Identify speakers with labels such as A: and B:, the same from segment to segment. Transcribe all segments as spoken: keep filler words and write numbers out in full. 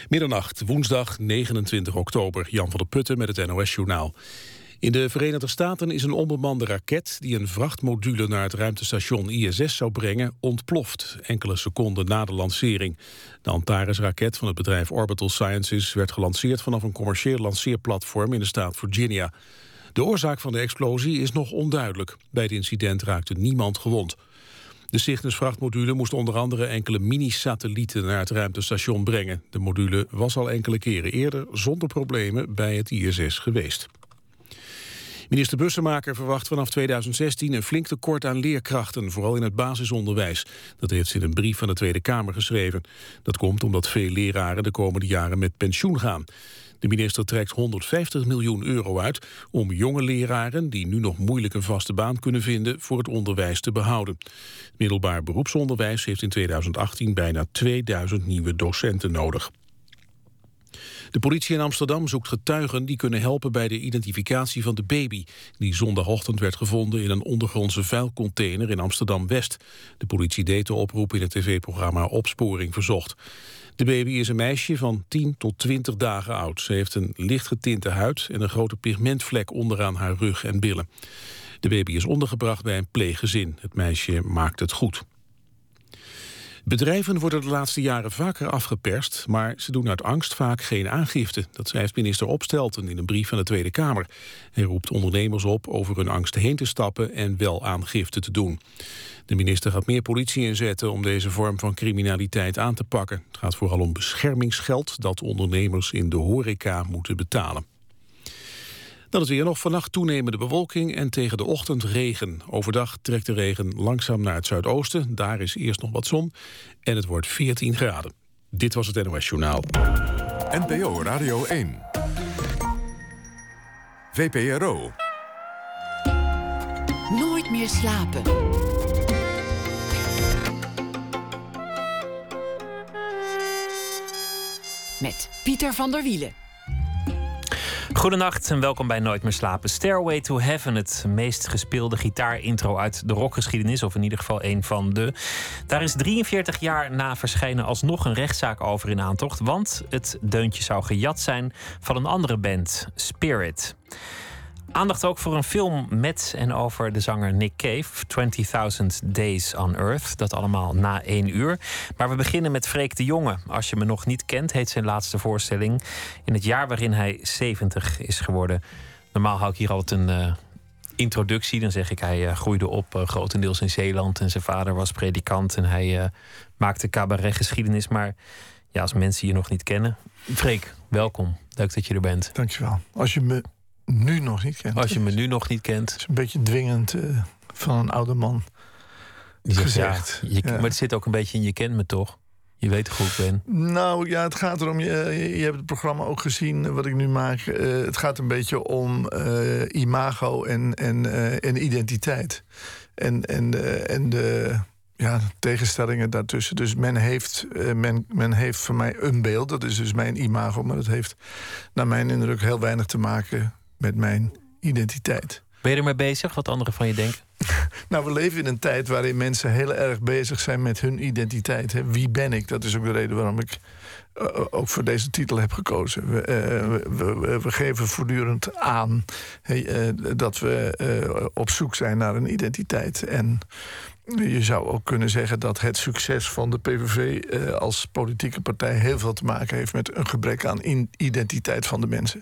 A: Middernacht, woensdag negenentwintig oktober. Jan van der Putten met het N O S-journaal. In de Verenigde Staten is een onbemande raket die een vrachtmodule naar het ruimtestation I S S zou brengen ontploft, enkele seconden na de lancering. De Antares-raket van het bedrijf Orbital Sciences werd gelanceerd vanaf een commercieel lanceerplatform in de staat Virginia. De oorzaak van de explosie is nog onduidelijk. Bij het incident raakte niemand gewond. De Cygnus-vrachtmodule moest onder andere enkele mini-satellieten naar het ruimtestation brengen. De module was al enkele keren eerder zonder problemen bij het I S S geweest. Minister Bussemaker verwacht vanaf tweeduizend zestien een flink tekort aan leerkrachten, vooral in het basisonderwijs. Dat heeft ze in een brief van de Tweede Kamer geschreven. Dat komt omdat veel leraren de komende jaren met pensioen gaan. De minister trekt honderdvijftig miljoen euro uit om jonge leraren, die nu nog moeilijk een vaste baan kunnen vinden, voor het onderwijs te behouden. Middelbaar beroepsonderwijs heeft in tweeduizend achttien bijna tweeduizend nieuwe docenten nodig. De politie in Amsterdam zoekt getuigen die kunnen helpen bij de identificatie van de baby, die zondagochtend werd gevonden in een ondergrondse vuilcontainer in Amsterdam-West. De politie deed de oproep in het tv-programma Opsporing Verzocht. De baby is een meisje van tien tot twintig dagen oud. Ze heeft een licht getinte huid en een grote pigmentvlek onderaan haar rug en billen. De baby is ondergebracht bij een pleeggezin. Het meisje maakt het goed. Bedrijven worden de laatste jaren vaker afgeperst, maar ze doen uit angst vaak geen aangifte. Dat schrijft minister Opstelten in een brief van de Tweede Kamer. Hij roept ondernemers op over hun angst heen te stappen en wel aangifte te doen. De minister gaat meer politie inzetten om deze vorm van criminaliteit aan te pakken. Het gaat vooral om beschermingsgeld dat ondernemers in de horeca moeten betalen. Dan is weer nog vannacht toenemende bewolking en tegen de ochtend regen. Overdag trekt de regen langzaam naar het zuidoosten. Daar is eerst nog wat zon en het wordt veertien graden. Dit was het N O S-journaal.
B: N P O Radio één. V P R O.
C: Nooit meer slapen. Met Pieter van der Wielen.
D: Goedenacht en welkom bij Nooit meer slapen. Stairway to Heaven, het meest gespeelde gitaarintro uit de rockgeschiedenis, of in ieder geval een van de. Daar is drieënveertig jaar na verschijnen alsnog een rechtszaak over in aantocht, want het deuntje zou gejat zijn van een andere band, Spirit. Aandacht ook voor een film met en over de zanger Nick Cave, twintigduizend Days on Earth. Dat allemaal na één uur. Maar we beginnen met Freek de Jonge. Als je me nog niet kent, heet zijn laatste voorstelling in het jaar waarin hij zeventig is geworden. Normaal hou ik hier altijd een uh, introductie. Dan zeg ik, hij uh, groeide op uh, grotendeels in Zeeland en zijn vader was predikant en hij uh, maakte cabaretgeschiedenis. Maar ja, als mensen je nog niet kennen. Freek, welkom. Leuk dat je er bent.
E: Dankjewel. Als je me nu nog niet kent.
D: Als je me nu nog niet kent.
E: Het is een beetje dwingend uh, van een oude man gezegd.
D: Ja, je, ja. Maar het zit ook een beetje in je kent me toch? Je weet toch hoe ik ben?
E: Nou ja, het gaat erom, je, je hebt het programma ook gezien wat ik nu maak. Uh, het gaat een beetje om uh, imago en, en, uh, en identiteit. En, en, uh, en de ja, tegenstellingen daartussen. Dus men heeft, uh, men, men heeft voor mij een beeld, dat is dus mijn imago, maar dat heeft naar mijn indruk heel weinig te maken met mijn identiteit.
D: Ben je ermee bezig, wat anderen van je denken?
E: Nou, we leven in een tijd waarin mensen heel erg bezig zijn met hun identiteit. Hè. Wie ben ik? Dat is ook de reden waarom ik uh, ook voor deze titel heb gekozen. We, uh, we, we, we geven voortdurend aan hey, uh, dat we uh, op zoek zijn naar een identiteit. En je zou ook kunnen zeggen dat het succes van de P V V uh, als politieke partij heel veel te maken heeft met een gebrek aan in- identiteit van de mensen.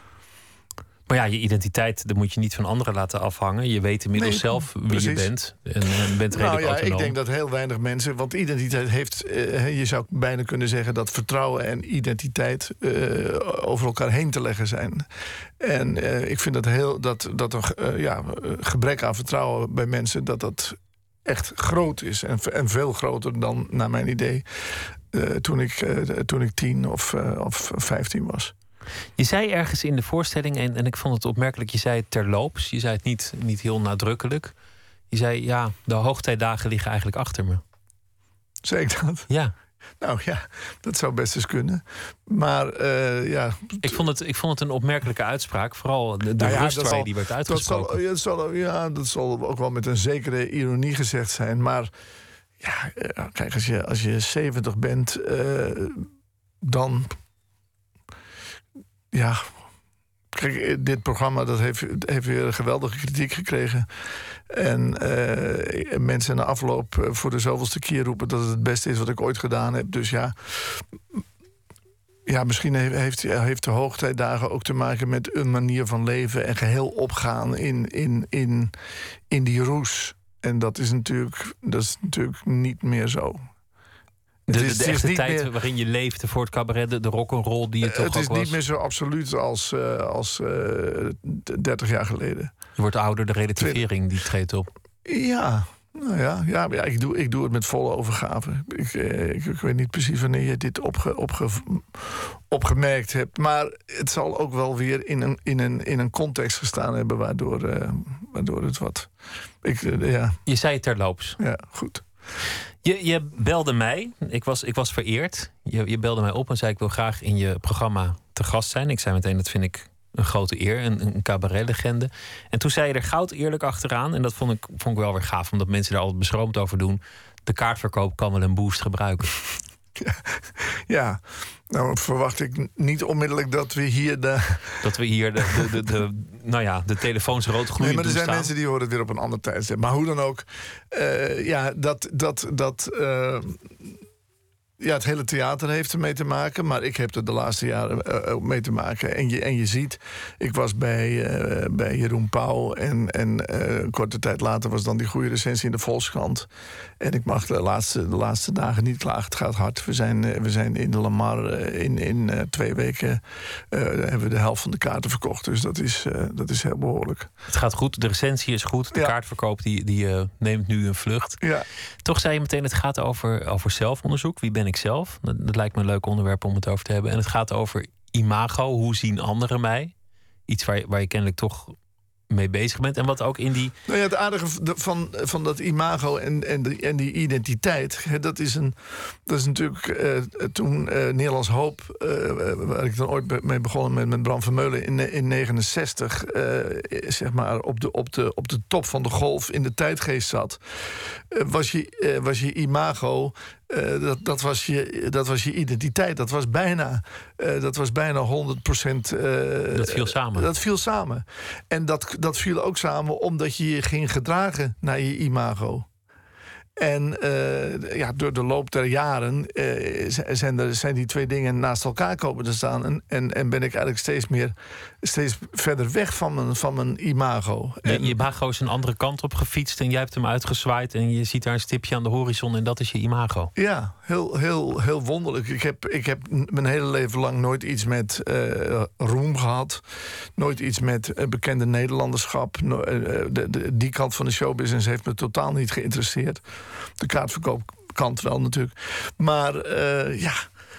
D: Maar ja, je identiteit, dat moet je niet van anderen laten afhangen. Je weet inmiddels nee, zelf wie precies. je bent. En, en bent redelijk
E: nou ja,
D: autonoom.
E: Ik denk dat heel weinig mensen. Want identiteit heeft. Uh, je zou bijna kunnen zeggen dat vertrouwen en identiteit uh, over elkaar heen te leggen zijn. En uh, ik vind dat heel. Dat, dat een uh, ja, gebrek aan vertrouwen bij mensen. Dat dat echt groot is. En, en veel groter dan, naar mijn idee. Uh, toen, ik, uh, toen ik tien of, uh, of vijftien was.
D: Je zei ergens in de voorstelling, en, en ik vond het opmerkelijk, je zei het terloops. Je zei het niet, niet heel nadrukkelijk. Je zei, ja, de hoogtijdagen liggen eigenlijk achter me.
E: Zei ik dat?
D: Ja.
E: Nou ja, dat zou best eens kunnen. Maar uh, ja...
D: Ik vond, het, ik vond het een opmerkelijke uitspraak. Vooral de, de nou ja, rust waar zal, die werd uitgesproken.
E: Dat zal, dat zal, ja, dat zal ook wel met een zekere ironie gezegd zijn. Maar ja, kijk, als je, als je zeventig bent, uh, dan... ja, kijk, dit programma dat heeft, heeft weer een geweldige kritiek gekregen. En uh, mensen na afloop voor de zoveelste keer roepen dat het het beste is wat ik ooit gedaan heb. Dus ja, ja misschien heeft, heeft de hoogtijdagen ook te maken met een manier van leven en geheel opgaan in, in, in, in die roes. En dat is natuurlijk, dat is natuurlijk niet meer zo.
D: De, de,
E: is,
D: de echte tijd
E: meer,
D: waarin je leefde voor het cabaret, de, de rock'n'roll die je toch ook was.
E: Het is niet meer zo absoluut als, uh, als uh, dertig jaar geleden.
D: Je wordt ouder, de relativering die treedt op.
E: Ja, nou ja, ja, ja ik, doe, ik doe het met volle overgave. Ik, ik, ik weet niet precies wanneer je dit opge, opge, opgemerkt hebt. Maar het zal ook wel weer in een, in een, in een context gestaan hebben waardoor, uh, waardoor het wat... Ik, uh, ja.
D: Je zei het terloops.
E: Ja, goed.
D: Je, je belde mij. Ik was, ik was vereerd. Je, je belde mij op en zei ik wil graag in je programma te gast zijn. Ik zei meteen dat vind ik een grote eer. Een, een cabaretlegende. En toen zei je er goud eerlijk achteraan. En dat vond ik, vond ik wel weer gaaf. Omdat mensen daar altijd beschroomd over doen. De kaartverkoop kan wel een boost gebruiken.
E: Ja, ja. Nou verwacht ik niet onmiddellijk dat we hier de...
D: Dat we hier de, de, de, de, nou ja, de telefoons rood gloeien.
E: Nee, maar er zijn
D: staan.
E: mensen die horen het weer op een ander tijdstip. Maar hoe dan ook, uh, ja, dat... dat, dat uh, ja, het hele theater heeft ermee te maken. Maar ik heb er de laatste jaren uh, ook mee te maken. En je, en je ziet, ik was bij, uh, bij Jeroen Pauw. En, en uh, een korte tijd later was dan die goede recensie in de Volkskrant. En ik mag de laatste, de laatste dagen niet klagen. Het gaat hard. We zijn, uh, we zijn in de Lamar uh, in, in uh, twee weken... Uh, hebben we de helft van de kaarten verkocht. Dus dat is, uh, dat is heel behoorlijk.
D: Het gaat goed. De recensie is goed. De
E: ja.
D: kaartverkoop die, die uh, neemt nu een vlucht.
E: Ja.
D: Toch zei je meteen, het gaat over, over zelfonderzoek. Wie ben ik zelf? Dat, dat lijkt me een leuk onderwerp om het over te hebben. En het gaat over imago. Hoe zien anderen mij? Iets waar je, waar je kennelijk toch mee bezig bent. En wat ook in die...
E: Nou ja, het aardige van, van dat imago en, en, die, en die identiteit... Hè, dat, is een, dat is natuurlijk uh, toen uh, Nederlands Hoop... Uh, waar ik dan ooit mee begonnen met, met Bram Vermeulen in, in negenenzestig... Uh, zeg maar op de, op, de, op de top van de golf in de tijdgeest zat... Uh, was, je, uh, was je imago... Uh, dat, dat, was je, dat was je identiteit. Dat was bijna, uh, dat was bijna honderd procent... Uh,
D: dat viel samen.
E: Dat viel samen. En dat, dat viel ook samen omdat je je ging gedragen naar je imago. En uh, ja, door de loop der jaren uh, zijn, er, zijn die twee dingen naast elkaar komen te staan. En, en, en ben ik eigenlijk steeds meer, steeds verder weg van mijn, van mijn imago.
D: Je,
E: en,
D: je imago is een andere kant op gefietst en jij hebt hem uitgezwaaid en je ziet daar een stipje aan de horizon en dat is je imago.
E: Ja, heel, heel, heel wonderlijk. Ik heb, ik heb mijn hele leven lang nooit iets met uh, roem gehad. Nooit iets met uh, bekende Nederlanderschap. No, uh, de, de, die kant van de showbusiness heeft me totaal niet geïnteresseerd. De kaartverkoopkant wel natuurlijk. Maar uh, ja,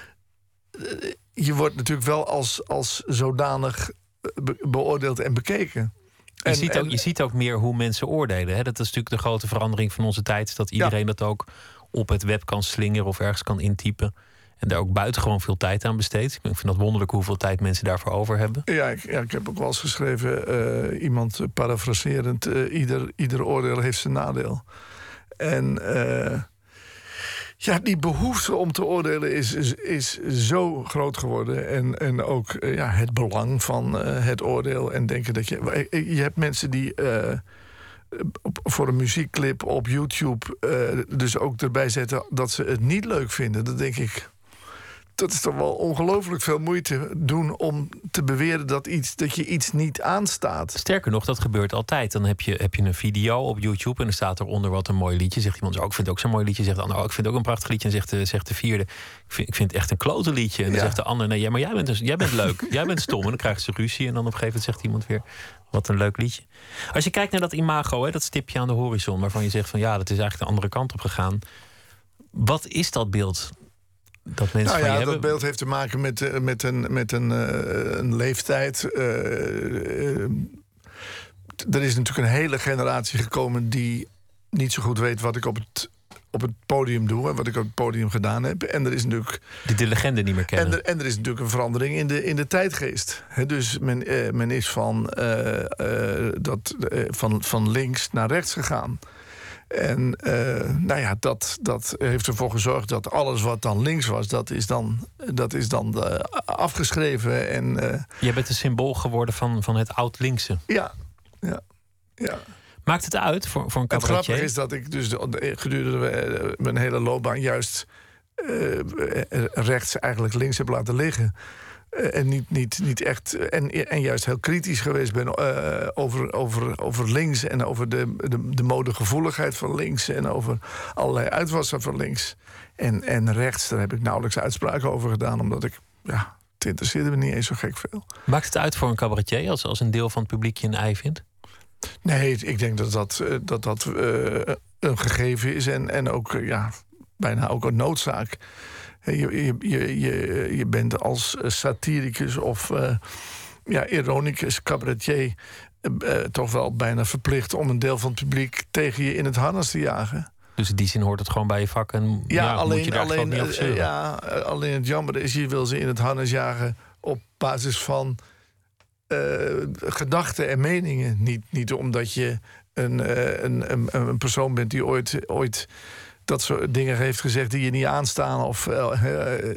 E: je wordt natuurlijk wel als, als zodanig be- beoordeeld en bekeken.
D: Je,
E: En,
D: ziet ook,
E: en,
D: je ziet ook meer hoe mensen oordelen. Hè? Dat is natuurlijk de grote verandering van onze tijd. Dat iedereen
E: ja.
D: dat ook op het web kan slingeren of ergens kan intypen. En daar ook buitengewoon veel tijd aan besteedt. Ik vind dat wonderlijk hoeveel tijd mensen daarvoor over hebben.
E: Ja, ik, ja, ik heb ook wel eens geschreven, uh, iemand uh, parafraserend... Uh, ieder, ieder oordeel heeft zijn nadeel. En uh, ja, die behoefte om te oordelen is, is, is zo groot geworden. En, en ook uh, ja, het belang van uh, het oordeel. En denken dat je... Je hebt mensen die uh, op, voor een muziekclip op YouTube... Uh, dus ook erbij zetten dat ze het niet leuk vinden. Dan denk ik... Dat is toch wel ongelooflijk veel moeite doen om te beweren dat, iets, dat je iets niet aanstaat.
D: Sterker nog, dat gebeurt altijd. Dan heb je, heb je een video op YouTube en er staat eronder wat een mooi liedje. Zegt iemand, oh, ik vind het ook zo'n mooi liedje. Zegt de ander, oh, ik vind het ook een prachtig liedje. En zegt de, zegt de vierde, ik vind, ik vind het echt een klote liedje. En dan
E: ja.
D: zegt de ander, nee, ja, maar jij bent, dus, jij bent leuk. Jij bent stom. En dan krijgen ze ruzie. En dan op een gegeven moment zegt iemand weer, wat een leuk liedje. Als je kijkt naar dat imago, hè, dat stipje aan de horizon, waarvan je zegt van ja, dat is eigenlijk de andere kant op gegaan. Wat is dat beeld? Dat mensen
E: nou
D: van
E: ja,
D: je
E: dat
D: hebben?
E: beeld heeft te maken met, met, een, met een, uh, een leeftijd. Uh, uh, er is natuurlijk een hele generatie gekomen die niet zo goed weet wat ik op het, op het podium doe en wat ik op het podium gedaan heb. En er is natuurlijk.
D: Die de legende niet meer kennen.
E: En er, en er is natuurlijk een verandering in de, in de tijdgeest. He, dus men, uh, men is van, uh, uh, dat, uh, van, van links naar rechts gegaan. En uh, nou ja, dat, dat heeft ervoor gezorgd dat alles wat dan links was, dat is dan, dat is dan uh, afgeschreven. En, uh,
D: Jij bent een symbool geworden van, van het oud-linkse.
E: Ja, ja, ja.
D: Maakt het uit voor, voor een cabaretier?
E: Het grappige is dat ik dus de, gedurende mijn hele loopbaan juist uh, rechts eigenlijk links heb laten liggen. Uh, en niet, niet, niet echt. En, en juist heel kritisch geweest ben uh, over, over, over links. En over de, de, de modegevoeligheid van links. En over allerlei uitwassen van links. En, en rechts, daar heb ik nauwelijks uitspraken over gedaan. Omdat ik. Ja, het interesseerde me niet eens zo gek veel.
D: Maakt het uit voor een cabaretier als, als een deel van het publiek je een ei vindt?
E: Nee, ik denk dat dat, dat, dat uh, een gegeven is. En, en ook uh, ja, bijna ook een noodzaak. Je, je, je, je, je bent als satiricus of uh, ja, ironicus, cabaretier uh, toch wel bijna verplicht om een deel van het publiek tegen je in het harnas te jagen.
D: Dus in die zin hoort het gewoon bij je vak en
E: ja,
D: ja,
E: alleen,
D: moet je daar
E: alleen,
D: niet over
E: uh, ja, alleen het jammer is, je wil ze in het harnas jagen op basis van uh, gedachten en meningen. Niet, niet omdat je een, uh, een, een, een persoon bent die ooit... ooit dat soort dingen heeft gezegd die je niet aanstaan. Of uh, uh,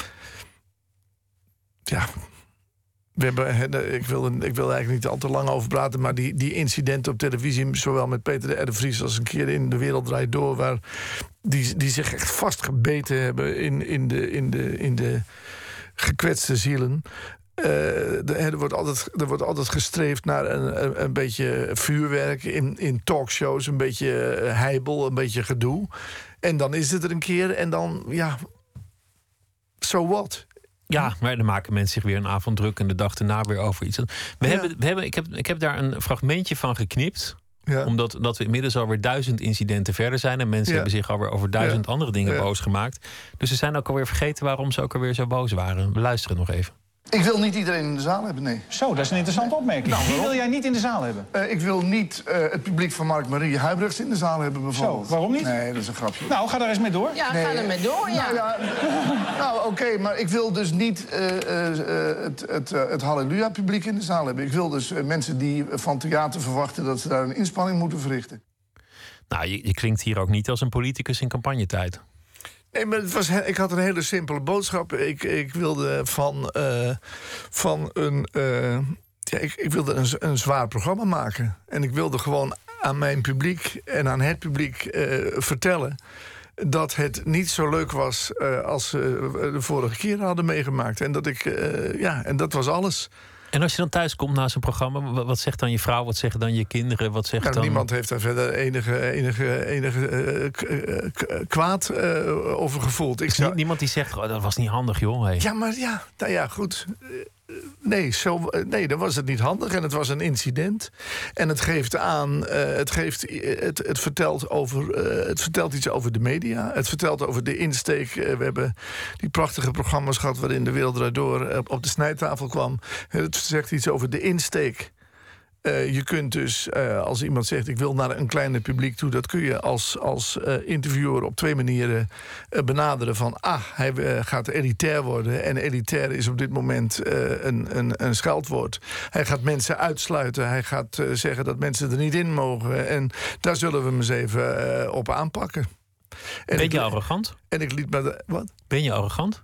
E: ja, we hebben, uh, ik, wil, ik wil er eigenlijk niet al te lang over praten, maar die, die incidenten op televisie, zowel met Peter R. de Vries als een keer in De Wereld Draait Door, waar die, die zich echt vastgebeten hebben in, in, de, in, de, in de gekwetste zielen. Uh, er, wordt altijd, er wordt altijd gestreefd naar een, een, een beetje vuurwerk in, in talkshows, een beetje heibel, een beetje gedoe. En dan is het er een keer en dan, ja, so what?
D: Ja, maar dan maken mensen zich weer een avond druk en de dag erna weer over iets. We
E: ja.
D: hebben, we hebben, ik, heb, ik heb daar een fragmentje van geknipt. Ja. Omdat dat we inmiddels alweer duizend incidenten verder zijn. En mensen ja. hebben zich alweer over duizend ja. andere dingen ja. boos gemaakt. Dus ze zijn ook alweer vergeten waarom ze ook alweer zo boos waren. We luisteren nog even.
F: Ik wil niet iedereen in de zaal hebben, nee.
G: Zo, dat is een interessante opmerking. Nou, wie wil jij niet in de zaal hebben?
F: Uh, ik wil niet uh, het publiek van Mark-Marie Huibrechts in de zaal hebben, bijvoorbeeld.
G: Zo, waarom niet?
F: Nee, dat is een grapje.
G: Nou, ga daar eens mee door.
H: Ja,
F: nee,
H: ga er mee door, ja.
F: Nou, ja, nou oké, okay, maar ik wil dus niet uh, uh, het, het, uh, het halleluja-publiek in de zaal hebben. Ik wil dus uh, mensen die van theater verwachten dat ze daar een inspanning moeten verrichten.
D: Nou, je, je klinkt hier ook niet als een politicus in campagnetijd.
E: Nee, maar het was, ik had een hele simpele boodschap. Ik, ik wilde van, uh, van een, uh, ja, ik, ik wilde een, een zwaar programma maken. En ik wilde gewoon aan mijn publiek en aan het publiek uh, vertellen dat het niet zo leuk was uh, als ze uh, de vorige keer hadden meegemaakt. En dat ik, uh, ja, en dat was alles.
D: En als je dan thuis komt na zo'n programma, wat zegt dan je vrouw, wat zeggen dan je kinderen? Wat zegt
E: nou,
D: dan...
E: Niemand heeft daar verder enige, enige, enige uh, kwaad uh, over gevoeld. Ik zou...
D: Niemand die zegt, oh, dat was niet handig, joh. Hey.
E: Ja, maar ja, nou ja, goed. Nee, zo, nee, dan was het niet handig en het was een incident. En het geeft aan, uh, het, geeft, het, het, vertelt over, uh, het vertelt iets over de media. Het vertelt over de insteek. Uh, we hebben die prachtige programma's gehad waarin De Wereld Draait Door uh, op de snijtafel kwam. Het zegt iets over de insteek. Uh, je kunt dus, uh, als iemand zegt, ik wil naar een kleiner publiek toe, dat kun je als, als uh, interviewer op twee manieren uh, benaderen. Van, ah, hij uh, gaat elitair worden. En elitair is op dit moment uh, een, een, een scheldwoord. Hij gaat mensen uitsluiten. Hij gaat uh, zeggen dat mensen er niet in mogen. En daar zullen we hem eens even uh, op aanpakken. En
D: ben je
E: ik,
D: arrogant?
E: En ik liet me... De, wat?
D: Ben je arrogant?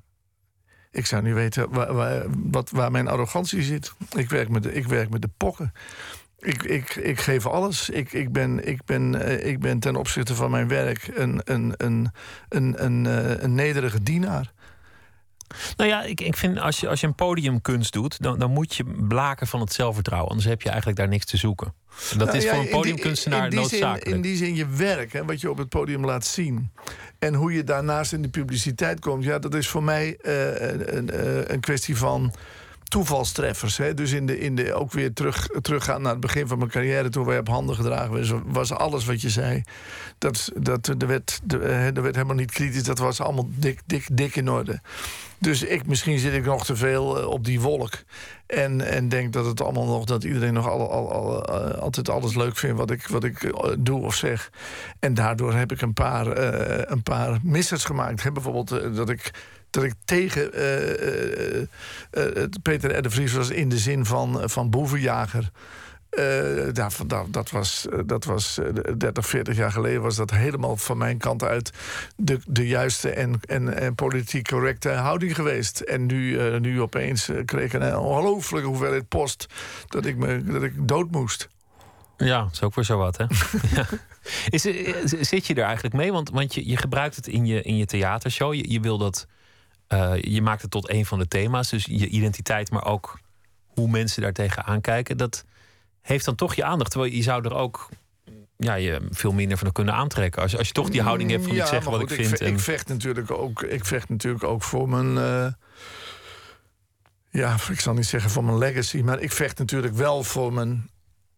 E: Ik zou niet weten waar, waar, wat, waar mijn arrogantie zit. Ik werk met de, ik werk met de pokken. Ik, ik, ik geef alles. Ik, ik, ben, ik, ben, uh, ik ben ten opzichte van mijn werk een, een, een, een, een, uh, een nederige dienaar.
D: Nou ja, ik, ik vind als je, als je een podiumkunst doet, dan, dan moet je blaken van het zelfvertrouwen. Anders heb je eigenlijk daar niks te zoeken. En dat
E: nou,
D: is
E: ja,
D: voor een podiumkunstenaar
E: in die, in die
D: noodzakelijk.
E: Zin, in die zin je werk, hè, wat je op het podium laat zien. En hoe je daarnaast in de publiciteit komt. Ja, dat is voor mij uh, een, een, een kwestie van toevalstreffers. Hè. Dus in de, in de, ook weer terug, teruggaan naar het begin van mijn carrière, toen wij op handen gedragen werden, was alles wat je zei. Dat, dat, er, werd, er werd helemaal niet kritisch. Dat was allemaal dik, dik, dik in orde. Dus ik, misschien zit ik nog te veel uh, op die wolk. En, en denk dat het allemaal nog, dat iedereen nog al, al, al, uh, altijd alles leuk vindt wat ik, wat ik uh, doe of zeg. En daardoor heb ik een paar, uh, een paar missers gemaakt. Hè, bijvoorbeeld uh, dat ik. Dat ik tegen uh, uh, uh, Peter R. de Vries was in de zin van, van boevenjager. Uh, dat, dat, dat was, dat was uh, dertig, veertig jaar geleden was dat helemaal van mijn kant uit de, de juiste en, en, en politiek correcte houding geweest. En nu, uh, nu opeens uh, kreeg ik een ongelooflijke hoeveelheid post dat ik, me, dat ik dood moest.
D: Ja, dat is ook weer zo wat, hè? Ja. Is, zit je er eigenlijk mee? Want, want je, je gebruikt het in je, in je theatershow. Je, je wil dat. Uh, je maakt het tot een van de thema's. Dus je identiteit, maar ook hoe mensen daar tegenaan kijken. Dat heeft dan toch je aandacht. Terwijl je zou er ook ja, je veel minder van kunnen aantrekken. Als, als je toch die houding hebt van
E: ja,
D: ik zeg wat
E: goed,
D: ik vind.
E: Ik,
D: en...
E: ik, vecht natuurlijk ook, ik vecht natuurlijk ook voor mijn... Uh, ja, ik zal niet zeggen voor mijn legacy. Maar ik vecht natuurlijk wel voor mijn...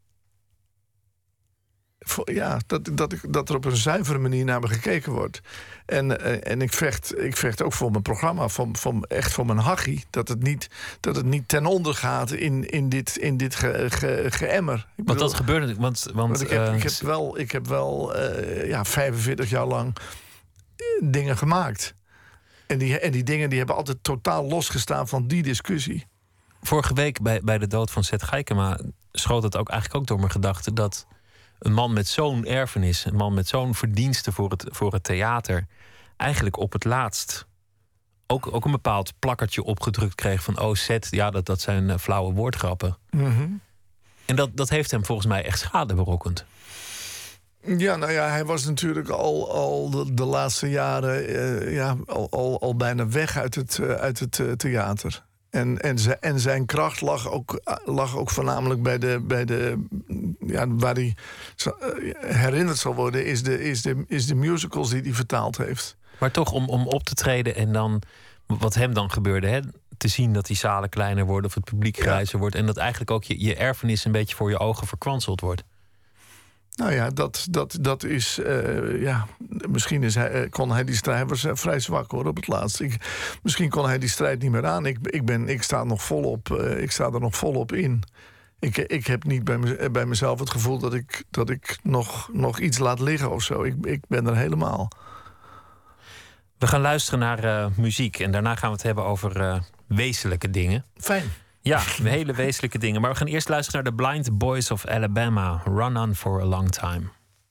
E: Voor, ja, dat, dat, dat er op een zuivere manier naar me gekeken wordt. En, uh, en ik, vecht, ik vecht ook voor mijn programma, voor, voor, echt voor mijn hachie. Dat het niet, dat het niet ten onder gaat in, in dit, in dit ge, ge, geëmmer. Ik
D: want
E: bedoel,
D: dat gebeurde want, want,
E: want ik heb,
D: uh,
E: ik heb wel, ik heb wel uh, ja, vijfenveertig jaar lang dingen gemaakt. En die, en die dingen die hebben altijd totaal losgestaan van die discussie.
D: Vorige week bij, bij de dood van Seth Geikema schoot het ook eigenlijk ook door mijn gedachten dat een man met zo'n erfenis, een man met zo'n verdienste voor het, voor het theater, eigenlijk op het laatst ook, ook een bepaald plakkertje opgedrukt kreeg van oh, Seth, ja, dat, dat zijn uh, flauwe woordgrappen.
E: Mm-hmm.
D: En dat, dat heeft hem volgens mij echt schade berokkend.
E: Ja, nou ja, hij was natuurlijk al, al de, de laatste jaren uh, ja, al, al, al bijna weg uit het, uh, uit het uh, theater. En, en, zijn, en zijn kracht lag ook, lag ook voornamelijk bij de, bij de ja, waar hij herinnerd zal worden, is de, is de, is de musicals die hij vertaald heeft.
D: Maar toch om, om op te treden en dan, wat hem dan gebeurde, hè, te zien dat die zalen kleiner worden of het publiek grijzer ja. wordt en dat eigenlijk ook je, je erfenis een beetje voor je ogen verkwanseld wordt.
E: Nou ja, dat, dat, dat is... Uh, ja, misschien is hij, kon hij die strijd... Hij was uh, vrij zwak hoor, op het laatst. Ik, misschien kon hij die strijd niet meer aan. Ik, ik, ben, ik, sta, nog volop, uh, ik sta er nog volop in. Ik, ik heb niet bij, me, bij mezelf het gevoel dat ik, dat ik nog, nog iets laat liggen of zo. Ik, ik ben er helemaal.
D: We gaan luisteren naar uh, muziek. En daarna gaan we het hebben over uh, wezenlijke dingen.
E: Fijn.
D: Ja, hele wezenlijke dingen. Maar we gaan eerst luisteren naar de Blind Boys of Alabama. Run on for a long time.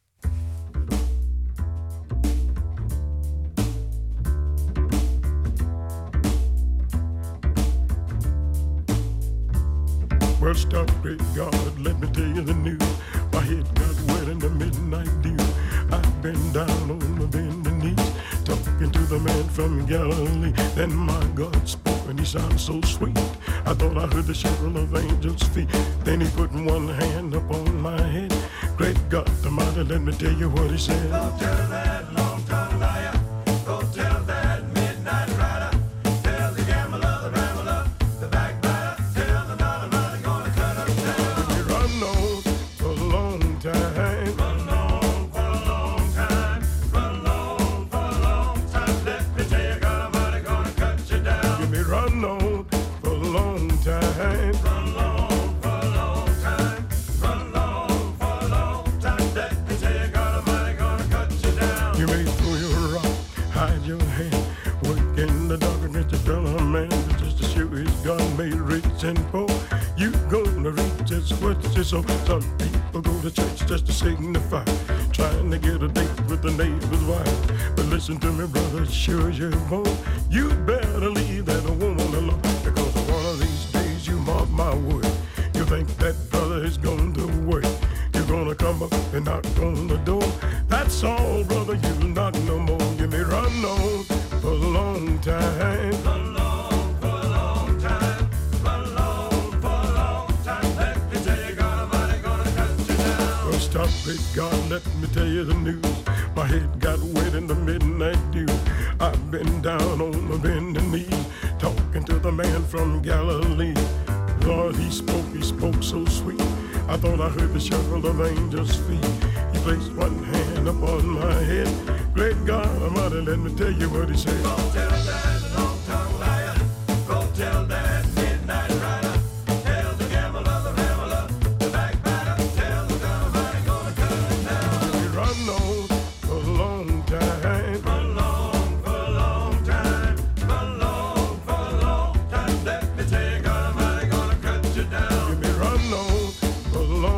H: Well, stop, great God, let me tell you the news. My head got wet in the midnight dew. I've been down on my bending knees, talking to the man from Galilee. Then my God spoke and he sounded so sweet. I thought I heard the shuffle of angels' feet. Then he put one hand upon my head. Great God Almighty, let me tell you what he said. Go tell that long-tongued liar. Go tell that midnight rider. Tell the gambler, the rambler, the backbiter. Tell the naughty money gonna cut us down. We run on for a long time. Run on for a long time. Run on for a long time. Let me tell you, God Almighty gonna cut you down. Give me run on for a long time. Run on for a long time. Run on for a long time. Let me tell you, God Almighty gonna cut you down. You may throw your rock, hide your hand, work in the dark against your fellow man, just to show his God made rich and poor. You gonna reach just what you sow. Some people go to church just to signify, trying to get a date with the neighbor's wife. But listen to me, brother, sure as you're born, you better leave that woman alone, because one of these days, you mark my word, you think that brother is going to work. You're gonna come up and knock on the door. That's all, brother, you not no more. Give me run on for a long time. Run on for a long time. Run on for a long time. Let me tell you, God Almighty gonna cut you down. Well, stop it, God, let me tell you the news. My head got wet in the midnight dew. I've been down on my bending knees, talking to the man from Galilee. Lord, he spoke, he spoke so sweet. I thought I heard the shuffle of angels' feet. He placed one hand upon my head. Great God Almighty, let me tell you what he said. Go tell that long-tongued liar. Go tell that midnight rider. Tell the gambler, the rambler, the backbiter. Tell the God Almighty gonna cut us down. We run on for a long time. Run on for a long time. Run on for a long time. Let me tell you, God Almighty gonna cut you down. Give me run on for a long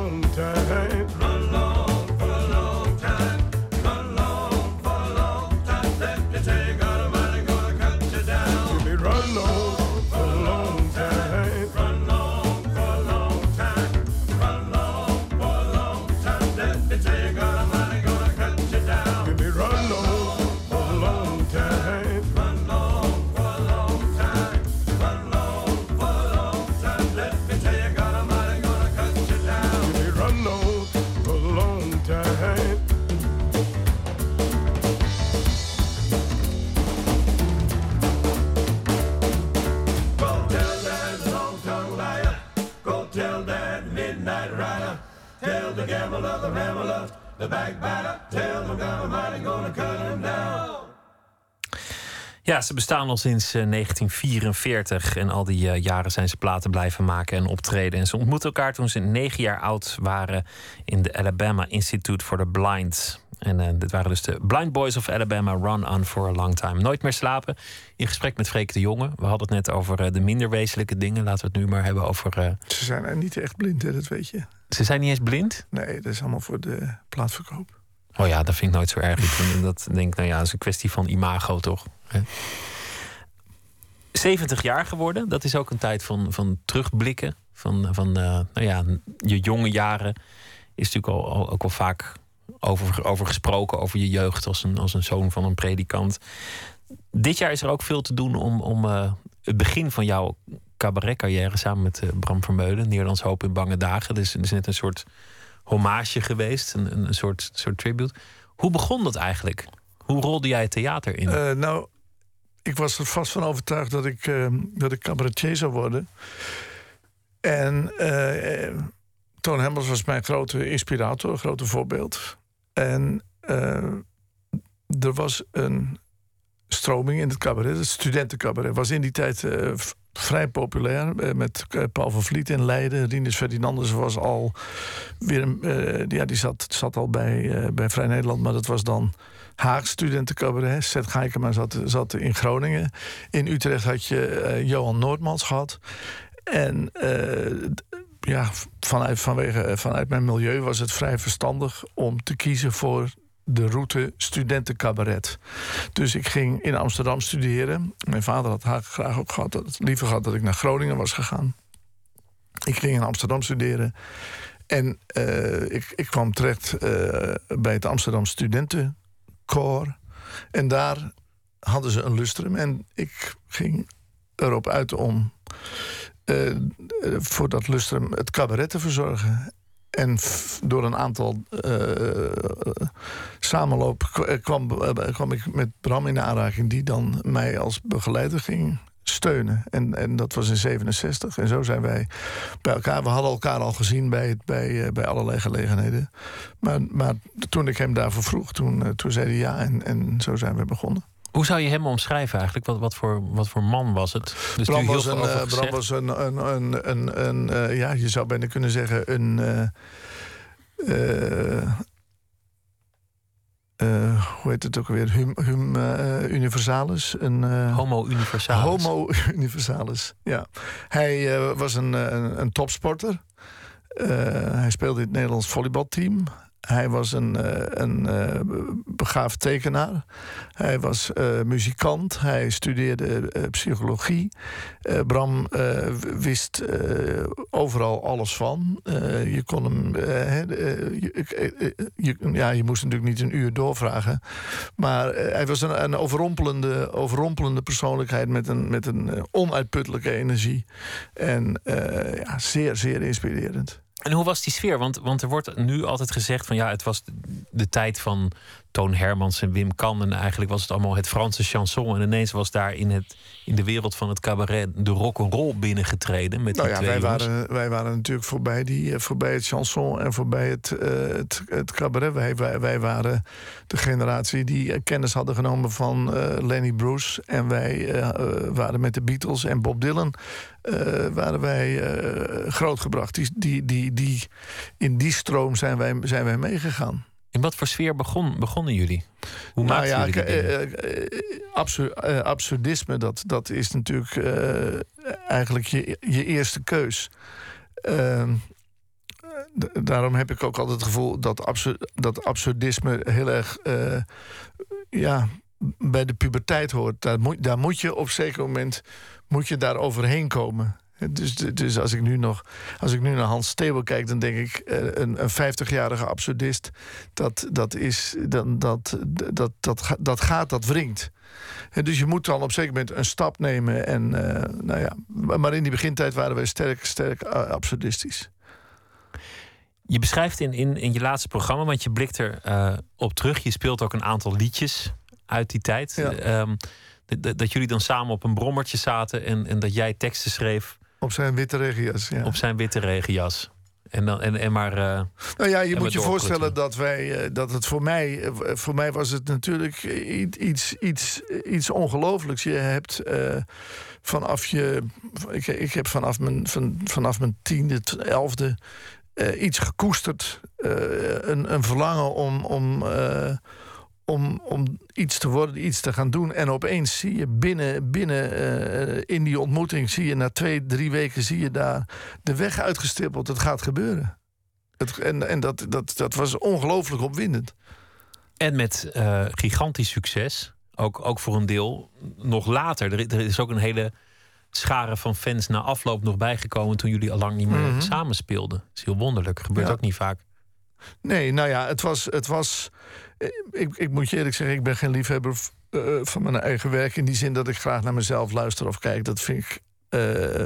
H: run on for a long time. Run on for a long time. Run on for a long time. Let me tell you, God Almighty gonna cut you down. Give me run on for a long time. Run on for a long time. Run on for a long time. Let me tell you, God Almighty gonna cut you down. Give me run on for a long time. Tell the gambler, the rambler, the backbiter. Tell the God Almighty gonna cut him down.
D: Ja, ze bestaan al sinds uh, negentien vierenveertig. En al die uh, jaren zijn ze platen blijven maken en optreden. En ze ontmoetten elkaar toen ze negen jaar oud waren in de Alabama Institute for the Blind. En uh, dit waren dus de Blind Boys of Alabama, Run On for a Long Time. Nooit meer slapen. In gesprek met Freek de Jonge. We hadden het net over uh, de minder wezenlijke dingen. Laten we het nu maar hebben over... Uh...
E: Ze zijn er niet echt blind, hè, dat weet je.
D: Ze zijn niet eens blind?
E: Nee, dat is allemaal voor de plaatverkoop.
D: Oh ja, dat vind ik nooit zo erg. Ik vind dat denk, nou ja, dat is een kwestie van imago, toch? Hè? zeventig jaar geworden, dat is ook een tijd van, van terugblikken. Van, van uh, nou ja, je jonge jaren is natuurlijk al, al, ook al vaak over, over gesproken, over je jeugd als een, als een zoon van een predikant. Dit jaar is er ook veel te doen om, om uh, het begin van jouw cabaretcarrière samen met uh, Bram Vermeulen, Nederlands Hoop in Bange Dagen. Dus er is net een soort hommage geweest, een, een soort, soort tribute. Hoe begon dat eigenlijk? Hoe rolde jij het theater in?
E: Uh, nou, ik was er vast van overtuigd dat ik, uh, dat ik cabaretier zou worden. En uh, Toon Hemmels was mijn grote inspirator, grote voorbeeld. En uh, er was een stroming in het cabaret, het studentencabaret. Was in die tijd uh, v- vrij populair. Uh, met uh, Paul van Vliet in Leiden. Rinus Ferdinandus was al weer... Uh, ja, die zat, zat al bij, uh, bij Vrij Nederland, maar dat was dan Haag studentencabaret. Seth Geikema zat, zat in Groningen. In Utrecht had je uh, Johan Noordmans gehad. En uh, ja, vanuit, vanwege, vanuit mijn milieu was het vrij verstandig om te kiezen voor de route studentencabaret. Dus ik ging in Amsterdam studeren. Mijn vader had graag ook gehad, dat, liever gehad dat ik naar Groningen was gegaan. Ik ging in Amsterdam studeren. En uh, ik, ik kwam terecht uh, bij het Amsterdam Studentenkoor. En daar hadden ze een lustrum. En ik ging erop uit om uh, voor dat lustrum het cabaret te verzorgen. En f- door een aantal uh, samenloop kwam, uh, kwam ik met Bram in aanraking, die dan mij als begeleider ging steunen. En, en dat was in zevenenzestig. En zo zijn wij bij elkaar. We hadden elkaar al gezien bij, het, bij, uh, bij allerlei gelegenheden. Maar, maar toen ik hem daarvoor vroeg, toen, uh, toen zei hij ja. En, en zo zijn we begonnen.
D: Hoe zou je hem omschrijven eigenlijk? Wat, wat, voor, wat voor man was het? Dus
E: Bram,
D: heel
E: was
D: veel
E: een,
D: over
E: uh,
D: gezegd.
E: Bram was een, een, een, een, een uh, ja, je zou bijna kunnen zeggen, een uh, uh, uh, hoe heet het ook alweer? Hum, hum uh, universalis. Een, uh,
D: Homo universalis.
E: Homo universalis, ja. Hij uh, was een, een, een topsporter. Uh, hij speelde in het Nederlands volleybalteam. Hij was een, uh, een uh, begaafd tekenaar. Hij was uh, muzikant. Hij studeerde uh, psychologie. Uh, Bram uh, wist uh, overal alles van. Uh, je kon hem... Uh, uh, je, uh, je, ja, je moest natuurlijk niet een uur doorvragen. Maar uh, hij was een, een overrompelende, overrompelende persoonlijkheid met een, met een uh, onuitputtelijke energie. En uh, ja, zeer, zeer inspirerend.
D: En hoe was die sfeer? Want, want er wordt nu altijd gezegd van ja, het was de, de tijd van Toon Hermans en Wim Kan. En eigenlijk was het allemaal het Franse chanson. En ineens was daar in, het, in de wereld van het cabaret de rock'n'roll binnengetreden. Met
E: nou
D: die
E: ja,
D: twee
E: wij
D: jongens.
E: waren, wij waren natuurlijk voorbij, die, voorbij het chanson en voorbij het, uh, het, het cabaret. Wij, wij, wij waren de generatie die kennis hadden genomen van uh, Lenny Bruce. En wij uh, waren met de Beatles en Bob Dylan uh, waren wij uh, grootgebracht. Die, die, die, die, in die stroom zijn wij, zijn wij meegegaan.
D: In wat voor sfeer begon, begonnen jullie? Hoe
E: nou
D: maakten
E: ja,
D: jullie die
E: uh,
D: dingen?
E: uh, absur, uh, absurdisme, dat, dat is natuurlijk uh, eigenlijk je, je eerste keus. Uh, d- daarom heb ik ook altijd het gevoel dat, absur, dat absurdisme heel erg uh, ja, bij de puberteit hoort. Daar moet, daar moet je op een zeker moment moet je daar overheen komen. Dus, dus als ik nu nog als ik nu naar Hans Steeuwen kijk, dan denk ik een, een vijftigjarige absurdist. Dat, dat is dan dat, dat, dat, dat gaat, dat wringt. En dus je moet dan op een zeker moment een stap nemen. En uh, nou ja, maar in die begintijd waren wij sterk, sterk uh, absurdistisch.
D: Je beschrijft in, in, in je laatste programma, want je blikt er uh, op terug. Je speelt ook een aantal liedjes uit die tijd.
E: Ja.
D: Um, dat, dat jullie dan samen op een brommertje zaten en, en dat jij teksten schreef.
E: Op zijn witte regenjas, ja.
D: Op zijn witte regenjas. En, dan, en, en maar. Uh,
E: nou ja, je moet je voorstellen dat wij. Uh, dat het voor mij. Uh, voor mij was het natuurlijk iets, iets, iets ongelooflijks. Je hebt uh, vanaf je. Ik, ik heb vanaf mijn, van, vanaf mijn tiende, elfde. Uh, iets gekoesterd. Uh, een, een verlangen om. om uh, Om, om iets te worden, iets te gaan doen. En opeens zie je binnen, binnen uh, in die ontmoeting... zie je na twee, drie weken zie je daar de weg uitgestippeld. Het gaat gebeuren. Het, en en dat, dat, dat was ongelooflijk opwindend.
D: En met uh, gigantisch succes. Ook, ook voor een deel nog later. Er, er is ook een hele schare van fans na afloop nog bijgekomen... toen jullie al lang niet meer mm-hmm. samenspeelden. Dat is heel wonderlijk. Gebeurt ja. ook niet vaak.
E: Nee, nou ja, het was... Het was Ik, ik moet je eerlijk zeggen, ik ben geen liefhebber uh, van mijn eigen werk... in die zin dat ik graag naar mezelf luister of kijk. Dat vind ik uh,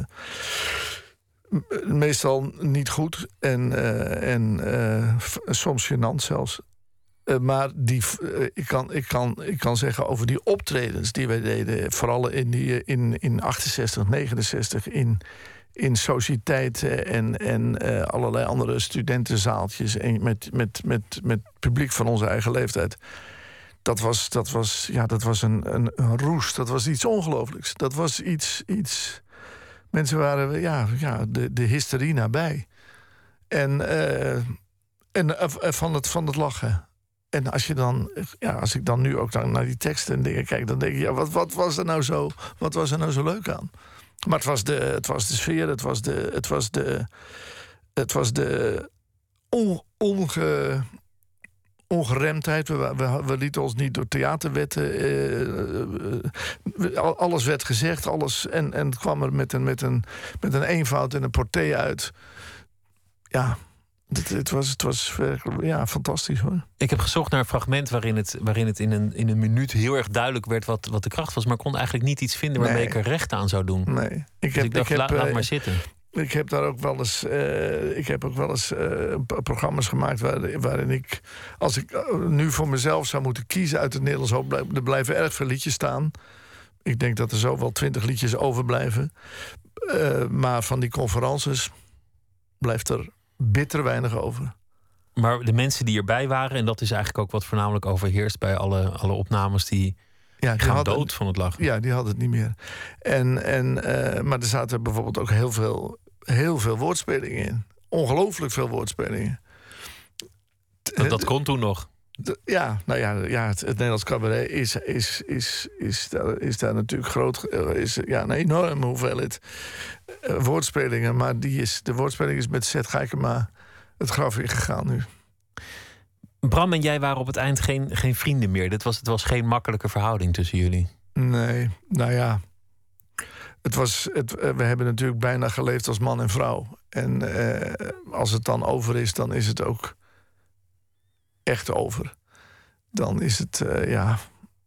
E: meestal niet goed en, uh, en uh, f- soms gênant zelfs. Uh, maar die, uh, ik, kan, ik, kan, ik kan zeggen over die optredens die wij deden... vooral in, die, in, in achtenzestig, negenenzestig... in in sociëteiten en, en uh, allerlei andere studentenzaaltjes... en met, met, met, met publiek van onze eigen leeftijd. Dat was, dat was, ja, dat was een, een, een roes, dat was iets ongelooflijks. Dat was iets... iets mensen waren ja, ja, de, de hysterie nabij. En, uh, en uh, van, het, van het lachen. En als, je dan, ja, als ik dan nu ook dan naar die teksten en dingen kijk... dan denk ik, ja, wat, wat, was er nou zo, wat was er nou zo leuk aan? Maar het was de, het was de sfeer, het was de, het was de, het was de on, onge, ongeremdheid. We, we, we lieten ons niet door theaterwetten. Uh, alles werd gezegd, alles. En, en het kwam er met een, met, een, met een eenvoud en een porté uit. Ja, het, het was, het was ja, fantastisch hoor.
D: Ik heb gezocht naar een fragment waarin het, waarin het in, een, in een minuut heel erg duidelijk werd wat, wat de kracht was. Maar ik kon eigenlijk niet iets vinden waarmee nee. ik er recht aan zou doen.
E: Nee. Ik
D: dus
E: heb,
D: ik dacht,
E: ik heb,
D: laat, laat maar zitten.
E: Ik heb daar ook wel eens, uh, ik heb ook wel eens uh, programma's gemaakt waar, waarin ik, als ik uh, nu voor mezelf zou moeten kiezen uit het Nederlands hoop, er blijven erg veel liedjes staan. Ik denk dat er zo wel twintig liedjes overblijven. Uh, maar van die conferences blijft er bitter weinig over.
D: Maar de mensen die erbij waren, en dat is eigenlijk ook wat voornamelijk overheerst bij alle, alle opnames, die, ja, die gaan hadden, dood van het lachen.
E: Ja, die hadden het niet meer. En, en, uh, maar er zaten bijvoorbeeld ook heel veel, heel veel woordspelingen in. Ongelooflijk veel woordspelingen.
D: Dat, dat kon toen nog.
E: De, ja, nou ja, ja het, het Nederlands cabaret is, is, is, is, daar, is daar natuurlijk groot. Is ja, een enorme hoeveelheid uh, woordspelingen. Maar die is, de woordspeling is met Seth Geikema het graf ingegaan nu.
D: Bram en jij waren op het eind geen, geen vrienden meer. Dit was, het was geen makkelijke verhouding tussen jullie.
E: Nee, nou ja. Het was, het, we hebben natuurlijk bijna geleefd als man en vrouw. En uh, als het dan over is, dan is het ook echt over. Dan is het, uh, ja...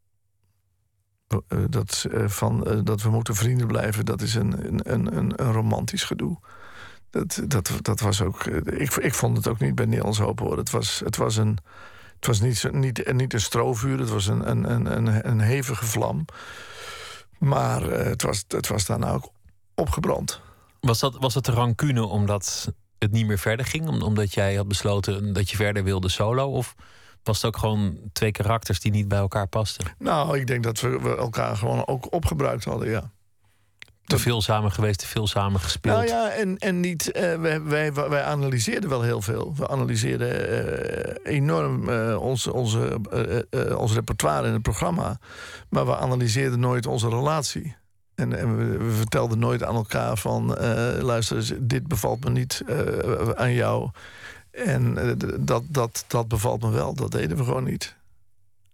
E: Uh, dat, uh, van, uh, dat we moeten vrienden blijven, dat is een, een, een, een romantisch gedoe. Dat, dat, dat was ook... Uh, ik, ik vond het ook niet bij Nederlands Hoop hoor. Het was, het was, een, het was niet, niet, niet een strovuur, het was een, een, een, een hevige vlam. Maar uh, het, was, het was daarna ook opgebrand.
D: Was dat, was dat de rancune omdat het niet meer verder ging? Om, omdat jij had besloten dat je verder wilde solo? Of was het ook gewoon twee karakters die niet bij elkaar pasten?
E: Nou, ik denk dat we, we elkaar gewoon ook opgebruikt hadden, ja.
D: Te veel samen geweest, te veel samen gespeeld.
E: Nou ja, en, en niet. Uh, wij, wij, wij analyseerden wel heel veel. We analyseerden uh, enorm uh, onze, onze, uh, uh, ons repertoire in het programma. Maar we analyseerden nooit onze relatie. En, en we, we vertelden nooit aan elkaar van... Uh, luister, dit bevalt me niet uh, aan jou. En uh, dat, dat, dat bevalt me wel. Dat deden we gewoon niet.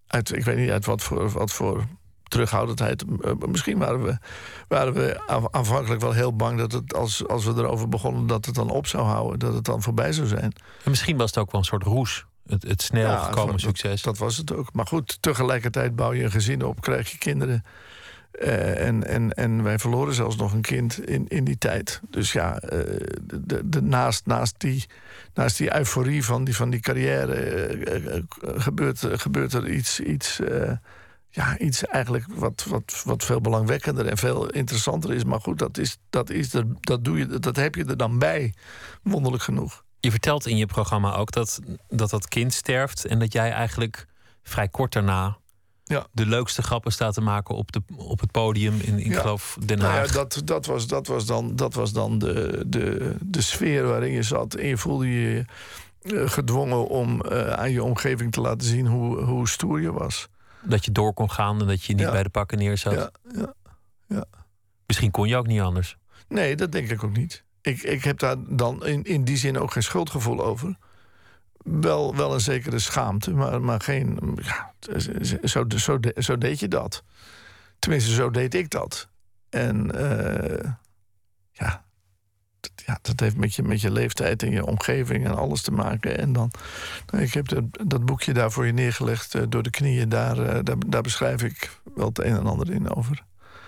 E: uit, ik weet niet uit wat voor, wat voor terughoudendheid. Uh, misschien waren we, waren we aanvankelijk wel heel bang dat het, als, als we erover begonnen, dat het dan op zou houden, dat het dan voorbij zou zijn.
D: En misschien was het ook wel een soort roes. Het, het snel ja, gekomen dat, succes.
E: Dat was het ook. Maar goed, tegelijkertijd bouw je een gezin op, krijg je kinderen. Uh, en, en, en wij verloren zelfs nog een kind in, in die tijd. Dus ja, uh, de, de, naast, naast, die, naast die euforie van die, van die carrière uh, uh, gebeurt, uh, gebeurt er iets, iets, uh, ja, iets eigenlijk wat, wat, wat veel belangwekkender en veel interessanter is. Maar goed, dat, is, dat, is er, dat, doe je, dat heb je er dan bij, wonderlijk genoeg.
D: Je vertelt in je programma ook dat dat, dat kind sterft en dat jij eigenlijk vrij kort daarna ja. de leukste grappen staat te maken op, de, op het podium in, in ja. geloof Den Haag.
E: Nou ja, dat, dat, was, dat was dan, dat was dan de, de, de sfeer waarin je zat. En je voelde je uh, gedwongen om uh, aan je omgeving te laten zien hoe, hoe stoer je was.
D: Dat je door kon gaan en dat je niet ja. bij de pakken neerzat.
E: Ja, ja, ja.
D: Misschien kon je ook niet anders.
E: Nee, dat denk ik ook niet. Ik, ik heb daar dan in, in die zin ook geen schuldgevoel over. Wel, wel een zekere schaamte, maar, maar geen... Ja, zo, zo, zo deed je dat. Tenminste, zo deed ik dat. En uh, ja, dat, ja, dat heeft met je, met je leeftijd en je omgeving en alles te maken. En dan, nou, ik heb dat, dat boekje daar voor je neergelegd uh, door de knieën. Daar, uh, daar, daar beschrijf ik wel het een en ander in over.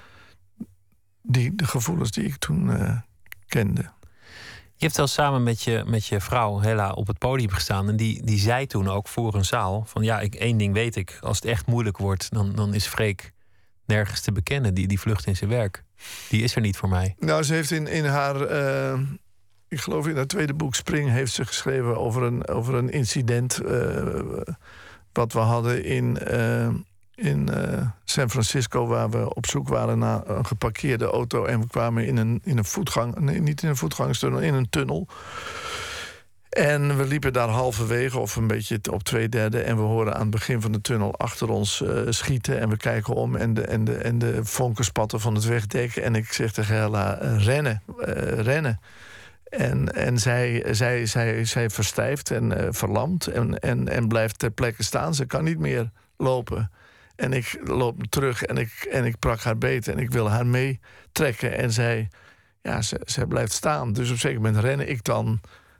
E: Die, de gevoelens die ik toen uh, kende.
D: Je hebt wel samen met je, met je vrouw Hella op het podium gestaan. En die, die zei toen ook voor een zaal van ja, ik, één ding weet ik. Als het echt moeilijk wordt, dan, dan is Freek nergens te bekennen. Die, die vlucht in zijn werk. Die is er niet voor mij.
E: Nou, ze heeft in, in haar, uh, ik geloof in haar tweede boek Spring, heeft ze geschreven over een, over een incident uh, wat we hadden in, uh, in uh, San Francisco, waar we op zoek waren naar een geparkeerde auto en we kwamen in een, in een voetgang, nee, niet in een voetgangstunnel, in een tunnel. En we liepen daar halverwege of een beetje op twee derde en we horen aan het begin van de tunnel achter ons uh, schieten en we kijken om en de, en, de, en de vonken spatten van het wegdek en ik zeg tegen Hella, uh, rennen, uh, rennen. En, en zij, zij, zij, zij verstijft en uh, verlamt en, en, en blijft ter plekke staan. Ze kan niet meer lopen. En ik loop terug en ik, en ik prak haar beet en ik wil haar meetrekken. En zij, ja, ze, zij blijft staan. Dus op een zeker moment ren ik dan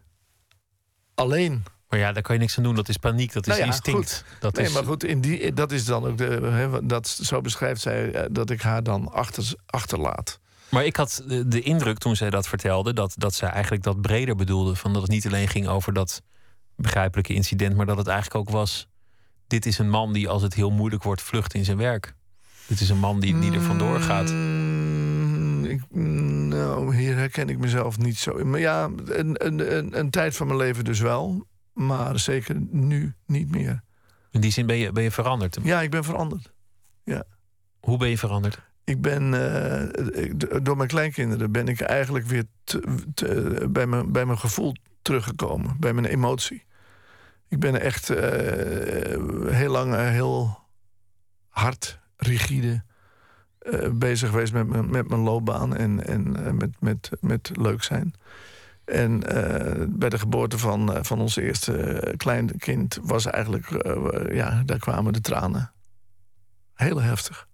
E: alleen.
D: Maar ja, daar kan je niks aan doen. Dat is paniek, dat is nou ja, instinct. Dat
E: nee,
D: is...
E: maar goed, in die, dat is dan ook de. He, dat, zo beschrijft zij dat ik haar dan achter, achterlaat.
D: Maar ik had de, de indruk toen zij dat vertelde, dat, dat zij eigenlijk dat breder bedoelde. Van dat het niet alleen ging over dat begrijpelijke incident, maar dat het eigenlijk ook was: dit is een man die als het heel moeilijk wordt vlucht in zijn werk. Dit is een man die, die er vandoor gaat.
E: Mm, ik, nou, hier herken ik mezelf niet zo in. Maar ja, een, een, een, een tijd van mijn leven dus wel. Maar zeker nu niet meer.
D: In die zin ben je, ben je veranderd?
E: Ja, ik ben veranderd. Ja.
D: Hoe ben je veranderd?
E: Ik ben, uh, door mijn kleinkinderen ben ik eigenlijk weer te, te, bij, mijn, bij mijn gevoel teruggekomen. Bij mijn emotie. Ik ben echt uh, heel lang uh, heel hard, rigide uh, bezig geweest met, mijn, met mijn loopbaan en, en uh, met, met, met leuk zijn. En uh, bij de geboorte van, uh, van ons eerste uh, kleinkind was eigenlijk, uh, ja, daar kwamen de tranen. Heel heftig.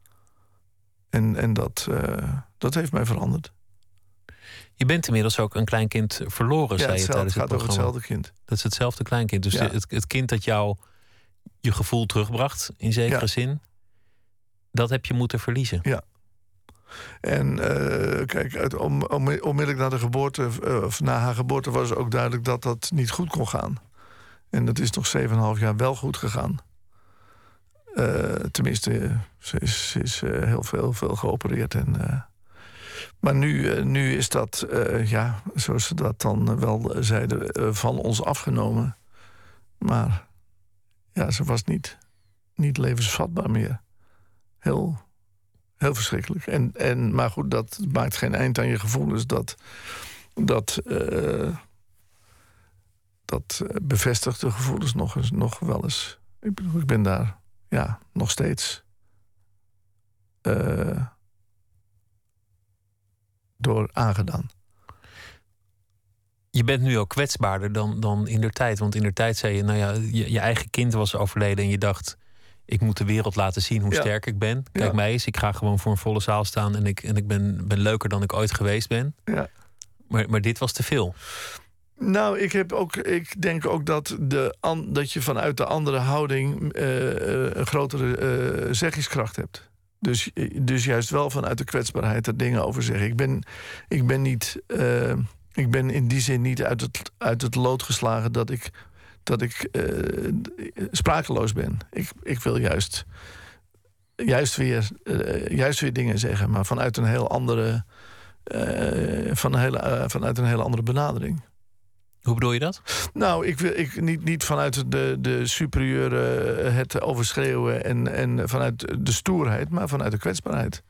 E: En, en dat, uh, dat heeft mij veranderd.
D: Je bent inmiddels ook een kleinkind verloren,
E: ja,
D: zei je tijdens het,
E: het
D: programma.
E: gaat over hetzelfde kind.
D: Dat is hetzelfde kleinkind. Dus ja. het, het kind dat jou je gevoel terugbracht, in zekere ja. zin, dat heb je moeten verliezen.
E: Ja. En uh, kijk, uit, om, om, onmiddellijk na de geboorte, uh, of na haar geboorte was ook duidelijk dat dat niet goed kon gaan. En dat is nog zeven en een half jaar wel goed gegaan. Uh, tenminste, ze is, ze is uh, heel veel, veel geopereerd. En, uh, maar nu, uh, nu is dat, uh, ja, zoals ze dat dan wel zeiden, uh, van ons afgenomen. Maar ja, ze was niet, niet levensvatbaar meer. Heel, heel verschrikkelijk. En, en, maar goed, dat maakt geen eind aan je gevoelens. Dat, dat, uh, dat bevestigt de gevoelens nog, eens, nog wel eens. Ik bedoel, ik ben daar... Ja, nog steeds uh, door aangedaan.
D: Je bent nu ook kwetsbaarder dan, dan in der tijd. Want in der tijd zei je, nou ja, je, je eigen kind was overleden en je dacht, ik moet de wereld laten zien hoe
E: Ja.
D: sterk ik ben. Kijk
E: Ja.
D: mij eens, ik ga gewoon voor een volle zaal staan en ik, en ik ben, ben leuker dan ik ooit geweest ben.
E: Ja.
D: Maar, maar dit was te veel.
E: Nou, ik, heb ook, ik denk ook dat, de, an, dat je vanuit de andere houding uh, een grotere uh, zeggingskracht hebt. Dus, dus juist wel vanuit de kwetsbaarheid er dingen over zeggen. Ik ben, ik ben, niet, uh, ik ben in die zin niet uit het, uit het lood geslagen dat ik, dat ik uh, sprakeloos ben. Ik, ik wil juist, juist, weer, uh, juist weer dingen zeggen, maar vanuit een heel andere, uh, van een hele, uh, vanuit een hele andere benadering.
D: Hoe bedoel je dat?
E: Nou, ik wil ik, niet, niet vanuit de, de superieure het overschreeuwen en, en vanuit de stoerheid, maar vanuit de kwetsbaarheid.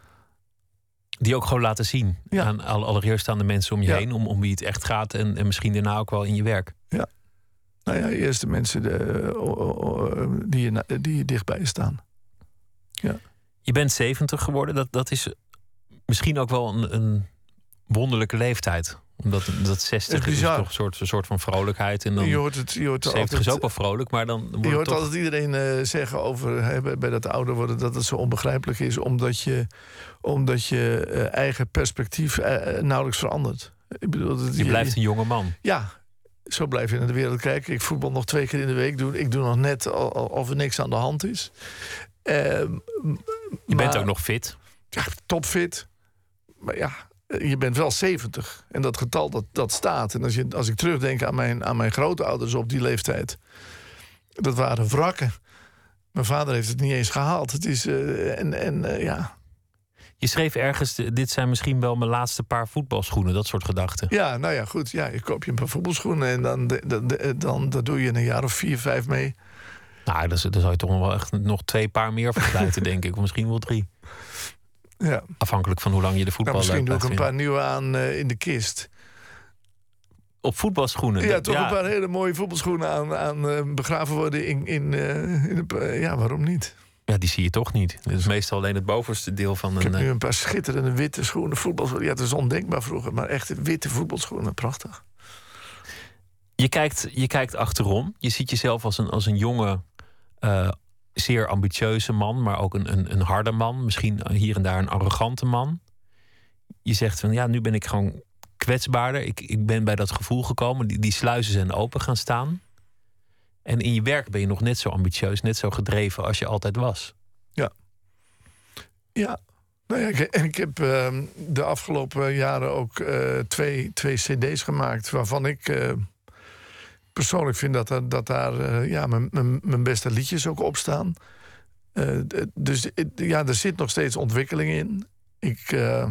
D: Die ook gewoon laten zien.
E: Ja.
D: Aan, allereerst aan de mensen om je
E: Ja.
D: heen, om, om wie het echt gaat. En, en misschien daarna ook wel in je werk.
E: Ja. Nou ja, eerst de mensen de, o, o, die, je, die je dichtbij staan. Ja.
D: Je bent zeventig geworden. Dat, dat is misschien ook wel een, een wonderlijke leeftijd. Omdat dat zestig is toch een soort, een soort van vrolijkheid. En dan
E: je hoort het, je hoort
D: zeventig
E: altijd,
D: is ook wel vrolijk, maar dan wordt
E: je hoort
D: het toch...
E: altijd iedereen uh, zeggen over hè, bij dat ouder worden dat het zo onbegrijpelijk is, omdat je, omdat je uh, eigen perspectief uh, nauwelijks verandert. Ik bedoel, dat,
D: je blijft een jonge man.
E: Ja, zo blijf je naar de wereld kijken. Ik voetbal nog twee keer in de week. Doe, ik doe nog net of er niks aan de hand is. Uh,
D: je
E: maar,
D: bent ook nog fit.
E: Ja, topfit. Maar ja, je bent wel zeventig. En dat getal, dat, dat staat. En als, je, als ik terugdenk aan mijn, aan mijn grootouders op die leeftijd, dat waren wrakken. Mijn vader heeft het niet eens gehaald. Het is, uh, en, en uh, ja...
D: Je schreef ergens, dit zijn misschien wel mijn laatste paar voetbalschoenen. Dat soort gedachten.
E: Ja, nou ja, goed. Ja, je koop je een paar voetbalschoenen en dan, dan, dan, dan, dan doe je een jaar of vier, vijf mee.
D: Nou, daar zou je toch wel echt nog twee paar meer voor sluiten, denk ik. Of misschien wel drie.
E: Ja.
D: Afhankelijk van hoe lang je de voetbal
E: nou, misschien doe ik een
D: vinden.
E: paar nieuwe aan uh, in de kist.
D: Op voetbalschoenen?
E: Ja, toch ja. een paar hele mooie voetbalschoenen aan, aan uh, begraven worden in... in, uh, in de, uh, ja, waarom niet?
D: Ja, die zie je toch niet. Dat is meestal alleen het bovenste deel van een...
E: Ik heb nu een paar schitterende witte schoenen, voetbalschoenen. Ja, dat is ondenkbaar vroeger, maar echt witte voetbalschoenen, prachtig.
D: Je kijkt, je kijkt achterom. Je ziet jezelf als een, als een jonge, uh, zeer ambitieuze man, maar ook een, een, een harde man. Misschien hier en daar een arrogante man. Je zegt van ja, nu ben ik gewoon kwetsbaarder. Ik, ik ben bij dat gevoel gekomen. Die, die sluizen zijn open gaan staan. En in je werk ben je nog net zo ambitieus, net zo gedreven als je altijd was.
E: Ja. Ja. Nou ja, en ik heb uh, de afgelopen jaren ook uh, twee, twee cd's gemaakt waarvan ik uh, persoonlijk vind dat, er, dat daar uh, ja, mijn, mijn, mijn beste liedjes ook op staan. Uh, dus ja, er zit nog steeds ontwikkeling in. Ik... Uh,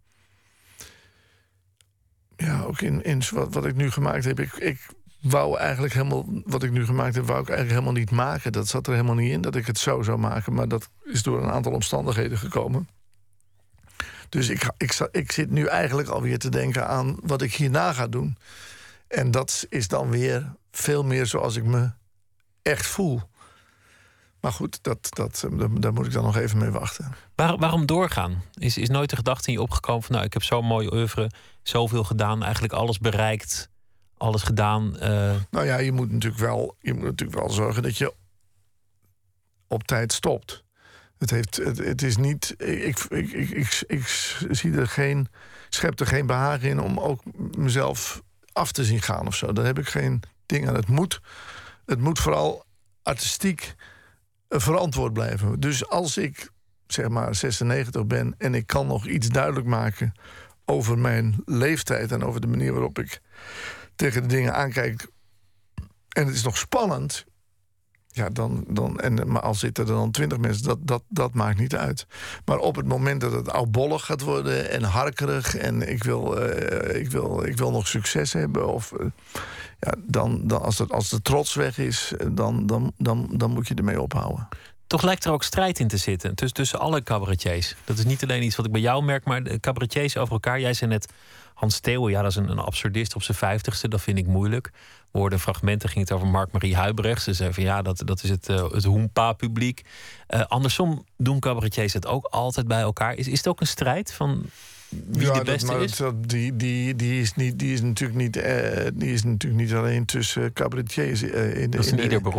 E: ja, ook in, in wat, wat ik nu gemaakt heb. Ik, ik wou eigenlijk helemaal, wat ik nu gemaakt heb, wou ik eigenlijk helemaal niet maken. Dat zat er helemaal niet in, dat ik het zo zou maken. Maar dat is door een aantal omstandigheden gekomen. Dus ik, ik, ik zit nu eigenlijk alweer te denken aan wat ik hierna ga doen. En dat is dan weer veel meer zoals ik me echt voel. Maar goed, dat, dat, daar moet ik dan nog even mee wachten.
D: Waar, waarom doorgaan? Is, is nooit de gedachte in je opgekomen van... nou, ik heb zo'n mooie oeuvre, zoveel gedaan, eigenlijk alles bereikt, alles gedaan. Uh...
E: Nou ja, je moet natuurlijk wel, je moet natuurlijk wel zorgen dat je op tijd stopt. Het, heeft, het, het is niet... Ik, ik, ik, ik, ik zie er geen... schep er geen behagen in om ook mezelf af te zien gaan of zo. Daar heb ik geen ding aan. Het moet, het moet vooral artistiek verantwoord blijven. Dus als ik, zeg maar, zesennegentig ben en ik kan nog iets duidelijk maken over mijn leeftijd en over de manier waarop ik tegen de dingen aankijk, en het is nog spannend, ja, dan, dan en, maar al zitten er dan twintig mensen, dat, dat, dat maakt niet uit. Maar op het moment dat het oudbollig gaat worden en harkerig en ik wil, uh, ik wil, ik wil nog succes hebben, of uh, ja, dan, dan als, het, als de trots weg is, dan, dan, dan, dan moet je ermee ophouden.
D: Toch lijkt er ook strijd in te zitten tussen, tussen alle cabaretiers. Dat is niet alleen iets wat ik bij jou merk, maar de cabaretiers over elkaar. Jij zei net Hans Theeuwen, ja, dat is een, een absurdist op zijn vijftigste. Dat vind ik moeilijk. We hoorden fragmenten, ging het over Mark-Marie Huibrechts. Ze zei van ja, dat, dat is het, uh, het Hoempa-publiek. Uh, andersom doen cabaretiers het ook altijd bij elkaar. Is, is het ook een strijd van wie
E: ja,
D: de beste
E: dat, maar
D: is?
E: Dat, die, die, die, is niet, die, is natuurlijk niet, uh, die is natuurlijk niet alleen tussen cabaretiers. Uh, in de,
D: dat is in,
E: in
D: ieder
E: de,
D: beroep.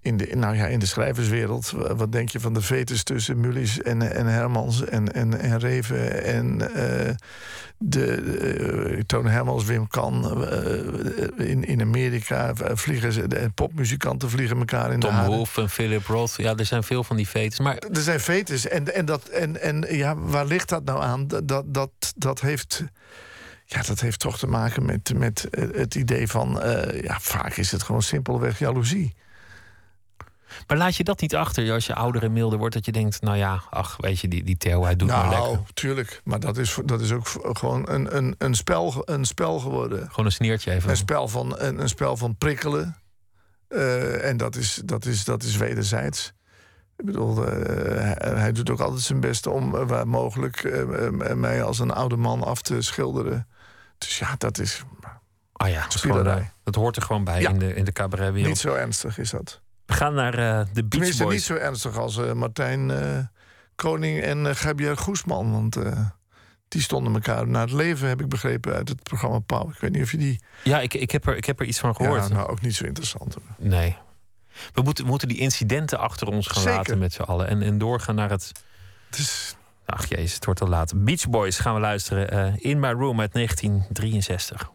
E: in de, nou ja, in de schrijverswereld, wat denk je van de vetes tussen Mullis en, en Hermans en, en, en Reven en uh, de uh, Toon Hermans, Wim Kan. Uh, in, in Amerika vliegen ze, de popmuzikanten vliegen elkaar in
D: Tom
E: de haren.
D: Tom Wolfe en Philip Roth, ja, er zijn veel van die vetes. Maar
E: er zijn vetes en, en, dat, en, en ja, waar ligt dat nou aan? Dat, dat, dat heeft... Ja, dat heeft toch te maken met, met het idee van... Uh, ja, vaak is het gewoon simpelweg jaloezie.
D: Maar laat je dat niet achter als je ouder en milder wordt... dat je denkt, nou ja, ach, weet je, die, die Theo, hij doet
E: nou,
D: maar lekker.
E: Nou, tuurlijk. Maar dat is, dat is ook gewoon een, een, een, spel, een spel geworden.
D: Gewoon een sneertje even.
E: Een spel van, een, een spel van prikkelen. Uh, en dat is, dat, is, dat is wederzijds. Ik bedoel, uh, hij, hij doet ook altijd zijn best om uh, waar mogelijk... Uh, uh, mij als een oude man af te schilderen. Dus ja, dat is...
D: Ah ja, dat, is gewoon, uh, dat hoort er gewoon bij ja. in de, in de cabaretwereld.
E: Niet zo ernstig is dat.
D: We gaan naar uh, de Beach
E: Tenminste,
D: Boys.
E: Niet zo ernstig als uh, Martijn uh, Koning en uh, Gabriel Goesman. Want uh, die stonden elkaar naar het leven, heb ik begrepen, uit het programma Pauw. Ik weet niet of je die...
D: Ja, ik, ik, heb, er, ik heb er iets van gehoord.
E: Ja, nou, ook niet zo interessant.
D: Nee. We moeten, moeten die incidenten achter ons gaan
E: Zeker.
D: laten met z'n allen. En, en doorgaan naar het...
E: het is...
D: Ach jezus, het wordt al laat. Beach Boys gaan we luisteren. Uh, In My Room uit negentien drieënzestig.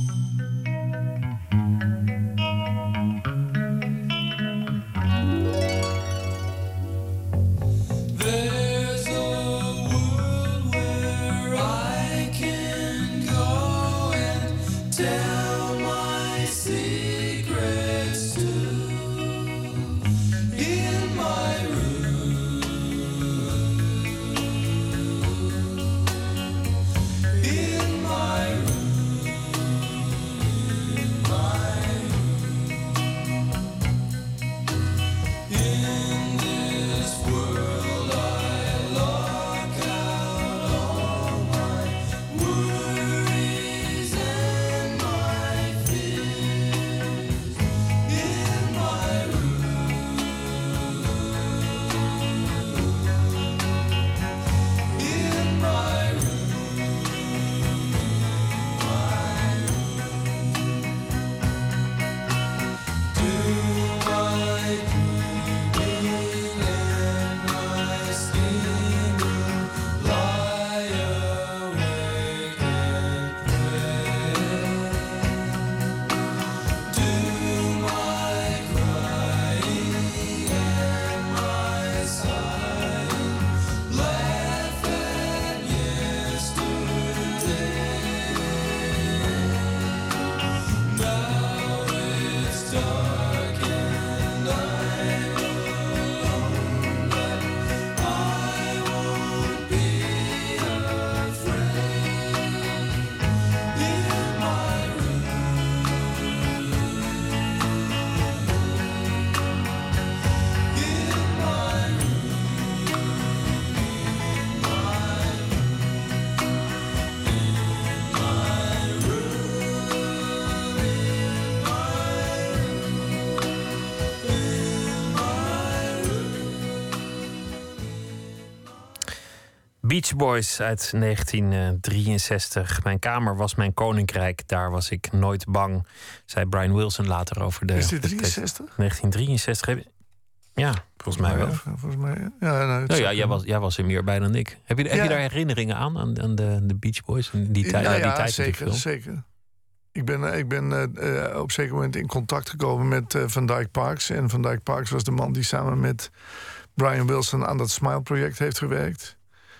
D: Beach Boys uit negentien drieënzestig. Mijn kamer was mijn koninkrijk, daar was ik nooit bang, zei Brian Wilson later over de...
E: Is dit drieënzestig?
D: negentien drieënzestig. Ja, volgens mij wel.
E: Ja, volgens mij, ja, nou,
D: nou ja, jij was, jij was er meer bij dan ik. Heb je, heb ja. je daar herinneringen aan, aan, aan de, de Beach Boys? En die, tij,
E: ja,
D: ja, die
E: ja,
D: tijd
E: zeker, zeker. Ik ben, ik ben uh, op een zeker moment in contact gekomen met uh, Van Dyke Parks. En Van Dyke Parks was de man die samen met Brian Wilson aan dat Smile-project heeft gewerkt.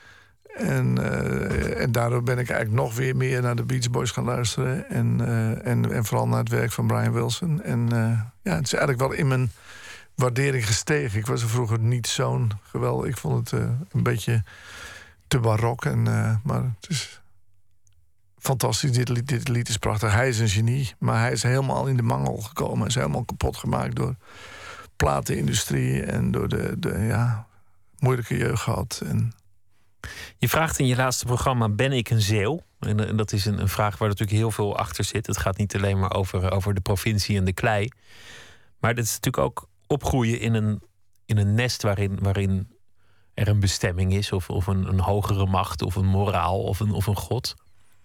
E: En, uh, en daardoor ben ik eigenlijk nog weer meer naar de Beach Boys gaan luisteren. En, uh, en, en vooral naar het werk van Brian Wilson. En uh, ja, het is eigenlijk wel in mijn waardering gestegen. Ik was er vroeger niet zo'n geweldig. Ik vond het uh, een beetje te barok. En, uh, maar het is fantastisch. Dit lied, dit lied is prachtig. Hij is een genie, maar hij is helemaal in de mangel gekomen. Hij is helemaal kapot gemaakt door platenindustrie en door de, de ja, moeilijke jeugd gehad. En
D: je vraagt in je laatste programma, ben ik een Zeeuw? En, en dat is een, een vraag waar natuurlijk heel veel achter zit. Het gaat niet alleen maar over, over de provincie en de klei. Maar dat is natuurlijk ook opgroeien in een, in een nest waarin, waarin er een bestemming is. Of, of een, een hogere macht, of een moraal, of een, of een god.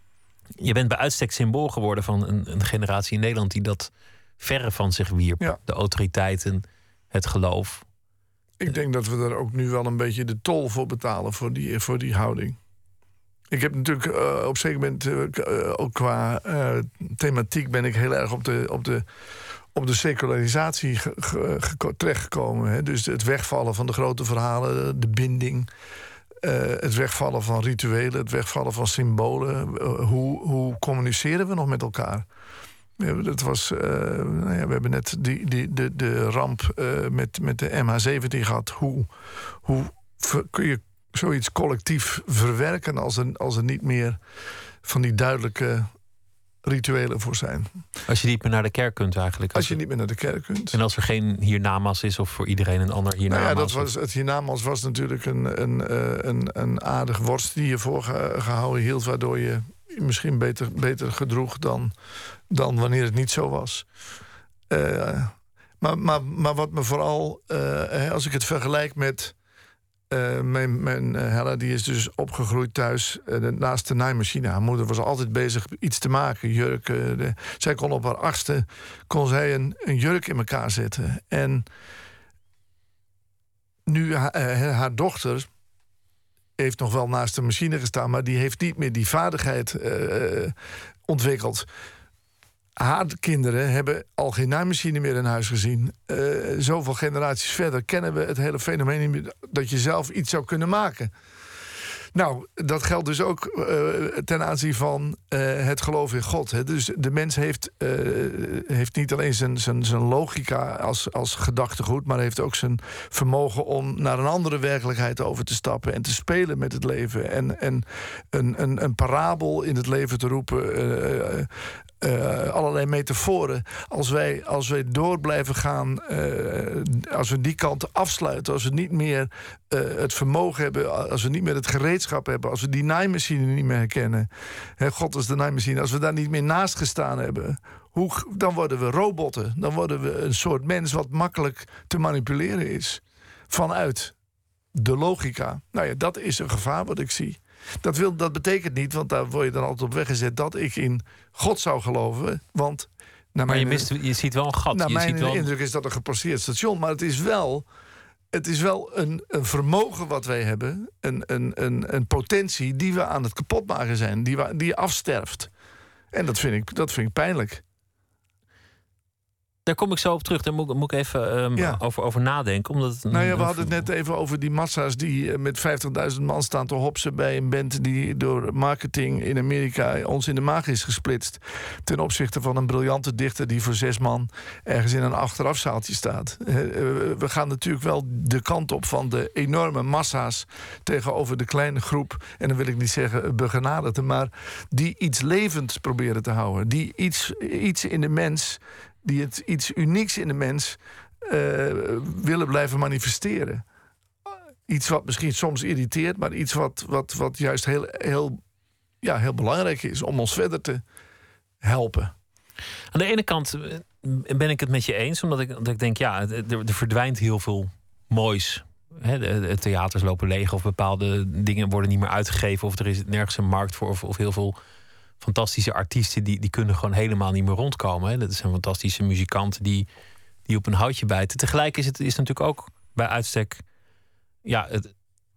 D: Je bent bij uitstek symbool geworden van een, een generatie in Nederland die dat verre van zich wierp.
E: Ja.
D: De autoriteiten het geloof.
E: Ik denk dat we daar ook nu wel een beetje de tol voor betalen, voor die, voor die houding. Ik heb natuurlijk uh, op een zeker moment, uh, ook qua uh, thematiek... ben ik heel erg op de, op de, op de secularisatie ge, ge, ge, terechtgekomen. Hè? Dus het wegvallen van de grote verhalen, de binding... Uh, het wegvallen van rituelen, het wegvallen van symbolen. Uh, hoe, hoe communiceren we nog met elkaar? Dat was, uh, nou ja, we hebben net die, die, de, de ramp uh, met, met de M H zeventien gehad. Hoe, hoe ver, kun je zoiets collectief verwerken als er, als er niet meer van die duidelijke rituelen voor zijn?
D: Als je niet meer naar de kerk kunt eigenlijk.
E: Als je niet meer naar de kerk kunt.
D: En als er geen hiernamaals is of voor iedereen een ander hiernamaals.
E: Nou ja, dat was, het hiernamaals was natuurlijk een, een, een, een aardig worst die je voorgehouden hield, waardoor je misschien beter, beter gedroeg dan, dan wanneer het niet zo was. Uh, maar, maar, maar wat me vooral, uh, als ik het vergelijk met Uh, mijn mijn uh, Hella, die is dus opgegroeid thuis uh, naast de naaimachine. Haar moeder was altijd bezig iets te maken, jurken. De, zij kon op haar achtste kon zij een, een jurk in elkaar zetten. En nu ha, uh, haar dochter heeft nog wel naast de machine gestaan, maar die heeft niet meer die vaardigheid uh, ontwikkeld. Haar kinderen hebben al geen naaimachine meer in huis gezien. Uh, zoveel generaties verder kennen we het hele fenomeen niet meer dat je zelf iets zou kunnen maken. Nou, dat geldt dus ook uh, ten aanzien van uh, het geloof in God. Hè. Dus de mens heeft, uh, heeft niet alleen zijn, zijn, zijn logica als, als gedachtegoed, maar heeft ook zijn vermogen om naar een andere werkelijkheid over te stappen en te spelen met het leven. En, en een, een, een parabel in het leven te roepen. Uh, Uh, allerlei metaforen. Als wij, als wij door blijven gaan, uh, als we die kant afsluiten, als we niet meer uh, het vermogen hebben, als we niet meer het gereedschap hebben, als we die naaimachine niet meer herkennen, hè, God is de naaimachine, als we daar niet meer naast gestaan hebben, hoe, dan worden we robotten. Dan worden we een soort mens wat makkelijk te manipuleren is. Vanuit de logica. Nou ja, dat is een gevaar wat ik zie. Dat, wil, dat betekent niet, want daar word je dan altijd op weggezet, dat ik in God zou geloven. Want naar
D: maar
E: mijn,
D: je, mist, je ziet wel een gat.
E: Naar
D: je
E: mijn
D: ziet wel...
E: indruk is dat een gepasseerd station. Maar het is wel, het is wel een, een vermogen wat wij hebben. Een, een, een, een potentie die we aan het kapotmaken zijn. Die, we, die afsterft. En dat vind ik, dat vind ik pijnlijk.
D: Daar kom ik zo op terug. Daar moet, moet ik even um,
E: ja.
D: over, over nadenken. Omdat het,
E: nou ja, we hadden het net even over die massa's die uh, met vijftigduizend man staan te hopsen bij een band die door marketing in Amerika ons in de maag is gesplitst. Ten opzichte van een briljante dichter die voor zes man ergens in een achterafzaaltje staat. Uh, we gaan natuurlijk wel de kant op van de enorme massa's tegenover de kleine groep. En dan wil ik niet zeggen begenadigden, maar die iets levends proberen te houden. Die iets, iets in de mens, die het iets unieks in de mens uh, willen blijven manifesteren. Iets wat misschien soms irriteert, maar iets wat, wat, wat juist heel, heel, ja, heel belangrijk is om ons verder te helpen.
D: Aan de ene kant ben ik het met je eens, omdat ik, omdat ik denk, ja, er, er verdwijnt heel veel moois. He, de, de theaters lopen leeg of bepaalde dingen worden niet meer uitgegeven of er is nergens een markt voor of, of heel veel fantastische artiesten die, die kunnen gewoon helemaal niet meer rondkomen. Hè. Dat zijn fantastische muzikanten die, die op een houtje bijten. Tegelijk is het is natuurlijk ook bij uitstek ja, het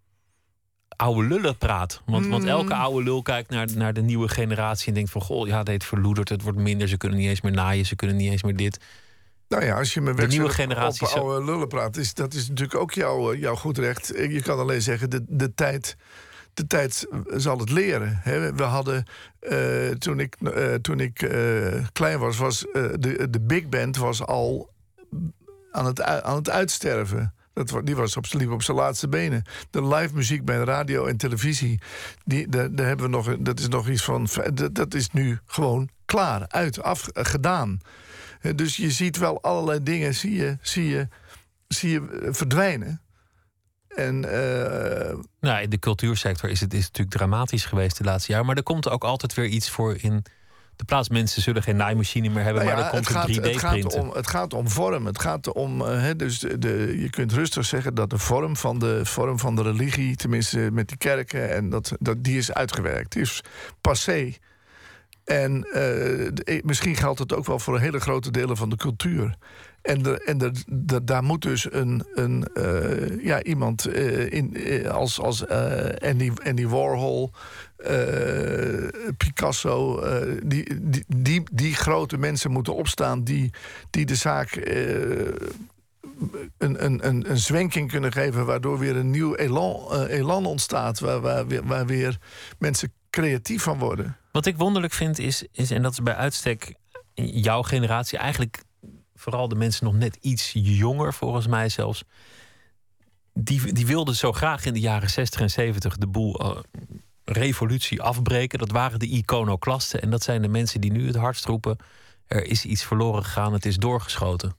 D: oude lullen praat. Want, mm. want elke oude lul kijkt naar, naar de nieuwe generatie en denkt van goh, ja, dit verloedert, het wordt minder, ze kunnen niet eens meer naaien, ze kunnen niet eens meer dit.
E: Nou ja, als je me
D: de nieuwe generatie
E: op oude lullen praat, is, dat is natuurlijk ook jouw, jouw goed recht. Je kan alleen zeggen, de, de tijd... De tijd zal het leren. Hè. We hadden, uh, toen ik, uh, toen ik uh, klein was, was uh, de, de big band was al aan het, aan het uitsterven. Dat, die was op, liep op zijn laatste benen. De live muziek bij radio en televisie, die, daar, daar hebben we nog, dat is nog iets van, dat, dat is nu gewoon klaar, uit, af, uh, gedaan. Uh, dus je ziet wel allerlei dingen, zie je, zie je, zie je verdwijnen. En, uh...
D: nou, in de cultuursector is het is natuurlijk dramatisch geweest de laatste jaren. Maar er komt ook altijd weer iets voor in de plaats. Mensen zullen geen naaimachine meer hebben, nou ja, maar er komt een drie D-printer.
E: Het, het gaat om vorm. Het gaat om, uh, he, dus de, de, je kunt rustig zeggen dat de vorm van de, vorm van de religie, tenminste met die kerken, en dat, dat, die is uitgewerkt. Die is passé. En uh, de, misschien geldt het ook wel voor hele grote delen van de cultuur. En, de, en de, de, daar moet dus een, een, uh, ja, iemand uh, in, uh, als, als uh, Andy, Andy Warhol, uh, Picasso... Uh, die, die, die, die grote mensen moeten opstaan die, die de zaak... Uh, Een, een, een, een zwenking kunnen geven, waardoor weer een nieuw elan, uh, elan ontstaat, waar, waar, waar weer mensen creatief van worden.
D: Wat ik wonderlijk vind is, is, en dat is bij uitstek jouw generatie, eigenlijk vooral de mensen nog net iets jonger, volgens mij zelfs, die, die wilden zo graag in de jaren zestig en zeventig de boel uh, revolutie afbreken. Dat waren de iconoclasten en dat zijn de mensen die nu het hardst roepen: er is iets verloren gegaan, het is doorgeschoten.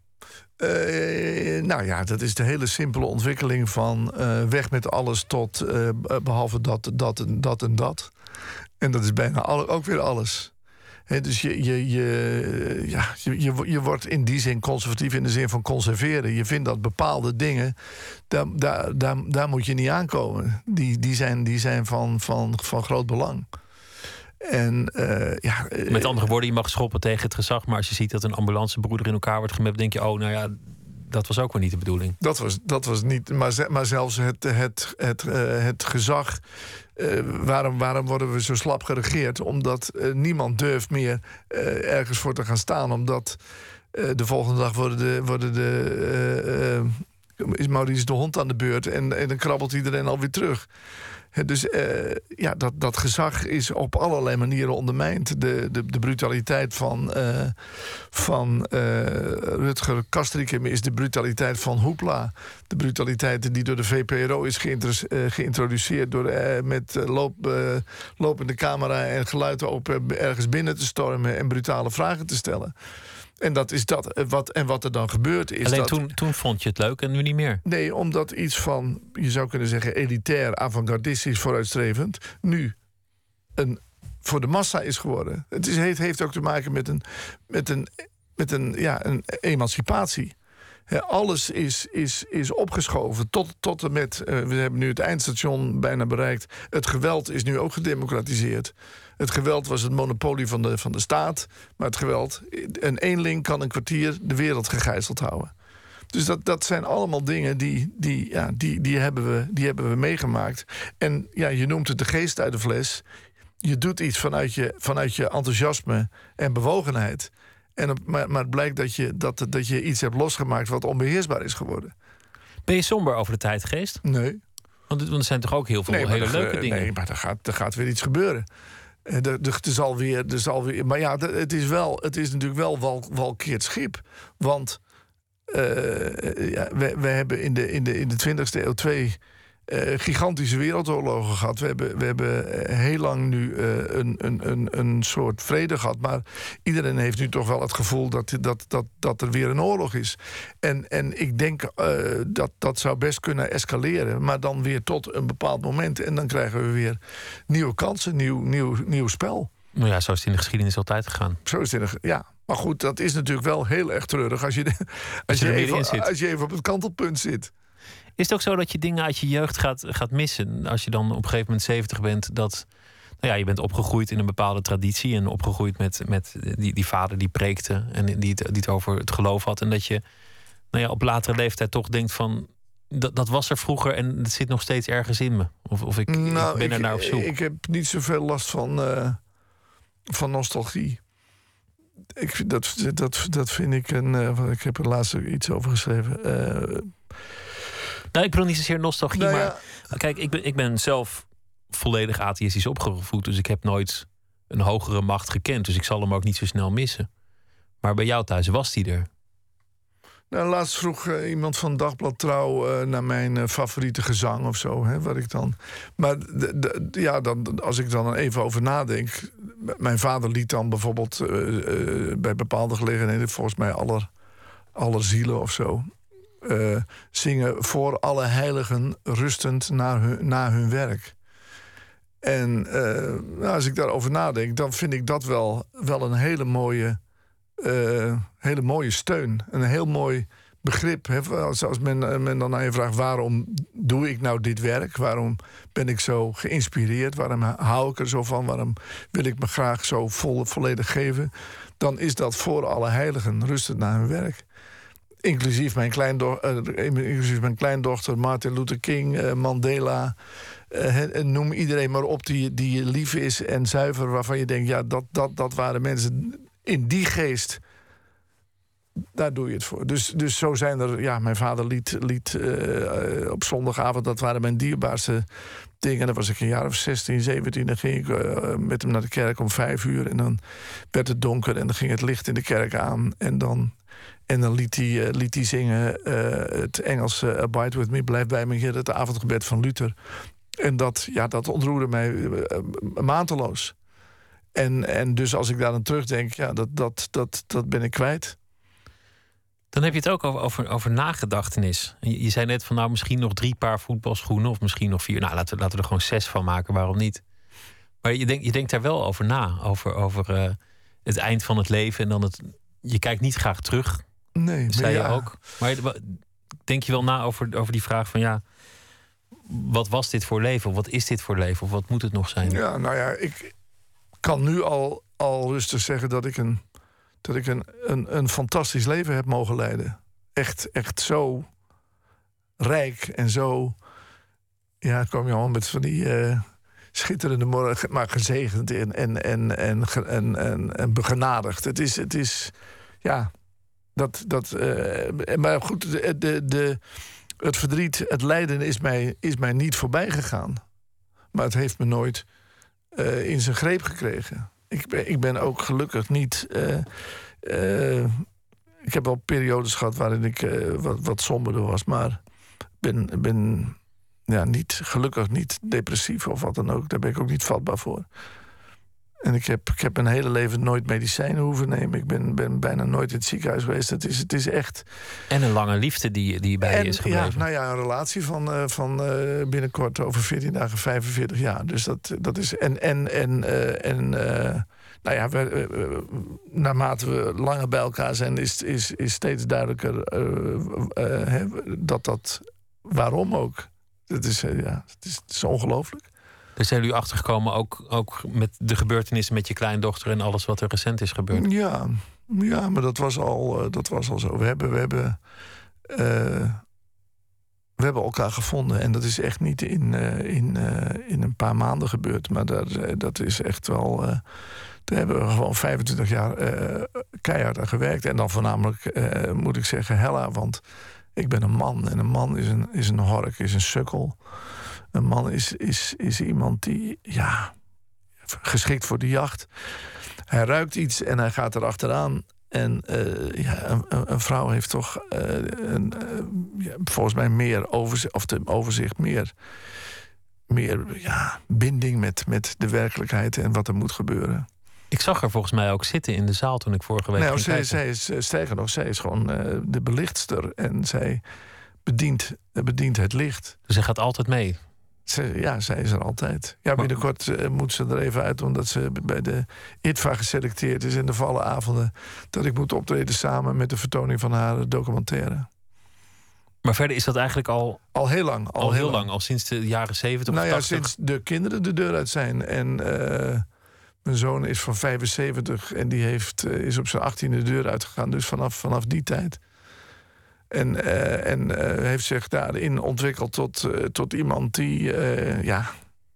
E: Uh, nou ja, dat is de hele simpele ontwikkeling van uh, weg met alles tot uh, behalve dat, dat en dat en dat. En dat is bijna alle, ook weer alles. He, dus je, je, je, ja, je, je, je wordt in die zin conservatief in de zin van conserveren. Je vindt dat bepaalde dingen, daar, daar, daar, daar moet je niet aankomen. Die, die zijn, die zijn van, van, van groot belang. En, uh, ja,
D: met andere woorden, je mag schoppen tegen het gezag, maar als je ziet dat een ambulancebroeder in elkaar wordt gemapt, denk je, oh, nou ja, dat was ook wel niet de bedoeling.
E: Dat was, dat was niet, maar, maar zelfs het, het, het, uh, het gezag. Uh, waarom, waarom worden we zo slap geregeerd? Omdat uh, niemand durft meer uh, ergens voor te gaan staan, omdat uh, de volgende dag worden de, worden de uh, uh, is Maurice de hond aan de beurt en, en dan krabbelt iedereen alweer terug. Dus uh, ja, dat, dat gezag is op allerlei manieren ondermijnd. De, de, de brutaliteit van, uh, van uh, Rutger Kastrikum is de brutaliteit van Hoepla. De brutaliteit die door de V P R O is geïntro- uh, geïntroduceerd... door uh, met uh, loop, uh, lopende camera en geluid op uh, ergens binnen te stormen en brutale vragen te stellen. En dat is dat. Wat, en wat er dan gebeurt is
D: Alleen
E: dat...
D: toen, toen vond je het leuk en nu niet meer.
E: Nee, omdat iets van, je zou kunnen zeggen, elitair, avant-gardistisch, vooruitstrevend, nu een, voor de massa is geworden. Het, is, het heeft ook te maken met een, met een, met een, ja, een emancipatie. He, alles is, is, is opgeschoven tot, tot en met... Uh, we hebben nu het eindstation bijna bereikt. Het geweld is nu ook gedemocratiseerd. Het geweld was het monopolie van de, van de staat. Maar het geweld... Een eenling kan een kwartier de wereld gegijzeld houden. Dus dat, dat zijn allemaal dingen die, die, ja, die, die, hebben we, die hebben we meegemaakt. En ja, je noemt het de geest uit de fles. Je doet iets vanuit je, vanuit je enthousiasme en bewogenheid... En, maar, maar het blijkt dat je, dat, dat je iets hebt losgemaakt wat onbeheersbaar is geworden.
D: Ben je somber over de tijdgeest?
E: Nee.
D: Want, want er zijn toch ook heel veel
E: nee,
D: hele
E: er,
D: leuke dingen?
E: Nee, maar er gaat, er gaat weer iets gebeuren. Er, er, er zal weer, er zal weer, maar ja, het is, wel, het is natuurlijk wel wal, walkeerd schip. Want uh, ja, we, we hebben in de, in de, in de twintigste eeuw twee... Uh, gigantische wereldoorlogen gehad. We hebben, we hebben heel lang nu uh, een, een, een, een soort vrede gehad. Maar iedereen heeft nu toch wel het gevoel dat, dat, dat, dat er weer een oorlog is. En, en ik denk uh, dat dat zou best kunnen escaleren. Maar dan weer tot een bepaald moment. En dan krijgen we weer nieuwe kansen, nieuw, nieuw, nieuw spel.
D: Nou ja, zo is het in de geschiedenis altijd gegaan.
E: Zo is het in de, ja. Maar goed, dat is natuurlijk wel heel erg treurig als je, als als je, je, even, als je even op het kantelpunt zit.
D: Is het ook zo dat je dingen uit je jeugd gaat, gaat missen? Als je dan op een gegeven moment zeventig bent, dat nou ja, je bent opgegroeid in een bepaalde traditie en opgegroeid met, met die, die vader die preekte en die het, die het over het geloof had. En dat je nou ja, op latere leeftijd toch denkt van dat, dat was er vroeger en het zit nog steeds ergens in me. Of, of ik,
E: nou,
D: ik ben
E: ik,
D: er naar op zoek.
E: Ik heb niet zoveel last van, uh, van nostalgie. Ik, dat, dat, dat vind ik een. Uh, ik heb er laatst iets over geschreven. Uh,
D: Nou, ik bedoel niet zozeer nostalgie,
E: nou ja,
D: maar kijk, ik ben, ik ben zelf volledig atheïstisch opgevoed, dus ik heb nooit een hogere macht gekend, dus ik zal hem ook niet zo snel missen. Maar bij jou thuis was die er.
E: Nou, laatst vroeg uh, iemand van Dagblad Trouw uh, naar mijn uh, favoriete gezang of zo, hè, wat ik dan. Maar de, de, ja, dan, als ik dan even over nadenk, mijn vader liet dan bijvoorbeeld uh, uh, bij bepaalde gelegenheden, volgens mij aller, aller zielen of zo. Uh, zingen voor alle heiligen rustend na hun, na hun werk. En uh, nou, als ik daarover nadenk, dan vind ik dat wel, wel een hele mooie, uh, hele mooie steun. Een heel mooi begrip. Hè, als als men, men dan aan je vraagt, waarom doe ik nou dit werk? Waarom ben ik zo geïnspireerd? Waarom hou ik er zo van? Waarom wil ik me graag zo vol, volledig geven? Dan is dat voor alle heiligen rustend naar hun werk. Inclusief mijn, kleindoch- uh, inclusief mijn kleindochter, Martin Luther King, uh, Mandela. Uh, noem iedereen maar op die, die lief is en zuiver, waarvan je denkt, ja, dat, dat, dat waren mensen in die geest. Daar doe je het voor. Dus, dus zo zijn er... Ja, mijn vader liet, liet uh, op zondagavond... dat waren mijn dierbaarste dingen. Dan was ik een jaar of zestien, zeventien. Dan ging ik uh, met hem naar de kerk om vijf uur. En dan werd het donker en dan ging het licht in de kerk aan. En dan, en dan liet hij uh, liet hij zingen uh, het Engelse Abide With Me, Blijf bij me, Heer, het avondgebed van Luther. En dat, ja, dat ontroerde mij uh, mateloos. En, en dus als ik daar aan terugdenk... ja, dat, dat, dat, dat ben ik kwijt.
D: Dan heb je het ook over, over, over nagedachtenis. Je, je zei net van nou misschien nog drie paar voetbalschoenen... of misschien nog vier. Nou, laten we, laten we er gewoon zes van maken, waarom niet? Maar je, denk, je denkt daar wel over na. Over, over uh, het eind van het leven. En dan het, je kijkt niet graag terug.
E: Nee,
D: zei
E: ja.
D: je ook. Maar denk je wel na over, over die vraag van ja... wat was dit voor leven? Of wat is dit voor leven? Of wat moet het nog zijn?
E: Ja, nou ja, ik kan nu al, al rustig zeggen dat ik een... dat ik een, een, een fantastisch leven heb mogen leiden. Echt, echt zo rijk en zo... Ja, ik kwam je al met van die uh, schitterende morgen... maar gezegend en, en, en, en, en, en, en begenadigd. Het is, het is ja... Dat, dat, uh, maar goed, de, de, de, het verdriet, het lijden is mij, is mij niet voorbij gegaan. Maar het heeft me nooit uh, in zijn greep gekregen. Ik ben, ik ben ook gelukkig niet... Uh, uh, ik heb wel periodes gehad waarin ik uh, wat, wat somberder was. Maar ben, ben ja, niet, gelukkig niet depressief of wat dan ook. Daar ben ik ook niet vatbaar voor. En ik heb, ik heb mijn hele leven nooit medicijnen hoeven nemen. Ik ben, ben bijna nooit in het ziekenhuis geweest. Het is, het is echt...
D: En een lange liefde die, die bij
E: en,
D: je is gebleven.
E: Ja, nou ja, een relatie van, uh, van uh, binnenkort over veertien dagen vijfenveertig jaar. Dus dat, dat is... En, en, en, uh, en uh, nou ja, we, uh, naarmate we langer bij elkaar zijn... is, is, is steeds duidelijker uh, uh, hè, dat dat... Waarom ook? Het is, uh, ja, het is, het is ongelooflijk.
D: Daar zijn jullie achtergekomen ook, ook met de gebeurtenissen met je kleindochter... en alles wat er recent is gebeurd.
E: Ja, ja maar dat was al, uh, dat was al zo. We hebben, we, hebben, uh, we hebben elkaar gevonden. En dat is echt niet in, uh, in, uh, in een paar maanden gebeurd. Maar dat, uh, dat is echt wel... Uh, daar hebben we gewoon vijfentwintig jaar uh, keihard aan gewerkt. En dan voornamelijk, uh, moet ik zeggen, Hella. Want ik ben een man. En een man is een, is een hork, is een sukkel. Een man is, is, is iemand die, ja, geschikt voor de jacht. Hij ruikt iets en hij gaat er achteraan. En uh, ja, een, een vrouw heeft toch uh, een, uh, ja, volgens mij meer overzicht, of de overzicht, meer, meer ja, binding met, met de werkelijkheid en wat er moet gebeuren.
D: Ik zag haar volgens mij ook zitten in de zaal toen ik vorige week
E: nou,
D: ging
E: zij,
D: kijken.
E: zij is, sterker nog, zij is gewoon uh, de belichtster en zij bedient, bedient het licht.
D: Dus zij gaat altijd mee?
E: Ze, ja, zij is er altijd. Ja, binnenkort uh, moet ze er even uit... omdat ze bij de I T V A geselecteerd is in de Vallenavonden... dat ik moet optreden samen met de vertoning van haar documentaire.
D: Maar verder is dat eigenlijk al...
E: Al heel lang.
D: Al, al heel lang. lang, al sinds de jaren zeventig
E: nou
D: of
E: ja,
D: tachtig?
E: Sinds de kinderen de deur uit zijn. En uh, mijn zoon is van vijfenzeventig... en die heeft, uh, is op zijn achttiende de deur uitgegaan. Dus vanaf, vanaf die tijd... En, uh, en uh, heeft zich daarin ontwikkeld tot, uh, tot iemand die uh, ja,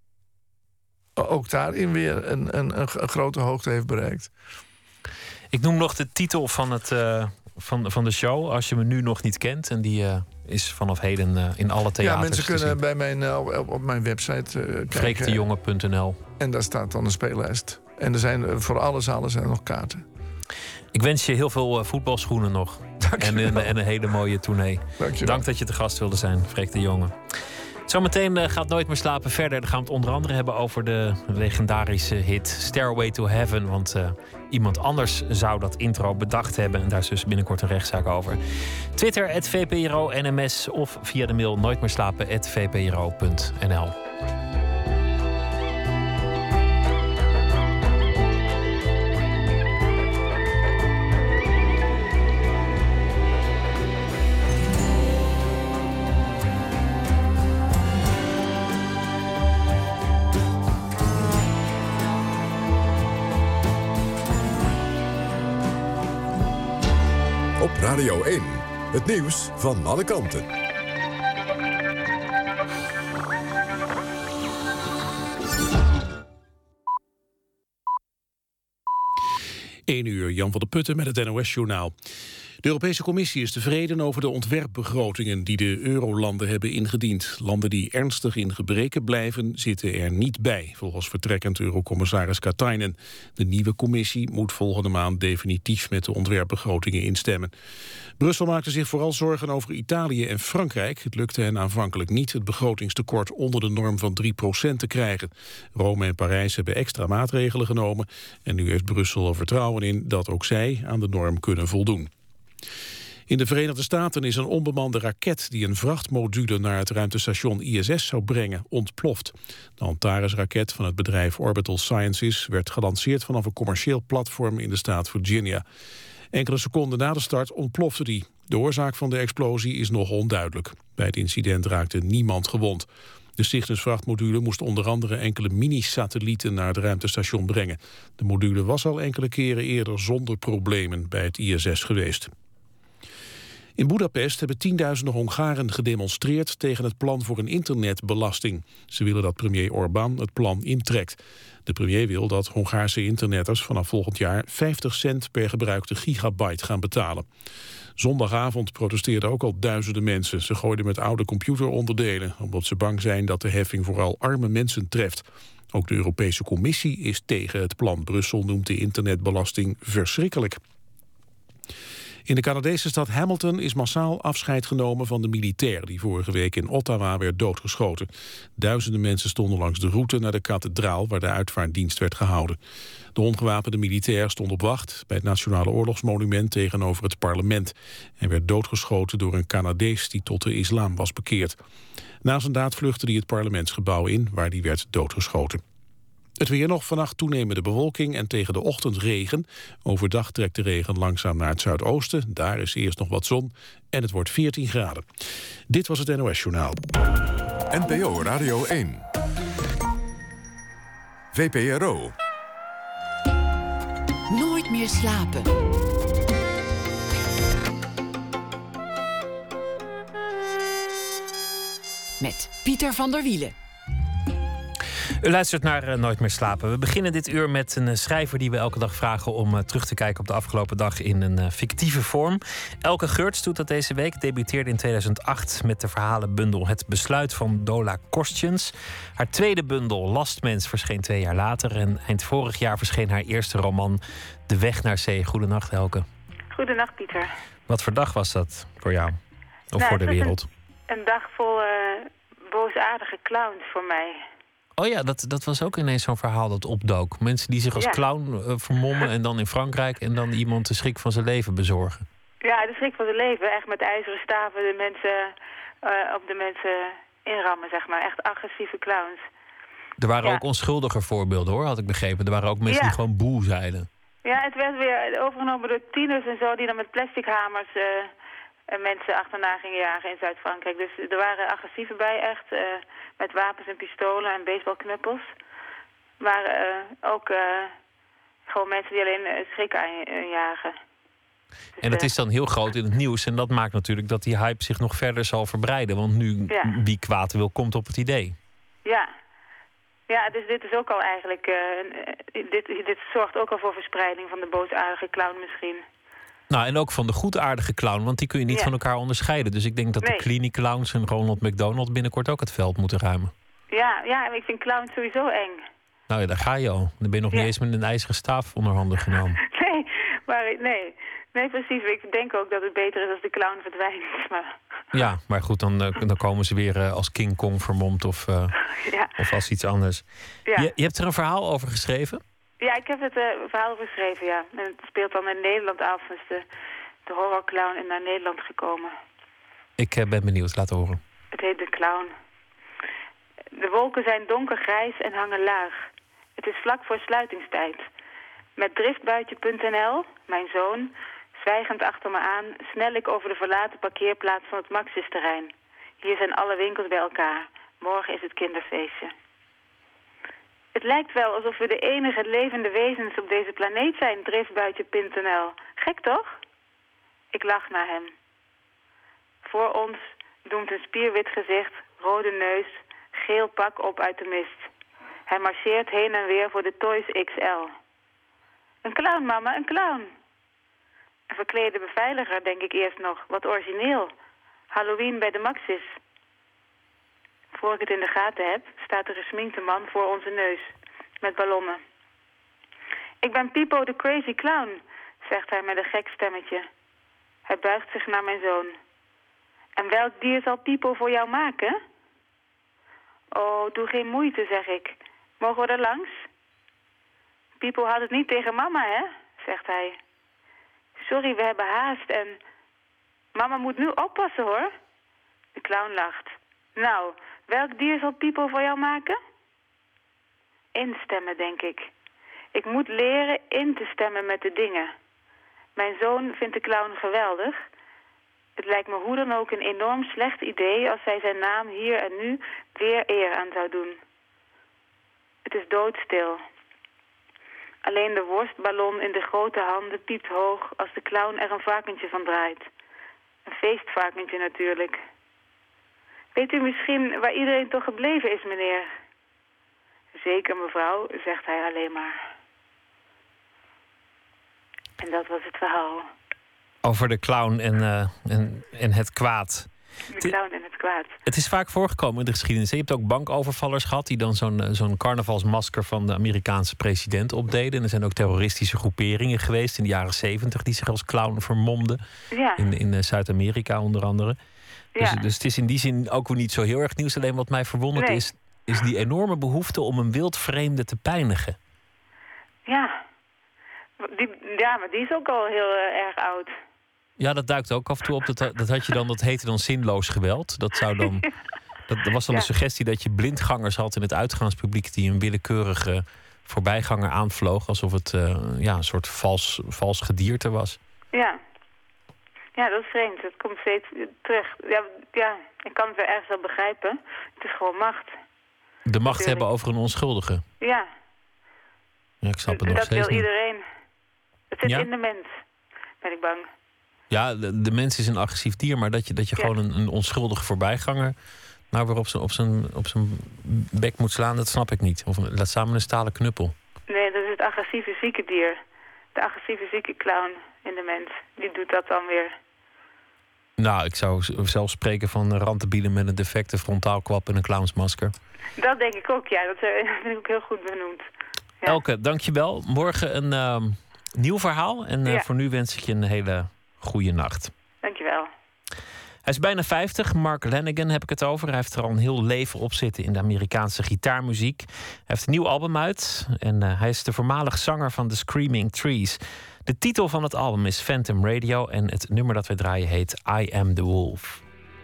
E: ook daarin weer een, een, een grote hoogte heeft bereikt.
D: Ik noem nog de titel van, het, uh, van, van de show, als je me nu nog niet kent. En die uh, is vanaf heden uh, in alle theaters.
E: Ja, mensen kunnen bij mijn, uh, op, op mijn website uh, kijken.
D: freek de jonge punt n l.
E: En daar staat dan een speellijst. En er zijn, uh, voor alle zalen zijn er nog kaarten.
D: Ik wens je heel veel uh, voetbalschoenen nog. En een, en een hele mooie tournee. Dank dat je te gast wilde zijn, Freek de Jonge. Zometeen uh, gaat Nooit meer slapen verder. Dan gaan we het onder andere hebben over de legendarische hit Stairway to Heaven. Want uh, iemand anders zou dat intro bedacht hebben. En daar is dus binnenkort een rechtszaak over. Twitter, at V P R O N M S. Of via de mail nooitmeerslapen, at v p r o punt n l.
B: Radio één. Het nieuws van alle kanten.
A: één uur, Jan van der Putten met het N O S-journaal. De Europese Commissie is tevreden over de ontwerpbegrotingen die de eurolanden hebben ingediend. Landen die ernstig in gebreken blijven zitten er niet bij, volgens vertrekkend eurocommissaris Katainen. De nieuwe commissie moet volgende maand definitief met de ontwerpbegrotingen instemmen. Brussel maakte zich vooral zorgen over Italië en Frankrijk. Het lukte hen aanvankelijk niet het begrotingstekort onder de norm van drie procent te krijgen. Rome en Parijs hebben extra maatregelen genomen en nu heeft Brussel er vertrouwen in dat ook zij aan de norm kunnen voldoen. In de Verenigde Staten is een onbemande raket die een vrachtmodule naar het ruimtestation I S S zou brengen ontploft. De Antares-raket van het bedrijf Orbital Sciences werd gelanceerd vanaf een commercieel platform in de staat Virginia. Enkele seconden na de start ontplofte die. De oorzaak van de explosie is nog onduidelijk. Bij het incident raakte niemand gewond. De Cygnus-vrachtmodule moest onder andere enkele mini-satellieten naar het ruimtestation brengen. De module was al enkele keren eerder zonder problemen bij het I S S geweest. In Boedapest hebben tienduizenden Hongaren gedemonstreerd tegen het plan voor een internetbelasting. Ze willen dat premier Orbán het plan intrekt. De premier wil dat Hongaarse internetters vanaf volgend jaar vijftig cent per gebruikte gigabyte gaan betalen. Zondagavond protesteerden ook al duizenden mensen. Ze gooiden met oude computeronderdelen, omdat ze bang zijn dat de heffing vooral arme mensen treft. Ook de Europese Commissie is tegen het plan. Brussel noemt de internetbelasting verschrikkelijk. In de Canadese stad Hamilton is massaal afscheid genomen van de militair die vorige week in Ottawa werd doodgeschoten. Duizenden mensen stonden langs de route naar de kathedraal waar de uitvaartdienst werd gehouden. De ongewapende militair stond op wacht bij het Nationale Oorlogsmonument tegenover het parlement. Hij werd doodgeschoten door een Canadees die tot de islam was bekeerd. Na zijn daad vluchtte hij het parlementsgebouw in waar hij werd doodgeschoten. Het weer nog, vannacht toenemende bewolking en tegen de ochtend regen. Overdag trekt de regen langzaam naar het zuidoosten. Daar is eerst nog wat zon en het wordt veertien graden. Dit was het N O S-journaal.
B: N P O Radio één. V P R O.
C: Nooit meer slapen. Met Pieter van der Wielen.
D: U luistert naar uh, Nooit meer slapen. We beginnen dit uur met een uh, schrijver die we elke dag vragen om uh, terug te kijken op de afgelopen dag in een uh, fictieve vorm. Elke Geurts doet dat deze week. Debuteerde in tweeduizend acht met de verhalenbundel Het Besluit van Dola Kostjens. Haar tweede bundel Lastmens verscheen twee jaar later. En eind vorig jaar verscheen haar eerste roman De Weg naar Zee. Goedenacht, Elke.
I: Goedenacht, Pieter.
D: Wat voor dag was dat voor jou? Of
I: nou,
D: voor de wereld?
I: Een, een dag vol uh, boosaardige clowns voor mij.
D: Oh ja, dat, dat was ook ineens zo'n verhaal dat opdook. Mensen die zich als
I: ja.
D: clown uh, vermommen en dan in Frankrijk en dan iemand de schrik van zijn leven bezorgen.
I: Ja, de schrik van zijn leven. Echt met ijzeren staven de mensen, uh, op de mensen inrammen, zeg maar. Echt agressieve clowns.
D: Er waren
I: ja.
D: ook onschuldiger voorbeelden, hoor, had ik begrepen. Er waren ook mensen
I: ja.
D: die gewoon boe zeiden.
I: Ja, het werd weer overgenomen door tieners en zo die dan met plastic hamers uh, mensen achterna gingen jagen in Zuid-Frankrijk. Dus er waren agressieven bij, echt, uh, met wapens en pistolen en baseballknuppels. Maar uh, ook uh, gewoon mensen die alleen uh, schrik aanjagen. Dus,
D: en dat
I: uh,
D: is dan heel groot in het nieuws. En dat maakt natuurlijk dat die hype zich nog verder zal verbreiden. Want nu
I: ja.
D: wie kwaad wil, komt op het idee.
I: Ja. Ja, dus dit is ook al eigenlijk... Uh, dit, dit zorgt ook al voor verspreiding van de boosaardige clown misschien.
D: Nou, en ook van de goedaardige clown, want die kun je niet
I: ja.
D: van elkaar onderscheiden. Dus ik denk dat
I: nee.
D: de clinic clowns en Ronald McDonald binnenkort ook het veld moeten ruimen.
I: Ja, ja, ik vind clowns sowieso eng.
D: Nou ja, daar ga je al. Dan ben je nog
I: ja.
D: niet eens met een ijzeren staaf onder handen genomen.
I: Nee, maar nee. Nee, precies. Ik denk ook dat het beter is als de clown verdwijnt. Maar...
D: Ja, maar goed, dan, dan komen ze weer uh, als King Kong vermomd of, uh,
I: ja.
D: of als iets anders.
I: Ja.
D: Je, je hebt er een verhaal over geschreven?
I: Ja, ik heb het uh, verhaal over geschreven, ja. En het speelt dan in Nederland af. Dus de, de horrorclown is naar Nederland gekomen.
D: Ik uh, ben benieuwd, laat horen.
I: Het heet De Clown. De wolken zijn donkergrijs en hangen laag. Het is vlak voor sluitingstijd. Met driftbuitje punt n l, mijn zoon, zwijgend achter me aan, snel ik over de verlaten parkeerplaats van het Maxis-terrein. Hier zijn alle winkels bij elkaar. Morgen is het kinderfeestje. Het lijkt wel alsof we de enige levende wezens op deze planeet zijn, driftbuitje punt n l. Gek toch? Ik lach naar hem. Voor ons doemt een spierwit gezicht, rode neus, geel pak op uit de mist. Hij marcheert heen en weer voor de Toys X L. Een clown, mama, een clown. Een verklede beveiliger, denk ik eerst nog. Wat origineel. Halloween bij de Maxis. Voor ik het in de gaten heb, staat er een gesminkte man voor onze neus. Met ballonnen. Ik ben Pipo de Crazy Clown, zegt hij met een gek stemmetje. Hij buigt zich naar mijn zoon. En welk dier zal Pipo voor jou maken? Oh, doe geen moeite, zeg ik. Mogen we er langs? Pipo had het niet tegen mama, hè? Zegt hij. Sorry, we hebben haast en... Mama moet nu oppassen, hoor. De clown lacht. Nou, welk dier zal Pipo voor jou maken? Instemmen, denk ik. Ik moet leren in te stemmen met de dingen. Mijn zoon vindt de clown geweldig. Het lijkt me hoe dan ook een enorm slecht idee als zij zijn naam hier en nu weer eer aan zou doen. Het is doodstil. Alleen de worstballon in de grote handen piept hoog als de clown er een varkentje van draait. Een feestvarkentje natuurlijk. Weet u misschien waar iedereen toch gebleven is, meneer? Zeker, mevrouw, zegt hij alleen maar. En dat was het verhaal.
D: Over de clown en, uh, en, en het kwaad.
I: De clown en het kwaad.
D: Het is vaak voorgekomen in de geschiedenis. Je hebt ook bankovervallers gehad die dan zo'n, zo'n carnavalsmasker van de Amerikaanse president opdeden. En er zijn ook terroristische groeperingen geweest in de jaren zeventig die zich als clown vermomden.
I: Ja.
D: In, in Zuid-Amerika onder andere.
I: Ja.
D: Dus, dus het is in die zin ook niet zo heel erg nieuws. Alleen wat mij verwondert
I: nee.
D: is, is die enorme behoefte om een wildvreemde te pijnigen.
I: Ja. Die, ja, maar die is ook al heel uh, erg oud.
D: Ja, dat duikt ook af en toe op. Dat, dat had je dan, dat heette dan zinloos geweld. Dat zou dan. Dat, er was dan
I: ja.
D: de suggestie dat je blindgangers had in het uitgaanspubliek die een willekeurige voorbijganger aanvloog, alsof het uh, ja, een soort vals, vals gedierte was.
I: Ja. Ja, dat is vreemd. Het komt steeds terug. Ja, ja, ik kan het wel ergens wel begrijpen. Het is gewoon macht.
D: De macht
I: Natuurlijk.
D: hebben over een onschuldige.
I: Ja.
D: Ja, ik snap het
I: dat
D: nog steeds
I: wil
D: niet.
I: iedereen. Het zit
D: Ja?
I: in de mens, ben ik bang.
D: Ja, de, de mens is een agressief dier, maar dat je, dat je
I: Ja.
D: gewoon een, een onschuldige voorbijganger nou weer op zijn, op, zijn, op zijn bek moet slaan, dat snap ik niet. Of laat samen een stalen knuppel.
I: Nee, dat is het agressieve zieke dier. De agressieve zieke clown in de mens. Die doet dat dan weer.
D: Nou, ik zou z- zelfs spreken van rantebielen met een defecte frontaalkwap en een clownsmasker.
I: Dat denk ik ook, ja. Dat eh, vind ik ook heel goed benoemd. Ja.
D: Elke, dankjewel. Morgen een uh, nieuw verhaal. En uh,
I: Ja.
D: voor nu wens ik je een hele goede nacht.
I: Dankjewel.
D: Hij is bijna vijftig. Mark Lanegan heb ik het over. Hij heeft er al een heel leven op zitten in de Amerikaanse gitaarmuziek. Hij heeft een nieuw album uit. En uh, hij is de voormalig zanger van The Screaming Trees. De titel van het album is Phantom Radio. En het nummer dat wij draaien heet I Am The Wolf.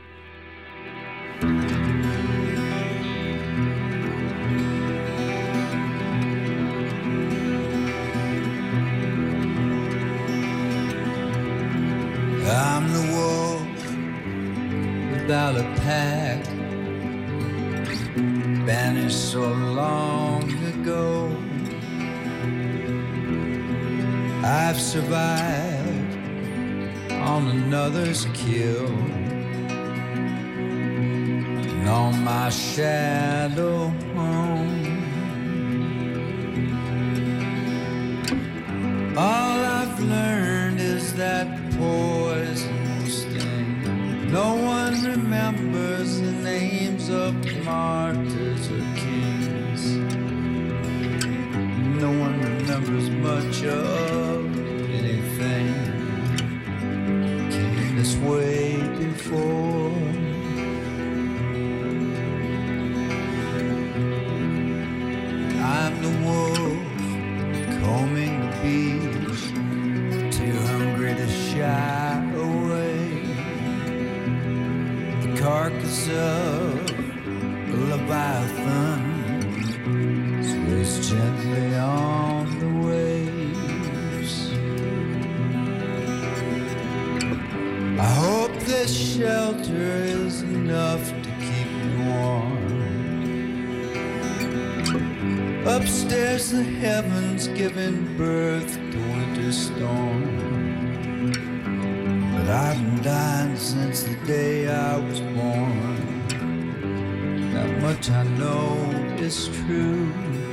J: I'm the wolf without a pack, banished so long ago. I've survived on another's kill, and on my shadow home. All I've learned is that poison sting. No one remembers the names of martyrs or kings. No one remembers much of anything. Came this way before. I'm the wolf combing the beach, too hungry to shy away. The carcass of a leviathan sways gently on the waves. I hope this shelter is enough to keep me warm. Upstairs the heavens giving birth to winter storm. But I've been dying since the day I was born. That much I know is true.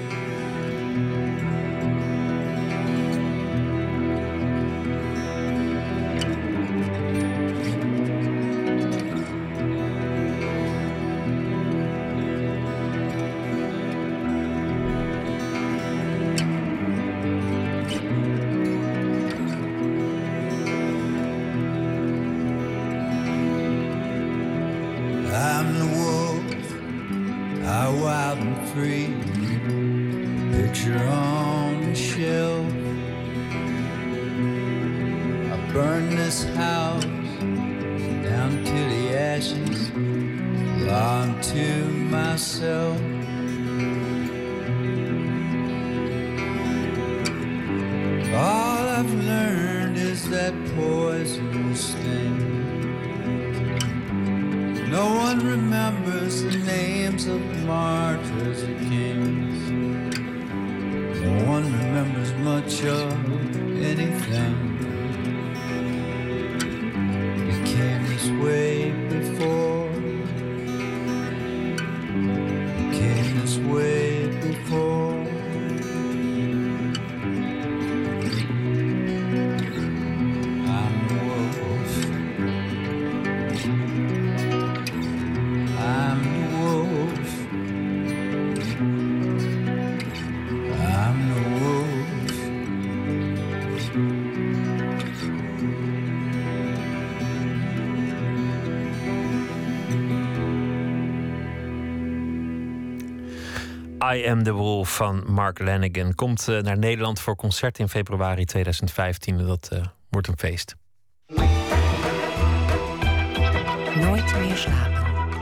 J: I'm the wolf, how wild and free. Picture on the shelf. I burn this house down to the ashes, lying to myself. All I've learned is that poison sting. No one remembers the names of the martyrs or kings. No one remembers much of anything. You came this way before. You came this way before. I'm the wolf. I'm the wolf. I'm the wolf.
D: I Am The Wolf van Mark Lanegan komt uh, naar Nederland voor concert in februari tweeduizend vijftien. Dat uh, wordt een feest.
C: Nooit meer slapen.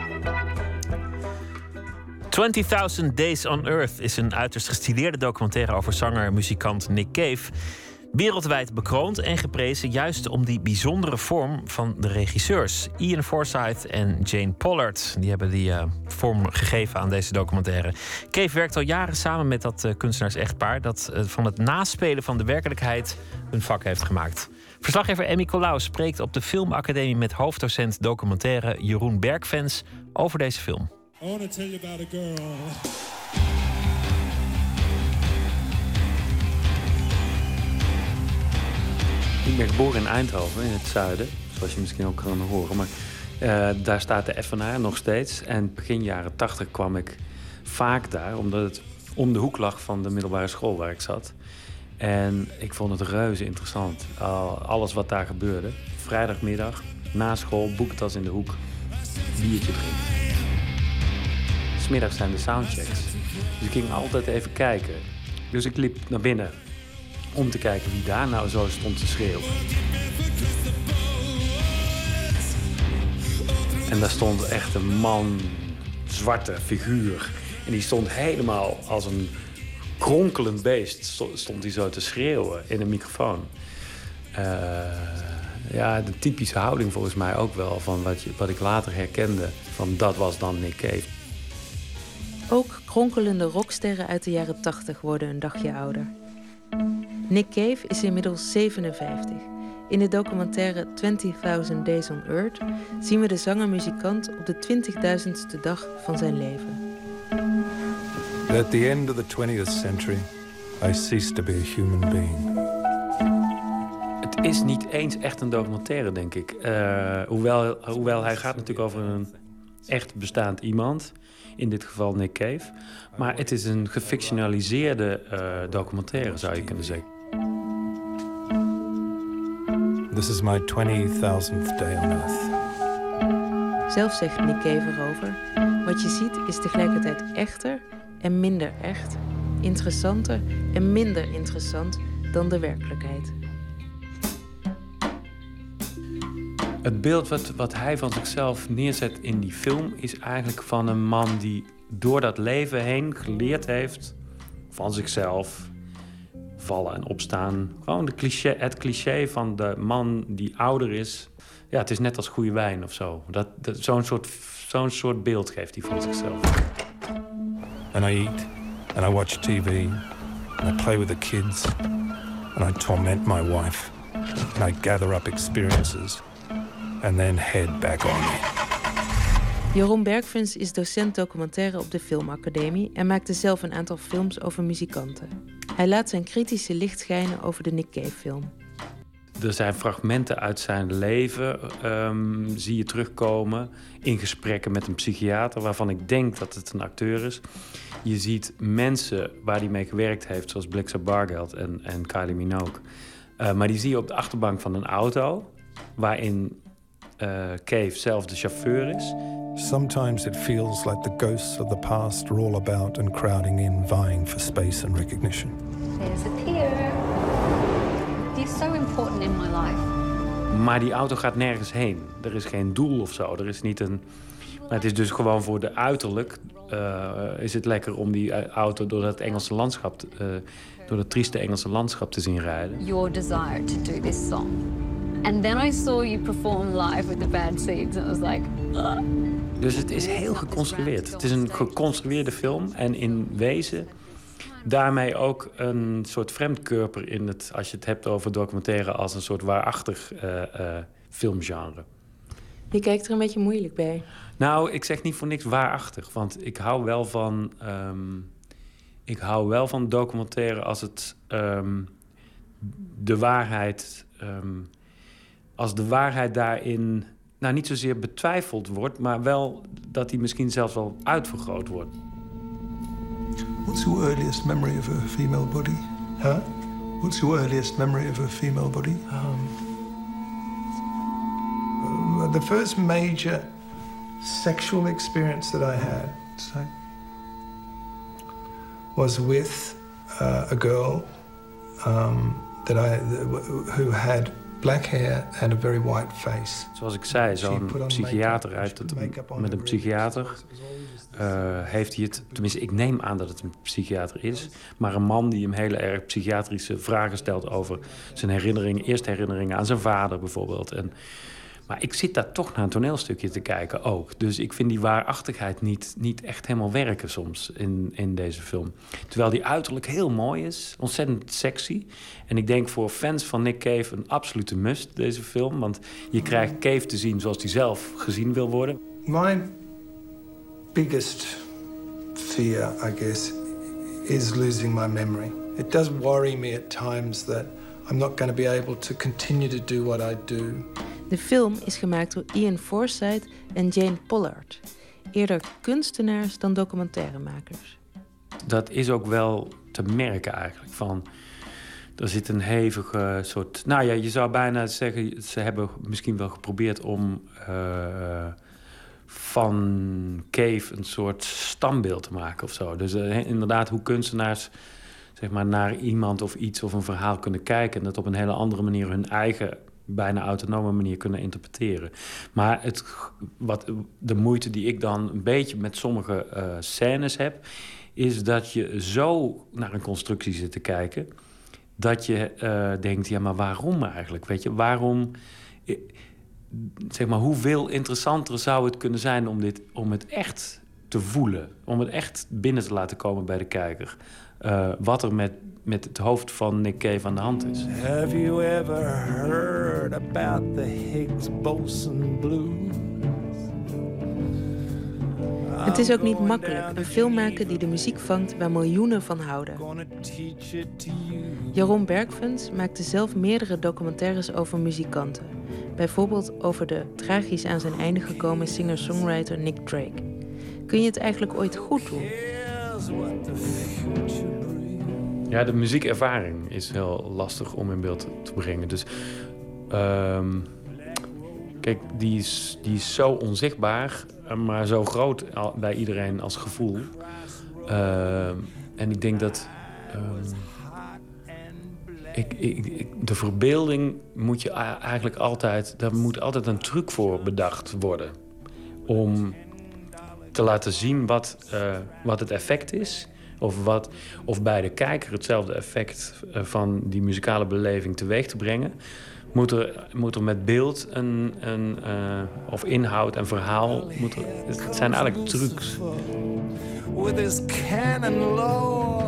D: twintig-duizend Days on Earth is een uiterst gestileerde documentaire over zanger en muzikant Nick Cave. Wereldwijd bekroond en geprezen juist om die bijzondere vorm van de regisseurs. Ian Forsyth en Jane Pollard. Die hebben die uh, vorm gegeven aan deze documentaire. Cave werkt al jaren samen met dat uh, kunstenaars-echtpaar dat uh, van het naspelen van de werkelijkheid een vak heeft gemaakt. Verslaggever Emmy Colau spreekt op de Filmacademie met hoofddocent documentaire Jeroen Bergfans over deze film.
K: I want to tell you about a girl.
L: Ik ben geboren in Eindhoven, in het zuiden, zoals je misschien ook kan horen. Maar uh, daar staat de F N A nog steeds. En begin jaren tachtig kwam ik vaak daar, omdat het om de hoek lag van de middelbare school waar ik zat. En ik vond het reuze interessant, uh, alles wat daar gebeurde. Vrijdagmiddag, na school, boekentas in de hoek, biertje drinken. 'S Middags zijn de soundchecks. Dus ik ging altijd even kijken. Dus ik liep naar binnen om te kijken wie daar nou zo stond te schreeuwen. En daar stond echt een man, zwarte figuur. En die stond helemaal als een kronkelend beest, stond hij zo te schreeuwen in een microfoon. Uh, ja, de typische houding volgens mij ook wel van wat, je, wat ik later herkende. Van dat was dan Nick Cave.
M: Ook kronkelende rocksterren uit de jaren tachtig worden een dagje ouder. Nick Cave is inmiddels zevenenvijftig. In de documentaire twintig-duizend Days on Earth zien we de zanger-muzikant op de twintigduizendste dag van zijn leven.
N: At the end of the twentieth century, I ceased to be a human being.
L: Het is niet eens echt een documentaire, denk ik. Uh, hoewel, hoewel hij gaat natuurlijk over een echt bestaand iemand. In dit geval Nick Cave. Maar het is een gefictionaliseerde uh, documentaire, zou je kunnen zeggen.
N: This is my twenty-thousandth day on Earth.
M: Zelf zegt Nick Cave erover: wat je ziet is tegelijkertijd echter en minder echt, interessanter en minder interessant dan de werkelijkheid.
L: Het beeld wat, wat hij van zichzelf neerzet in die film is eigenlijk van een man die door dat leven heen geleerd heeft van zichzelf. Vallen en opstaan. Gewoon de cliché, het cliché van de man die ouder is. Ja, het is net als goede wijn of zo. Dat, dat, zo'n, soort, zo'n soort beeld geeft hij van zichzelf.
N: And I eat, and I watch T V, and I play with the kids, and I torment my wife, and I gather up experiences and then head back on in.
M: Jeroen Bergfans is docent documentaire op de Filmacademie en maakte zelf een aantal films over muzikanten. Hij laat zijn kritische licht schijnen over de Nick Cave-film.
L: Er zijn fragmenten uit zijn leven, um, zie je terugkomen in gesprekken met een psychiater, waarvan ik denk dat het een acteur is. Je ziet mensen waar hij mee gewerkt heeft, zoals Blixa Bargeld en, en Kylie Minogue. Uh, maar die zie je op de achterbank van een auto, waarin uh, Cave zelf de chauffeur is.
N: Sometimes it feels like the ghosts of the past are all about and crowding in, vying for space and recognition.
O: There's a pier. He's so important in my life.
L: Maar die auto gaat nergens heen. Er is geen doel of zo. Er is niet een... Maar het is dus gewoon voor de uiterlijk... Uh, is het lekker om die auto door dat Engelse landschap... Uh, door dat trieste Engelse landschap te zien rijden.
O: Your desire to do this song. And then I saw you perform live with the bad seeds. And it was like... Uh.
L: Dus het is heel geconstrueerd. Het is een geconstrueerde film. En in wezen... daarmee ook een soort vreemdkörper in het... als je het hebt over documentaire als een soort waarachtig uh, uh, filmgenre.
M: Je kijkt er een beetje moeilijk bij.
L: Nou, ik zeg niet voor niks waarachtig. Want ik hou wel van... Um, ik hou wel van documentaire als het... Um, de waarheid... Um, als de waarheid daarin... nou, niet zozeer betwijfeld wordt... maar wel dat die misschien zelfs wel uitvergroot wordt.
P: What's your earliest memory of a female body? Huh? What's your earliest memory of a female body?
E: Um, uh, the first major sexual experience that I had so, was with uh, a girl um, that I who had black hair and a very white face.
L: Zoals ik zei, zo'n psychiater uit het, met een psychiater uh, heeft hij het... Tenminste, ik neem aan dat het een psychiater is. Maar een man die hem hele erg psychiatrische vragen stelt over zijn herinneringen. Eerste herinneringen aan zijn vader bijvoorbeeld. En, maar ik zit daar toch naar een toneelstukje te kijken ook. Dus ik vind die waarachtigheid niet, niet echt helemaal werken soms in, in deze film. Terwijl die uiterlijk heel mooi is. Ontzettend sexy. En ik denk voor fans van Nick Cave een absolute must, deze film. Want je krijgt Cave te zien zoals hij zelf gezien wil worden.
E: My biggest fear, I guess, is losing my memory. It does worry me at times that I'm not going to be able to continue to do what I do.
M: De film is gemaakt door Ian Forsyth en Jane Pollard. Eerder kunstenaars dan documentairemakers.
L: Dat is ook wel te merken eigenlijk. Van, er zit een hevige soort... Nou ja, je zou bijna zeggen... ze hebben misschien wel geprobeerd om... Uh, van Cave een soort standbeeld te maken of zo. Dus uh, inderdaad hoe kunstenaars... zeg maar, naar iemand of iets of een verhaal kunnen kijken... en dat op een hele andere manier hun eigen... bijna autonome manier kunnen interpreteren. Maar het, wat, de moeite die ik dan een beetje met sommige uh, scènes heb... is dat je zo naar een constructie zit te kijken... dat je uh, denkt, ja, maar waarom eigenlijk? Weet je, waarom... Zeg maar, hoeveel interessanter zou het kunnen zijn om, dit, om het echt te voelen? Om het echt binnen te laten komen bij de kijker. Uh, wat er met, met het hoofd van Nick Cave aan de hand is.
J: Have you ever heard about the Higgs-boson blues?
M: Het is ook niet makkelijk een film maken die de muziek vangt waar miljoenen van houden. Jeroen Bergfans maakte zelf meerdere documentaires over muzikanten. Bijvoorbeeld over de tragisch aan zijn einde gekomen singer-songwriter Nick Drake. Kun je het eigenlijk ooit goed doen?
L: Ja, de muziekervaring is heel lastig om in beeld te brengen. Dus, um, kijk, die is, die is zo onzichtbaar, maar zo groot bij iedereen als gevoel. Uh, en ik denk dat... Um, ik, ik, ik, de verbeelding moet je eigenlijk altijd... Daar moet altijd een truc voor bedacht worden. Om te laten zien wat, uh, wat het effect is... Of, wat, of bij de kijker hetzelfde effect van die muzikale beleving teweeg te brengen... moet er, moet er met beeld een, een, uh, of inhoud en verhaal... Moet er, het zijn eigenlijk trucs.
J: With his cannon low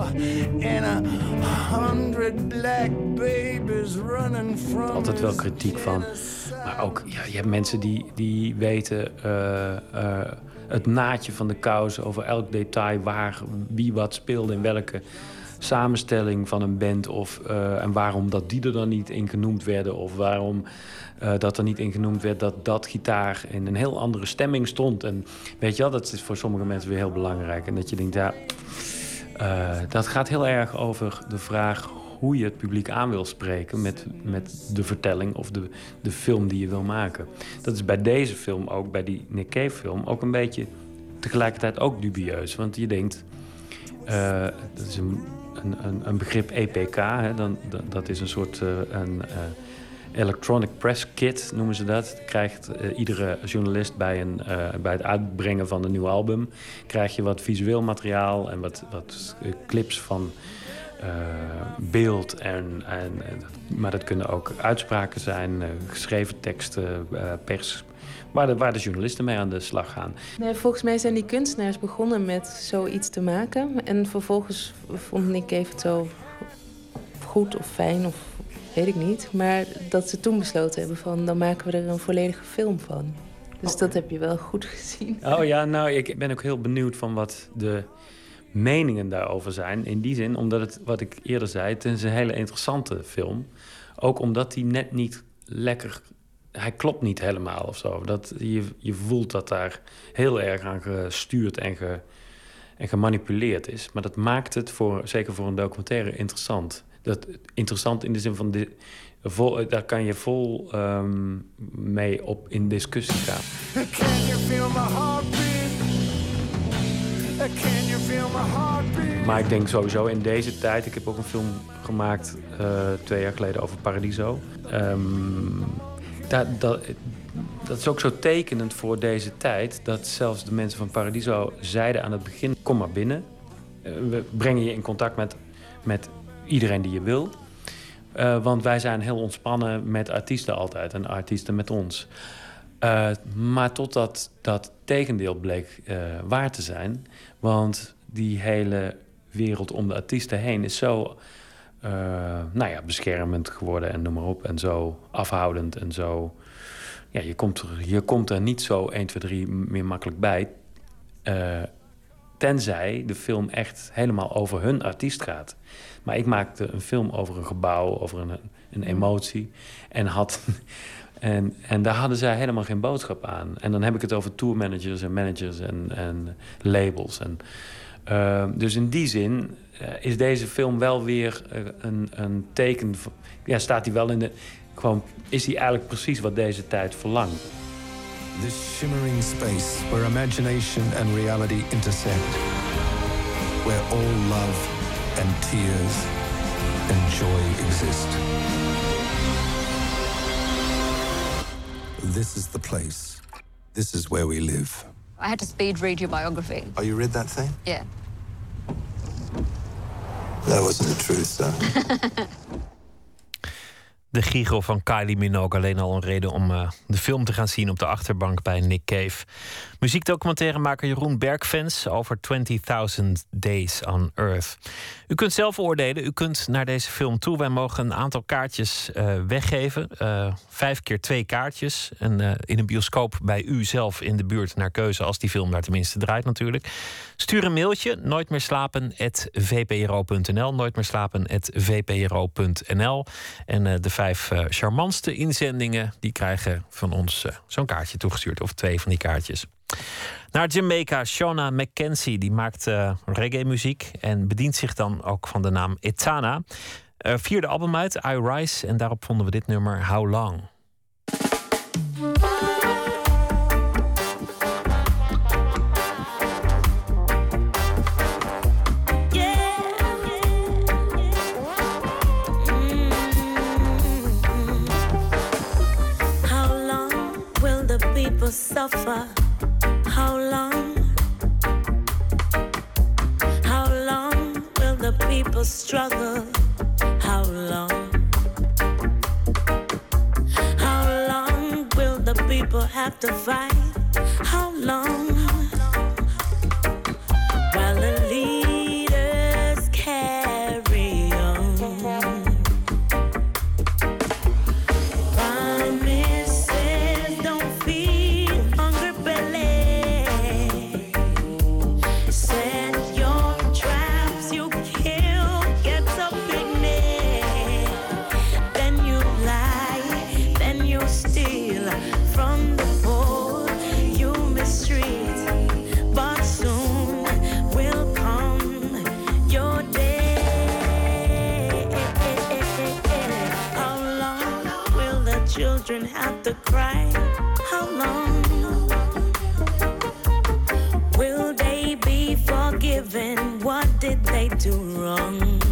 J: and a hundred black babies running from.
L: Altijd wel kritiek van. Maar ook, ja, je hebt mensen die, die weten uh, uh, het naadje van de kous over elk detail, waar wie wat speelde in welke samenstelling van een band. Of, uh, en waarom dat die er dan niet in genoemd werden. Of waarom uh, dat er niet in genoemd werd dat dat gitaar in een heel andere stemming stond. En weet je wel, dat is voor sommige mensen weer heel belangrijk. En dat je denkt, ja, uh, dat gaat heel erg over de vraag hoe je het publiek aan wil spreken met, met de vertelling of de, de film die je wil maken. Dat is bij deze film ook, bij die Nick Cave film, ook een beetje tegelijkertijd ook dubieus. Want je denkt, uh, dat is een, een, een, een begrip E P K, hè, dan, dat, dat is een soort uh, een, uh, electronic press kit, noemen ze dat. Dat krijgt uh, iedere journalist bij, een, uh, bij het uitbrengen van een nieuw album, krijg je wat visueel materiaal en wat, wat uh, clips van Uh, beeld. En, en, maar dat kunnen ook uitspraken zijn, uh, geschreven teksten, uh, pers, waar de, waar de journalisten mee aan de slag gaan.
M: Nee, volgens mij zijn die kunstenaars begonnen met zoiets te maken. En vervolgens vond Nick Cave het zo goed of fijn, of weet ik niet. Maar dat ze toen besloten hebben van, dan maken we er een volledige film van. Dus dat heb je wel goed gezien.
L: Oh ja, nou, ik ben ook heel benieuwd van wat de meningen daarover zijn. In die zin, omdat het, wat ik eerder zei, het is een hele interessante film. Ook omdat hij net niet lekker, hij klopt niet helemaal of zo. Dat, je, je voelt dat daar heel erg aan gestuurd en, ge, en gemanipuleerd is. Maar dat maakt het, voor, zeker voor een documentaire, interessant. Dat, interessant in de zin van, de, vol, daar kan je vol um, mee op in discussie gaan.
J: Can you feel my heartbeat? Can you feel my heartbeat?
L: Maar ik denk sowieso in deze tijd, ik heb ook een film gemaakt uh, twee jaar geleden over Paradiso. Um, dat, dat, dat is ook zo tekenend voor deze tijd, dat zelfs de mensen van Paradiso zeiden aan het begin, kom maar binnen. Uh, we brengen je in contact met, met iedereen die je wil. Uh, want wij zijn heel ontspannen met artiesten altijd en artiesten met ons. Uh, maar totdat dat tegendeel bleek uh, waar te zijn. Want die hele wereld om de artiesten heen is zo uh, nou ja, beschermend geworden en noem maar op. En zo afhoudend en zo. Ja, je komt er, je komt er niet zo één, twee, drie meer makkelijk bij. Uh, tenzij de film echt helemaal over hun artiest gaat. Maar ik maakte een film over een gebouw, over een, een emotie. En had... En, en daar hadden zij helemaal geen boodschap aan. En dan heb ik het over tourmanagers en managers en, en labels. En, uh, dus in die zin uh, is deze film wel weer uh, een, een teken. Van, ja, staat hij wel in de. Gewoon, is hij eigenlijk precies wat deze tijd verlangt.
N: This shimmering space where imagination and reality intersect. Where all love and tears and joy exist. This is the place. This is where we live.
O: I had to speed read your biography.
P: Oh, you read that thing?
O: Yeah.
P: That wasn't the truth, though.
D: De giegel van Kylie Minogue, alleen al een reden om uh, de film te gaan zien op de achterbank bij Nick Cave. Muziekdocumentairemaker Jeroen Bergfans over twinty-thousand Days on Earth. U kunt zelf oordelen, u kunt naar deze film toe. Wij mogen een aantal kaartjes uh, weggeven. Uh, vijf keer twee kaartjes. En uh, in een bioscoop bij u zelf in de buurt naar keuze, als die film daar tenminste draait natuurlijk. Stuur een mailtje, nooitmeerslapen at v p r o punt n l. nooitmeerslapen at v p r o punt n l. En uh, de vijf uh, charmantste inzendingen, die krijgen van ons uh, zo'n kaartje toegestuurd. Of twee van die kaartjes. Naar Jamaica, Shona McKenzie, die maakt uh, reggae-muziek en bedient zich dan ook van de naam Etana. Uh, vierde album uit, I Rise, en daarop vonden we dit nummer, How Long.
Q: Suffer. How long? How long will the people struggle? How long? How long will the people have to fight? How long? While the leaders can children have to cry? How long will they be forgiven? What did they do wrong?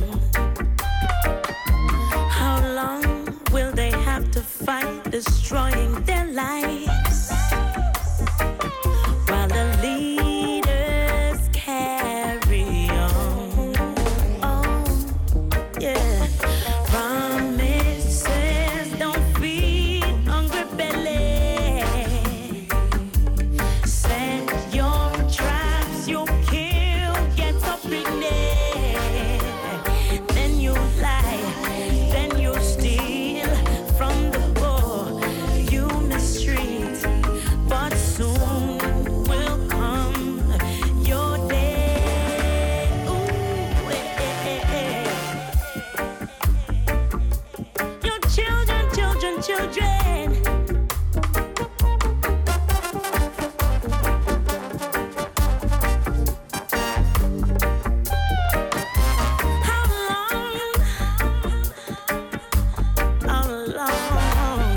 Q: How long will they have to fight, destroying their lives, while the leaders carry on? Oh, yeah. Promises don't feed hungry belly. Set your traps, you'll kill, get up in there. Then you lie, then you steal from the poor, you mistreat, but soon will come your day. Ooh, eh, eh, eh. Your children, children, children. How long? How long?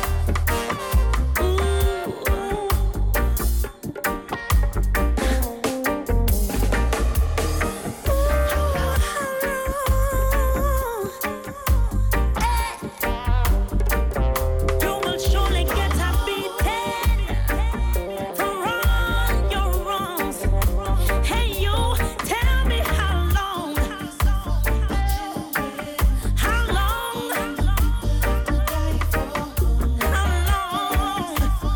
Q: Ooh. You will surely get a beating for all your wrongs. Hey, you, tell me how long? How long? How long?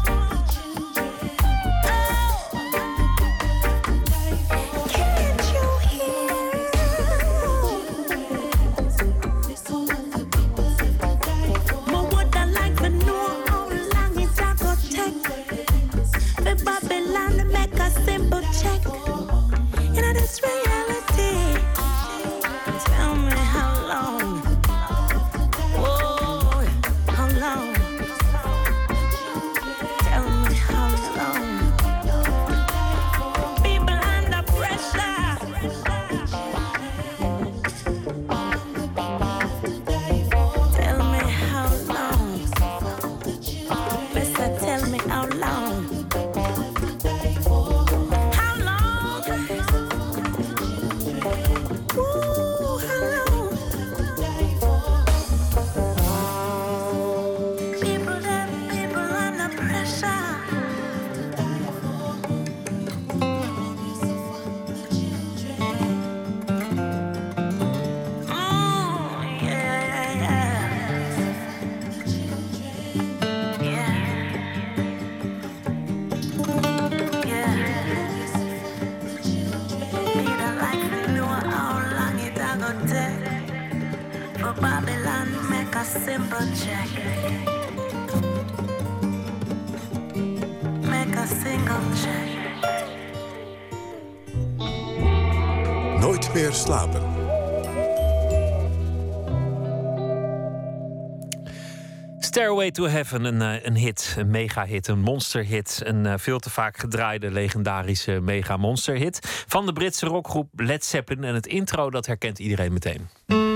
Q: Can't you hear? But would I like to know how long it's a go take for Babylon to make a simple check? You know this reality. Tell me how long? Oh, how long? Tell me how long? People under pressure. Tell me how long? Mister, tell me how long? How long? Ooh, how long? People, them people under pressure. Oh, yeah, yeah, yeah. Yeah. Need a life to know how long it a go take for Babylon make a simple check. Make a single check.
B: Nooit meer slapen.
D: Stairway to Heaven, een, eh, een hit, een mega-hit, een monsterhit. Een eh, veel te vaak gedraaide legendarische mega-monsterhit van de Britse rockgroep Led Zeppelin. En het intro, dat herkent iedereen meteen.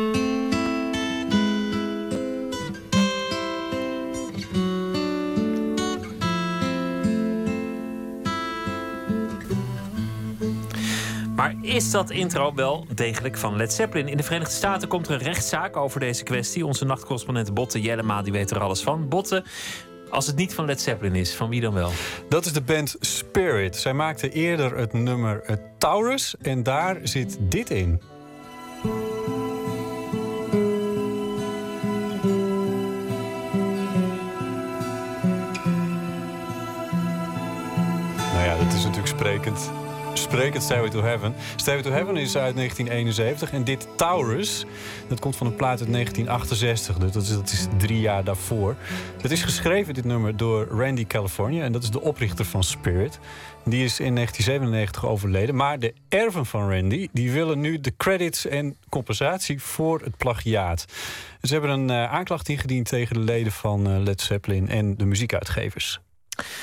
D: Maar is dat intro wel degelijk van Led Zeppelin? In de Verenigde Staten komt er een rechtszaak over deze kwestie. Onze nachtcorrespondent Botte Jellema die weet er alles van. Botte, als het niet van Led Zeppelin is, van wie dan wel?
R: Dat is de band Spirit. Zij maakte eerder het nummer uh, Taurus en daar zit dit in. Nou ja, dat is natuurlijk sprekend. Sprekend Stairway to Heaven. Stairway to Heaven is uit negentien eenenzeventig. En dit Taurus, dat komt van een plaat uit negentien achtenzestig. Dus dat is, dat is drie jaar daarvoor. Het is geschreven, dit nummer, door Randy California. En dat is de oprichter van Spirit. Die is in negentien zevenennegentig overleden. Maar de erven van Randy, die willen nu de credits en compensatie voor het plagiaat. Ze hebben een uh, aanklacht ingediend tegen de leden van uh, Led Zeppelin en de muziekuitgevers.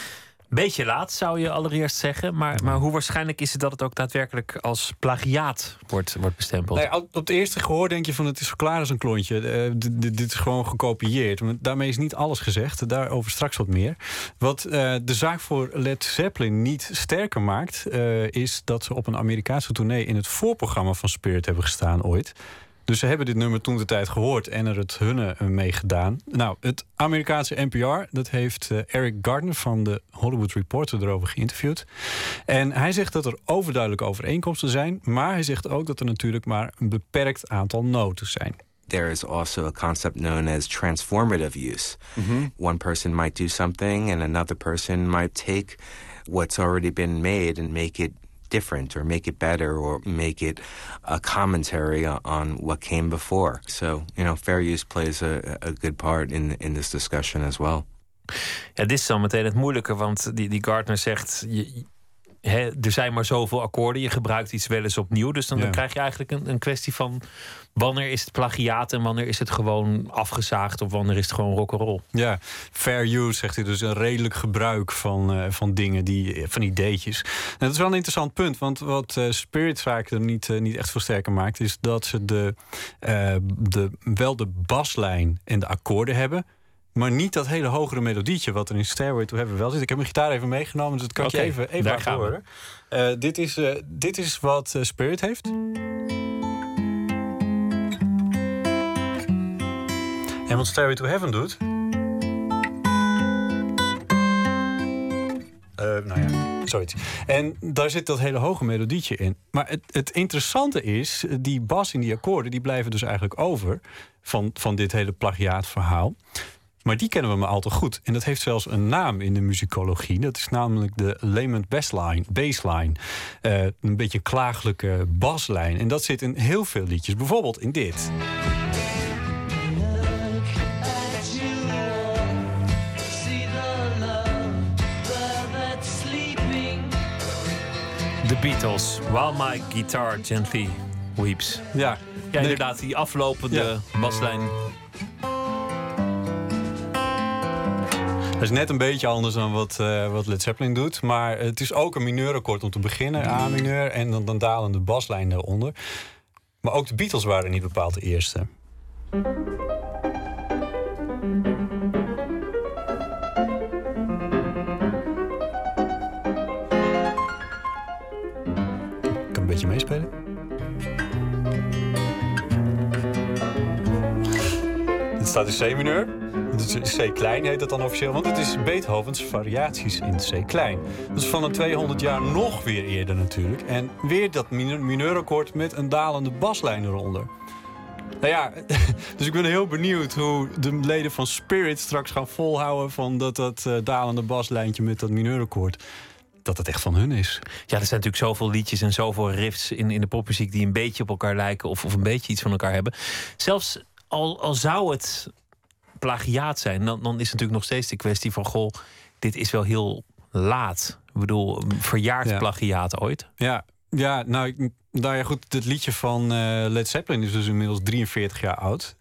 D: Beetje laat, zou je allereerst zeggen. Maar, maar hoe waarschijnlijk is het dat het ook daadwerkelijk als plagiaat wordt, wordt bestempeld?
R: Nee, op het eerste gehoor denk je van het is zo klaar als een klontje. Uh, d- d- dit is gewoon gekopieerd. Maar daarmee is niet alles gezegd. Daarover straks wat meer. Wat uh, de zaak voor Led Zeppelin niet sterker maakt... Uh, is dat ze op een Amerikaanse tournee in het voorprogramma van Spirit hebben gestaan ooit. Dus ze hebben dit nummer toen de tijd gehoord en er het hunne mee gedaan. Nou, het Amerikaanse N P R, dat heeft uh, Eric Gardner van de Hollywood Reporter erover geïnterviewd. En hij zegt dat er overduidelijke overeenkomsten zijn, maar hij zegt ook dat er natuurlijk maar een beperkt aantal noten zijn.
S: There is also a concept known as transformative use. Mm-hmm. One person might do something and another person might take what's already been made and make it different or make it better or make it a commentary on what came before. So, you know, fair use plays a, a good part in, in this discussion as well.
D: Ja, dit is dan meteen het moeilijke, want die, die Gardner zegt... Je, he, er zijn maar zoveel akkoorden, je gebruikt iets wel eens opnieuw. Dus dan, ja. dan krijg je eigenlijk een, een kwestie van... wanneer is het plagiaat en wanneer is het gewoon afgezaagd... of wanneer is het gewoon rock'n'roll?
R: Ja, fair use, zegt hij, dus een redelijk gebruik van, uh, van dingen, die, van ideetjes. En dat is wel een interessant punt, want wat uh, Spirit vaak er niet, uh, niet echt veel sterker maakt... is dat ze de, uh, de, wel de baslijn en de akkoorden hebben... maar niet dat hele hogere melodietje wat er in Stairway to Heaven wel zit. Ik heb mijn gitaar even meegenomen, dus dat kan okay, je even, even laten horen. Uh, dit, is, uh, dit is wat uh, Spirit heeft. En wat Stairway to Heaven doet... Uh, nou ja, zoiets. En daar zit dat hele hoge melodietje in. Maar het, het interessante is, die bas in die akkoorden... die blijven dus eigenlijk over van, van dit hele plagiaatverhaal. Maar die kennen we maar al te goed. En dat heeft zelfs een naam in de muzikologie. Dat is namelijk de lament bassline. bassline. Uh, een beetje klaaglijke baslijn. En dat zit in heel veel liedjes. Bijvoorbeeld in dit.
D: The Beatles, While My Guitar Gently Weeps.
R: Ja,
D: ja inderdaad, die aflopende ja. baslijn.
R: Dat is net een beetje anders dan wat, uh, wat Led Zeppelin doet. Maar het is ook een mineurakkoord om te beginnen. A-mineur en dan een dalende baslijn eronder. Maar ook de Beatles waren niet bepaald de eerste. Een beetje meespelen. Het staat in C-mineur. C-klein heet dat dan officieel, want het is Beethovens variaties in C-klein. Dat is van een tweehonderd jaar nog weer eerder natuurlijk. En weer dat mineurakkoord met een dalende baslijn eronder. Nou ja, dus ik ben heel benieuwd hoe de leden van Spirit straks gaan volhouden... van dat, dat uh, dalende baslijntje met dat mineurakkoord... dat het echt van hun is.
D: Ja, er zijn natuurlijk zoveel liedjes en zoveel riffs in, in de popmuziek... die een beetje op elkaar lijken of, of een beetje iets van elkaar hebben. Zelfs al, al zou het plagiaat zijn... Dan, dan is het natuurlijk nog steeds de kwestie van... goh, dit is wel heel laat. Ik bedoel, verjaard ja. plagiaat ooit?
R: Ja, ja nou, ik, nou ja, goed, het liedje van uh, Led Zeppelin is dus inmiddels drieënveertig jaar oud.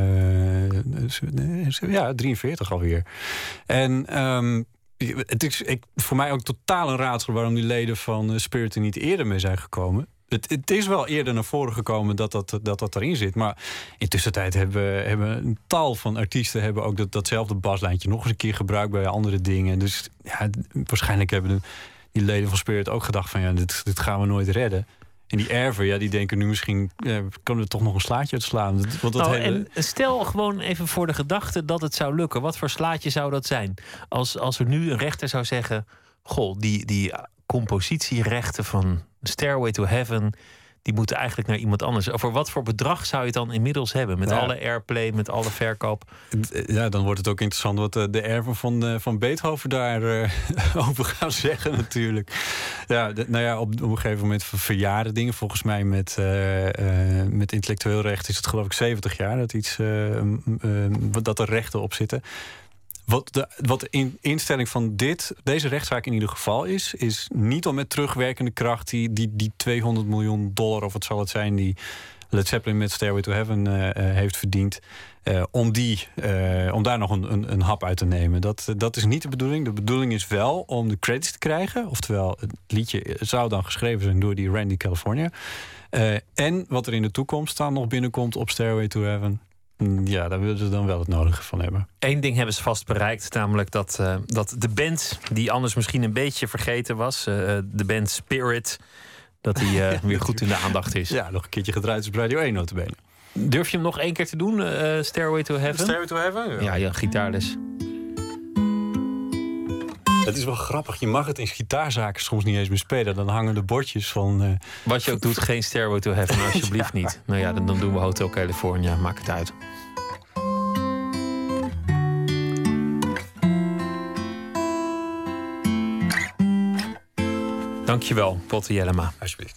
R: Uh, ja, drieënveertig alweer. En... Um, Het is ik, voor mij ook totaal een raadsel waarom die leden van uh, Spirit er niet eerder mee zijn gekomen. Het, het is wel eerder naar voren gekomen dat dat, dat, dat erin zit. Maar intussen tijd hebben, hebben een tal van artiesten hebben ook dat, datzelfde baslijntje nog eens een keer gebruikt bij andere dingen. Dus ja, waarschijnlijk hebben de, die leden van Spirit ook gedacht van ja, dit, dit gaan we nooit redden. En die erven, ja, die denken nu misschien... Ja, kunnen we toch nog een slaatje uitslaan? Want dat
D: nou,
R: hele...
D: en stel gewoon even voor de gedachte dat het zou lukken. Wat voor slaatje zou dat zijn? Als, als er nu een rechter zou zeggen... goh, die, die compositierechten van Stairway to Heaven... die moeten eigenlijk naar iemand anders. Over wat voor bedrag zou je het dan inmiddels hebben? Met ja. alle airplay, met alle verkoop?
R: Ja, dan wordt het ook interessant wat de erven van, uh, van Beethoven daar uh, over gaan zeggen natuurlijk. Ja, de, nou ja, op, op een gegeven moment verjaren dingen. Volgens mij met, uh, uh, met intellectueel recht is het geloof ik zeventig jaar... dat, iets, uh, uh, dat er rechten op zitten. Wat de, wat de in, instelling van dit, deze rechtszaak in ieder geval is... is niet al met terugwerkende kracht die, die, die tweehonderd miljoen dollar... of wat zal het zijn, die Led Zeppelin met Stairway to Heaven uh, uh, heeft verdiend... Uh, om, die, uh, om daar nog een, een, een hap uit te nemen. Dat, uh, dat is niet de bedoeling. De bedoeling is wel om de credits te krijgen. Oftewel, het liedje zou dan geschreven zijn door die Randy California. Uh, en wat er in de toekomst dan nog binnenkomt op Stairway to Heaven... ja, daar willen ze dan wel het nodige van hebben.
D: Eén ding hebben ze vast bereikt. Namelijk dat, uh, dat de band, die anders misschien een beetje vergeten was... Uh, de band Spirit, dat die uh, weer goed in de aandacht is.
R: Ja, nog een keertje gedraaid op Radio één notabene.
D: Durf je hem nog één keer te doen, uh, Stairway to Heaven?
R: Stairway to Heaven? Ja,
D: ja, ja gitaarles.
R: Het is wel grappig. Je mag het in gitaarzaken soms niet eens meer spelen. Dan hangen de bordjes van... Uh...
D: Wat je ook doet, geen Stairway to Heaven, alsjeblieft ja. niet. Nou ja, dan, dan doen we Hotel California. Maakt het uit. Dankjewel, Potte Jellema.
R: Alsjeblieft.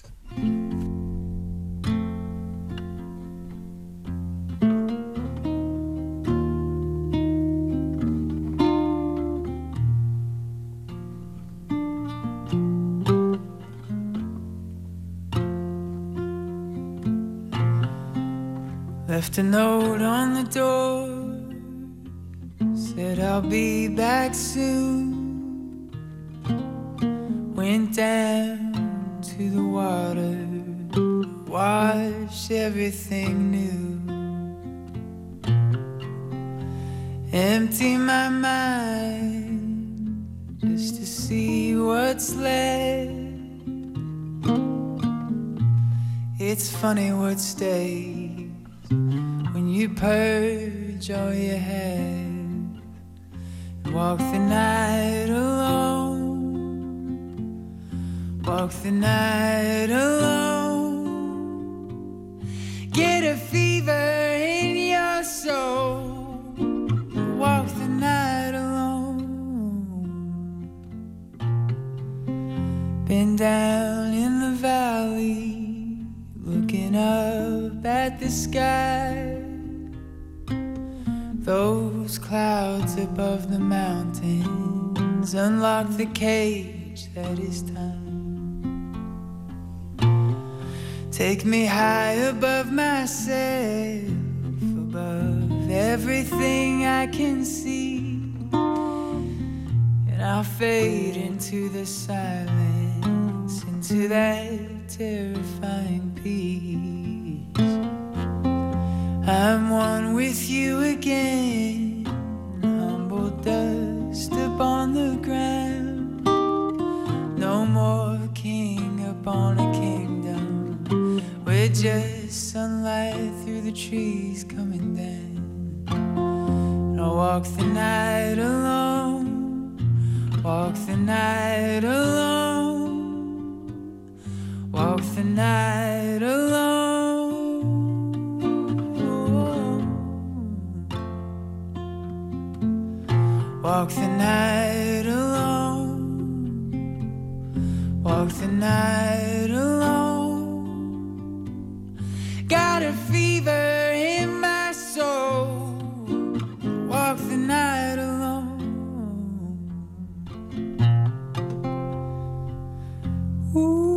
J: Left a note on the door, said I'll be back soon. Went down to the water, washed everything new. Empty my mind just to see what's left. It's funny what stays when you purge all you have. Walk the night alone, walk the night alone. Get a fever in your soul, walk the night alone. Been down in the valley, looking up at the sky. Those clouds above the mountains unlock the cage that is time. Take me high above myself, above everything I can see, and I'll fade into the silence, into that terrifying peace. I'm one with you again, humble dust upon the ground. No more king upon a kingdom, we're just sunlight through the trees coming down. And I'll walk the night alone, walk the night alone, walk the night alone. Walk the night alone, walk the night alone. Got a fever in my soul, walk the night alone. Ooh.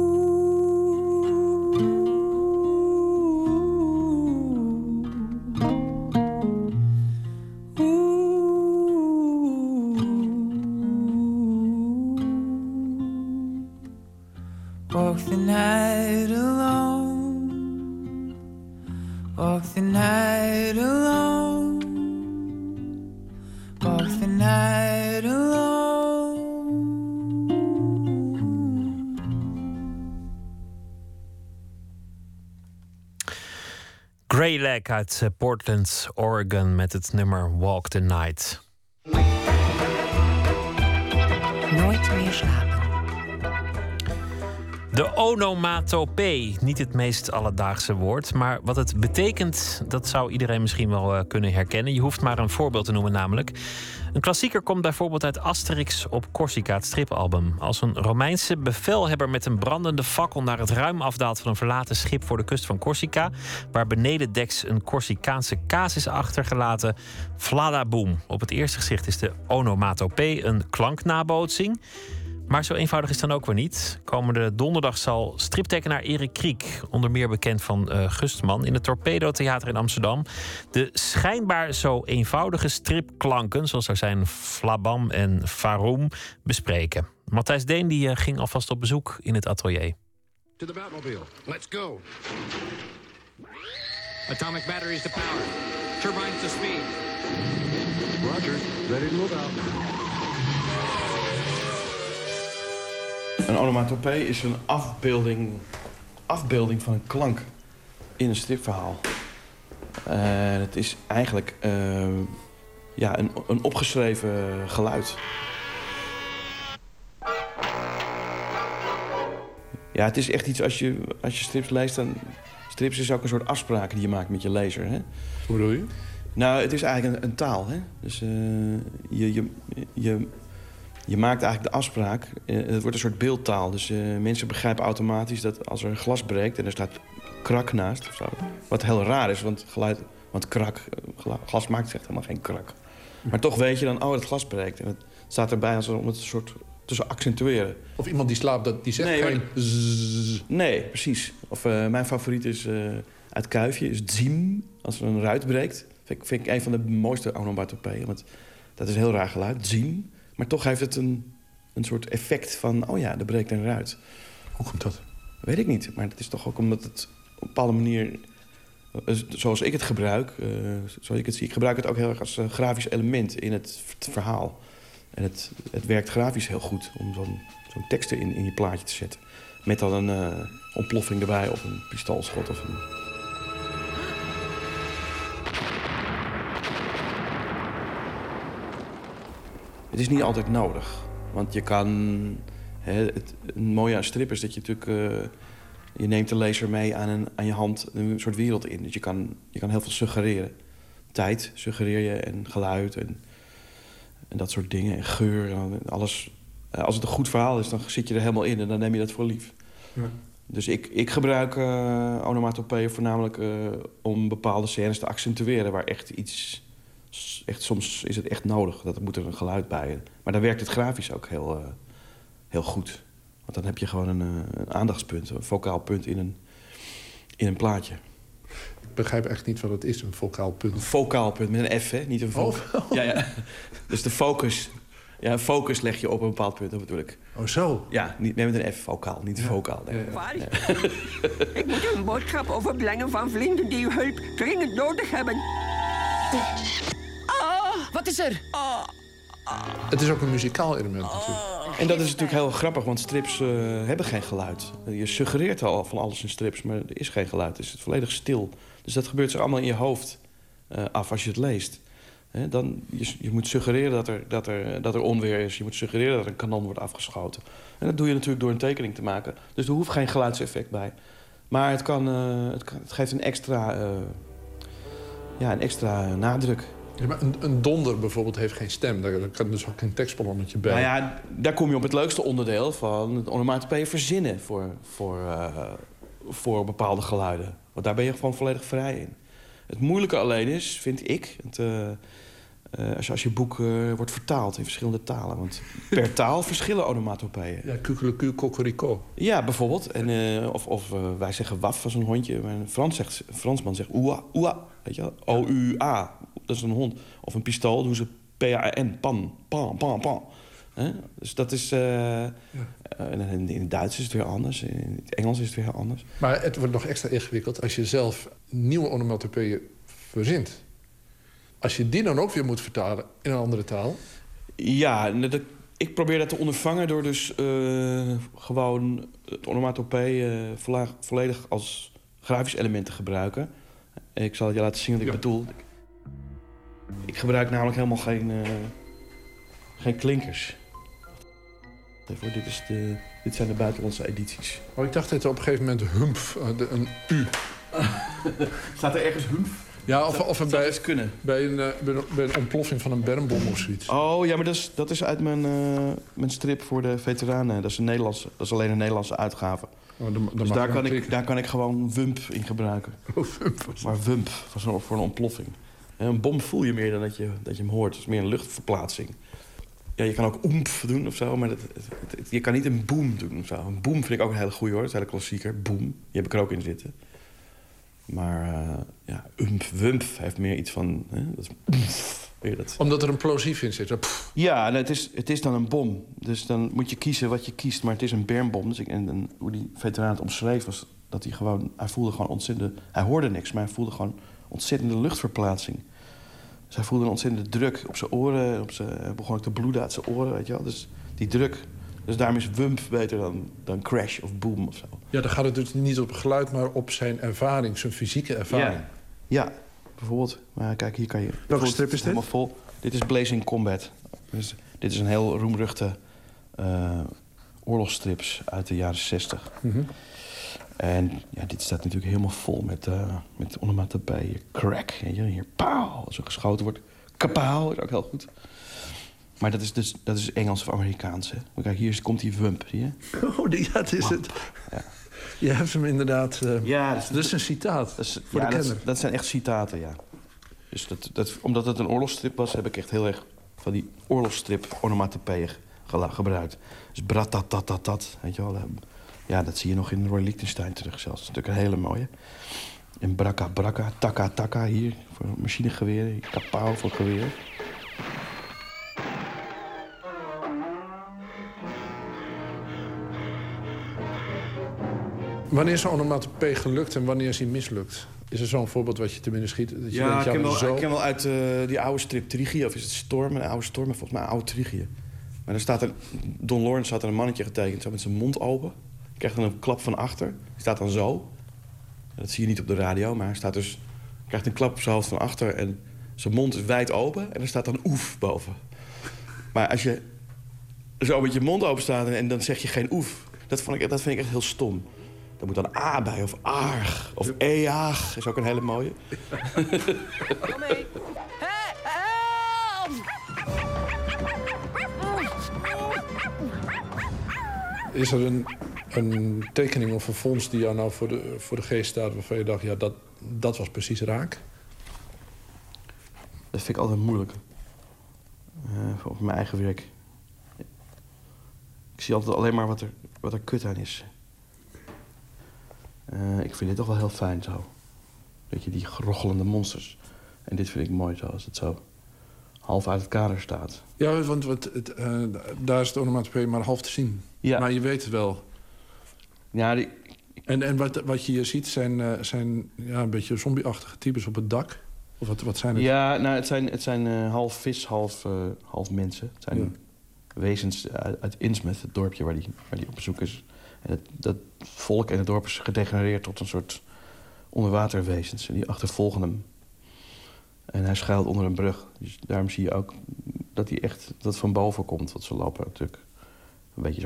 J: Walk the night alone, walk the night alone, walk the night alone.
D: Greylag uit Portland, Oregon met het nummer Walk the Night.
C: Nooit meer slapen.
D: De onomatopee, niet het meest alledaagse woord, maar wat het betekent, dat zou iedereen misschien wel uh, kunnen herkennen. Je hoeft maar een voorbeeld te noemen namelijk. Een klassieker komt bijvoorbeeld uit Asterix op Corsica, het stripalbum. Als een Romeinse bevelhebber met een brandende fakkel naar het ruim afdaalt van een verlaten schip voor de kust van Corsica, waar benedendeks een Corsicaanse kaas is achtergelaten, fladaboom. Op het eerste gezicht is de onomatopee een klanknabootsing. Maar zo eenvoudig is het dan ook weer niet. Komende donderdag zal striptekenaar Erik Kriek, onder meer bekend van uh, Gustman, in het Torpedo Theater in Amsterdam de schijnbaar zo eenvoudige stripklanken, zoals er zijn Flabam en Faroum, bespreken. Matthijs Deen die, uh, ging alvast op bezoek in het atelier.
T: To the Batmobile. Let's go. Atomic batteries to power. Turbines to speed.
P: Roger. Ready to move out.
U: Een onomatopee is een afbeelding, afbeelding van een klank in een stripverhaal. Uh, het is eigenlijk uh, ja, een, een opgeschreven geluid. Ja, het is echt iets als je, als je strips leest, dan... Strips is ook een soort afspraken die je maakt met je lezer. Hè?
E: Hoe bedoel je?
U: Nou, het is eigenlijk een, een taal. Hè? Dus uh, je, je, je, je maakt eigenlijk de afspraak. Uh, het wordt een soort beeldtaal. Dus uh, mensen begrijpen automatisch dat als er een glas breekt en er staat krak naast of zo. Wat heel raar is, want, geluid, want krak, glas maakt echt helemaal geen krak. Maar toch weet je dan, oh, het glas breekt. En het staat erbij als om het een soort te accentueren.
E: Of iemand die slaapt, dat, die zegt
U: nee,
E: geen...
U: Maar, nee, precies. Of uh, mijn favoriet is uh, uit Kuifje, is dziem. Als er een ruit breekt. Vind ik, vind ik een van de mooiste onomatopeeën. Want dat is een heel raar geluid, dziem. Maar toch heeft het een, een soort effect van, oh ja, er breekt een ruit.
E: Hoe komt dat?
U: Weet ik niet. Maar het is toch ook omdat het op een bepaalde manier... Zoals ik het gebruik, uh, zoals ik het zie... Ik gebruik het ook heel erg als uh, grafisch element in het verhaal. En het, het werkt grafisch heel goed om zo'n zo'n tekst in, in je plaatje te zetten. Met dan een uh, ontploffing erbij of een pistoolschot of een... Het is niet altijd nodig. Want je kan... Hè, het, een mooie aan strip is dat je natuurlijk... Uh, je neemt de lezer mee aan, een, aan je hand een soort wereld in. Dus je kan, je kan heel veel suggereren. Tijd suggereer je en geluid en... En dat soort dingen, en geur, en alles. Als het een goed verhaal is, dan zit je er helemaal in en dan neem je dat voor lief. Ja. Dus ik, ik gebruik uh, onomatopeeën voornamelijk uh, om bepaalde scènes te accentueren... waar echt iets... Echt, soms is het echt nodig, dat er moet er een geluid bij. Maar dan werkt het grafisch ook heel, uh, heel goed. Want dan heb je gewoon een, uh, een aandachtspunt, een focaal punt in een, in een plaatje.
E: Ik begrijp echt niet wat het is, een focaal punt.
U: Een focaal punt, met een F, hè? Niet een focus. Oh. Ja, ja. Dus de focus... Ja, focus leg je op een bepaald punt, dat bedoel ik.
E: Oh, zo?
U: Ja, niet, nee, met een F, focaal, niet ja. Focaal. Nee.
V: Waar is... Ja. Ik moet u een boodschap overbrengen van vrienden die uw hulp dringend nodig hebben. Ah, wat is er? Ah.
E: Het is ook een muzikaal element natuurlijk.
U: En dat is natuurlijk heel grappig, want strips uh, hebben geen geluid. Je suggereert al van alles in strips, maar er is geen geluid. Het is volledig stil. Dus dat gebeurt zo allemaal in je hoofd uh, af als je het leest. He, dan, je, je moet suggereren dat er, dat, er, dat er onweer is. Je moet suggereren dat er een kanon wordt afgeschoten. En dat doe je natuurlijk door een tekening te maken. Dus er hoeft geen geluidseffect bij. Maar het, kan, uh, het, kan, het geeft een extra, uh, ja, een extra nadruk.
E: Ja, maar een, een donder bijvoorbeeld heeft geen stem. Daar kan dus ook geen tekstballonnetje bij.
U: Nou ja, daar kom je op het leukste onderdeel van het onomatopeeën verzinnen voor, voor, uh, voor bepaalde geluiden. Want daar ben je gewoon volledig vrij in. Het moeilijke alleen is, vind ik, het, uh, uh, als, je, als je boek uh, wordt vertaald in verschillende talen. Want per taal verschillen onomatopeeën.
E: Ja, kukeleku, kokorico.
U: Ja, bijvoorbeeld. En, uh, of of uh, wij zeggen waf als een hondje. Maar een, Frans zegt, een Fransman zegt oua, oua. Weet je wel? O U A, dat is een hond. Of een pistool doen ze P A N, pan, pan, pan, pan. He? Dus dat is... Uh, ja. uh, in, in het Duits is het weer anders. In het Engels is het weer heel anders.
E: Maar het wordt nog extra ingewikkeld als je zelf nieuwe onomatopeeën verzint. Als je die dan ook weer moet vertalen in een andere taal.
U: Ja, dat, ik probeer dat te ondervangen door dus uh, gewoon het onomatopee uh, volledig, volledig als grafisch element te gebruiken. Ik zal het je laten zien wat ik ja. bedoel. Ik gebruik namelijk helemaal geen, uh, geen klinkers. Even, dit, is de, dit zijn de buitenlandse edities.
E: Oh, ik dacht dat er op een gegeven moment humpf, een U.
U: Staat er ergens humpf?
E: Ja, of, of
U: dat
E: bij,
U: kunnen.
E: Bij, een, uh, bij een ontploffing van een bermbom of zoiets.
U: Oh, ja, maar dat is, dat is uit mijn, uh, mijn strip voor de veteranen. Dat is, een Nederlandse, dat is alleen een Nederlandse uitgave. Oh, dan, dan dus daar kan, ik, daar kan ik gewoon wump in gebruiken.
E: Oh, wump.
U: Maar wump, voor, zo, voor een ontploffing. En een bom voel je meer dan dat je, dat je hem hoort. Het is meer een luchtverplaatsing. Ja, je kan ook oemf doen of zo, maar dat, het, het, je kan niet een boom doen of zo. Een boom vind ik ook een hele goeie hoor, dat is een hele klassieker. Boom, die heb ik er ook in zitten. Maar uh, ja, umf, wumf heeft meer iets van... Hè, dat is, umf, weer dat.
E: Omdat er een plosief in zit. Pff.
U: Ja, nou, het, is, het is dan een bom. Dus dan moet je kiezen wat je kiest, maar het is een bermbom. Dus ik, en, en hoe die veteraan het omschreef was dat hij gewoon... Hij voelde gewoon ontzettende... Hij hoorde niks, maar hij voelde gewoon ontzettende luchtverplaatsing. Dus hij voelde een ontzettende druk op zijn oren. Op zijn, hij begon ook te bloeden uit zijn oren, weet je wel. Dus die druk... Dus daarom is wump beter dan, dan crash of boom of zo.
E: Ja, dan gaat het dus niet op geluid, maar op zijn ervaring, zijn fysieke ervaring.
U: Ja, ja bijvoorbeeld. Maar kijk, hier kan je...
E: Welke strip is dit?
U: Helemaal vol. Dit is Blazing Combat. Dus, dit is een heel roemruchte uh, oorlogsstrips uit de jaren zestig. Mm-hmm. En ja, dit staat natuurlijk helemaal vol met, uh, met onomatopeeën. Crack, weet je, hier pauw, als er geschoten wordt. Kapaal, is ook heel goed. Maar dat is dus dat is Engels of Amerikaans, hè. Maar kijk, hier komt die wump, zie je?
E: Oh, die, ja, het is het. Ja. Je hebt hem inderdaad... Uh,
U: ja, dat is,
E: dat is een citaat
U: dat is,
E: voor
U: ja,
E: de kenner.
U: Dat, dat zijn echt citaten, ja. Dus dat, dat, omdat het een oorlogsstrip was, heb ik echt heel erg van die oorlogsstrip onomatopeeën gebruikt. Dus bratatatatat, weet je wel. Ja, dat zie je nog in Roy Lichtenstein terug zelfs. Dat is natuurlijk een hele mooie. En braka braka, taka taka hier voor machinegeweren. Kapau voor geweren.
E: Wanneer is een onomatopee gelukt en wanneer is hij mislukt? Is er zo'n voorbeeld wat je te binnen schiet? Dat je
U: ja,
E: denkt, ja,
U: ik, ken wel,
E: zo...
U: ik ken wel uit uh, die oude strip Trigia, of is het Storm? Een oude Storm, volgens mij een oude Trigia. Maar daar staat er, Don Lawrence had er een mannetje getekend, zo met zijn mond open. Je krijgt dan een klap van achter. Die staat dan zo. Dat zie je niet op de radio, maar hij staat dus, krijgt een klap op zijn hoofd van achter en zijn mond is wijd open en er staat dan oef boven. Maar als je zo met je mond open staat en, en dan zeg je geen oef, dat, vond ik, dat vind ik echt heel stom. Daar moet dan A bij, of aarg, of eaag. Is ook een hele mooie.
Q: Kom mee.
E: Is er een, een tekening of een fonds die jou nou voor de, voor de geest staat... waarvan je dacht, ja, dat, dat was precies raak?
U: Dat vind ik altijd moeilijk. Uh, voor mijn eigen werk. Ik zie altijd alleen maar wat er, wat er kut aan is. Uh, ik vind dit toch wel heel fijn zo. Weet je, die grochelende monsters. En dit vind ik mooi zo, als het zo half uit het kader staat.
E: Ja, want wat, het, uh, daar is de onomatopee maar half te zien.
U: Ja.
E: Maar je weet het wel.
U: Ja, die...
E: En, en wat, wat je hier ziet zijn, uh, zijn ja, een beetje zombie-achtige types op het dak? Of wat, wat zijn het?
U: Ja, nou, het zijn, het zijn uh, half vis, half, uh, half mensen. Het zijn ja. wezens uit, uit Innsmouth, het dorpje waar die, waar die op bezoek is. En het, dat volk en het dorp is gedegenereerd tot een soort onderwaterwezens. En die achtervolgen hem. En hij schuilt onder een brug. Dus daarom zie je ook dat hij echt dat van boven komt. Want ze lopen natuurlijk een beetje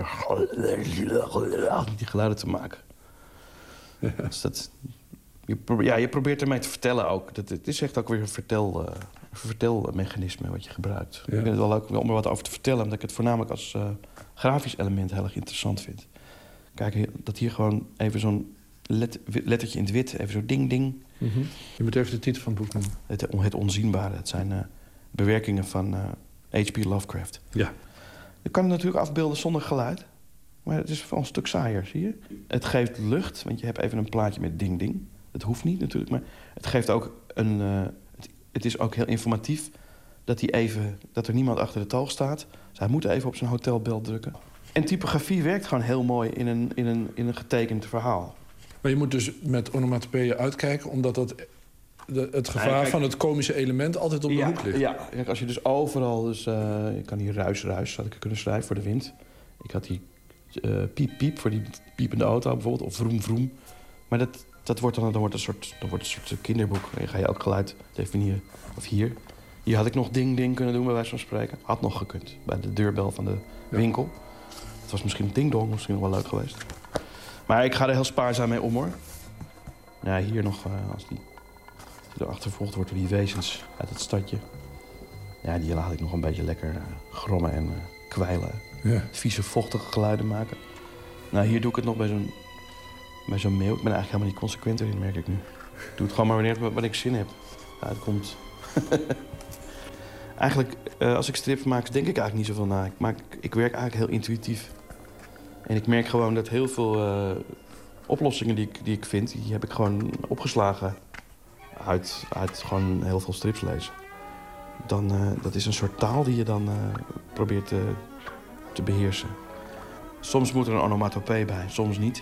U: zo... die geluiden te maken. Ja. Dus dat, je, probeert, ja, je probeert ermee te vertellen ook. Dat, het is echt ook weer een, vertel, uh, een vertelmechanisme wat je gebruikt. Ja. Ik vind het wel leuk om er wat over te vertellen... omdat ik het voornamelijk als uh, grafisch element heel erg interessant vind. Kijk, dat hier gewoon even zo'n let, lettertje in het wit... even zo ding-ding...
E: Mm-hmm. Je moet even de titel van het boek noemen.
U: Het, het onzienbare. Het zijn uh, bewerkingen van uh, H P Lovecraft.
E: Ja.
U: Je kan het natuurlijk afbeelden zonder geluid. Maar het is wel een stuk saaier, zie je? Het geeft lucht, want je hebt even een plaatje met ding-ding. Dat hoeft niet natuurlijk, maar het geeft ook een... Uh, het, het is ook heel informatief dat, hij even, dat er niemand achter de toog staat. Dus hij moet even op zijn hotelbel drukken. En typografie werkt gewoon heel mooi in een, in een, in een getekend verhaal.
E: Maar je moet dus met onomatopeeën uitkijken... omdat dat de, het gevaar ja, kijk, van het komische element altijd op de
U: ja,
E: hoek ligt.
U: Ja, kijk, als je dus overal... Dus, uh, ik kan hier ruis, ruis, had ik kunnen schrijven voor de wind. Ik had hier uh, piep, piep voor die piepende auto bijvoorbeeld. Of vroom, vroom. Maar dat, dat wordt dan, dan wordt een soort, dan wordt een soort kinderboek. Dan ga je ook geluid definiëren. Of hier. Hier had ik nog ding, ding kunnen doen, bij wijze van spreken. Had nog gekund, bij de deurbel van de ja. winkel. Het was misschien ding-dong, misschien nog wel leuk geweest. Maar ik ga er heel spaarzaam mee om, hoor. Ja, hier nog, uh, als die, die er achtervolgd wordt door die wezens uit het stadje. Ja, die laat ik nog een beetje lekker uh, grommen en uh, kwijlen. Ja. Vieze, vochtige geluiden maken. Nou, hier doe ik het nog bij zo'n bij zo'n meeuw. Ik ben eigenlijk helemaal niet consequent erin, merk ik nu. Ik doe het gewoon maar wanneer, wanneer ik zin heb. Ja, het komt. eigenlijk, uh, als ik strips maak, denk ik eigenlijk niet zoveel na. Ik, maak, ik werk eigenlijk heel intuïtief. En ik merk gewoon dat heel veel uh, oplossingen die ik, die ik vind... die heb ik gewoon opgeslagen uit, uit gewoon heel veel strips lezen. Dan, uh, dat is een soort taal die je dan uh, probeert te, te beheersen. Soms moet er een onomatopee bij, soms niet.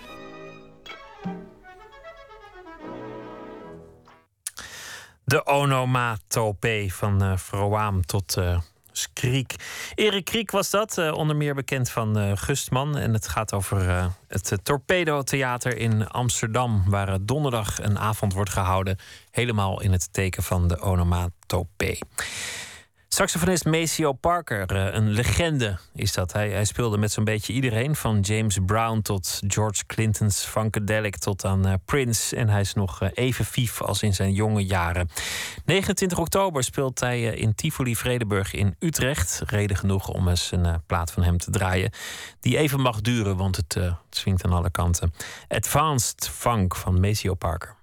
D: De onomatopee van uh, Vroam tot uh, Skriek. Erik Kriek was dat, uh, onder meer bekend van uh, Gustman. En het gaat over uh, het uh, Torpedo Theater in Amsterdam... waar uh, donderdag een avond wordt gehouden... helemaal in het teken van de onomatopee. Saxofonist Maceo Parker, uh, een legende is dat. Hij, hij speelde met zo'n beetje iedereen, van James Brown tot George Clinton's Funkadelic tot aan uh, Prince. En hij is nog uh, even vief als in zijn jonge jaren. negenentwintig oktober speelt hij uh, in Tivoli Vredenburg in Utrecht. Reden genoeg om eens een uh, plaat van hem te draaien. Die even mag duren, want het, uh, het swingt aan alle kanten. Advanced Funk van Maceo Parker.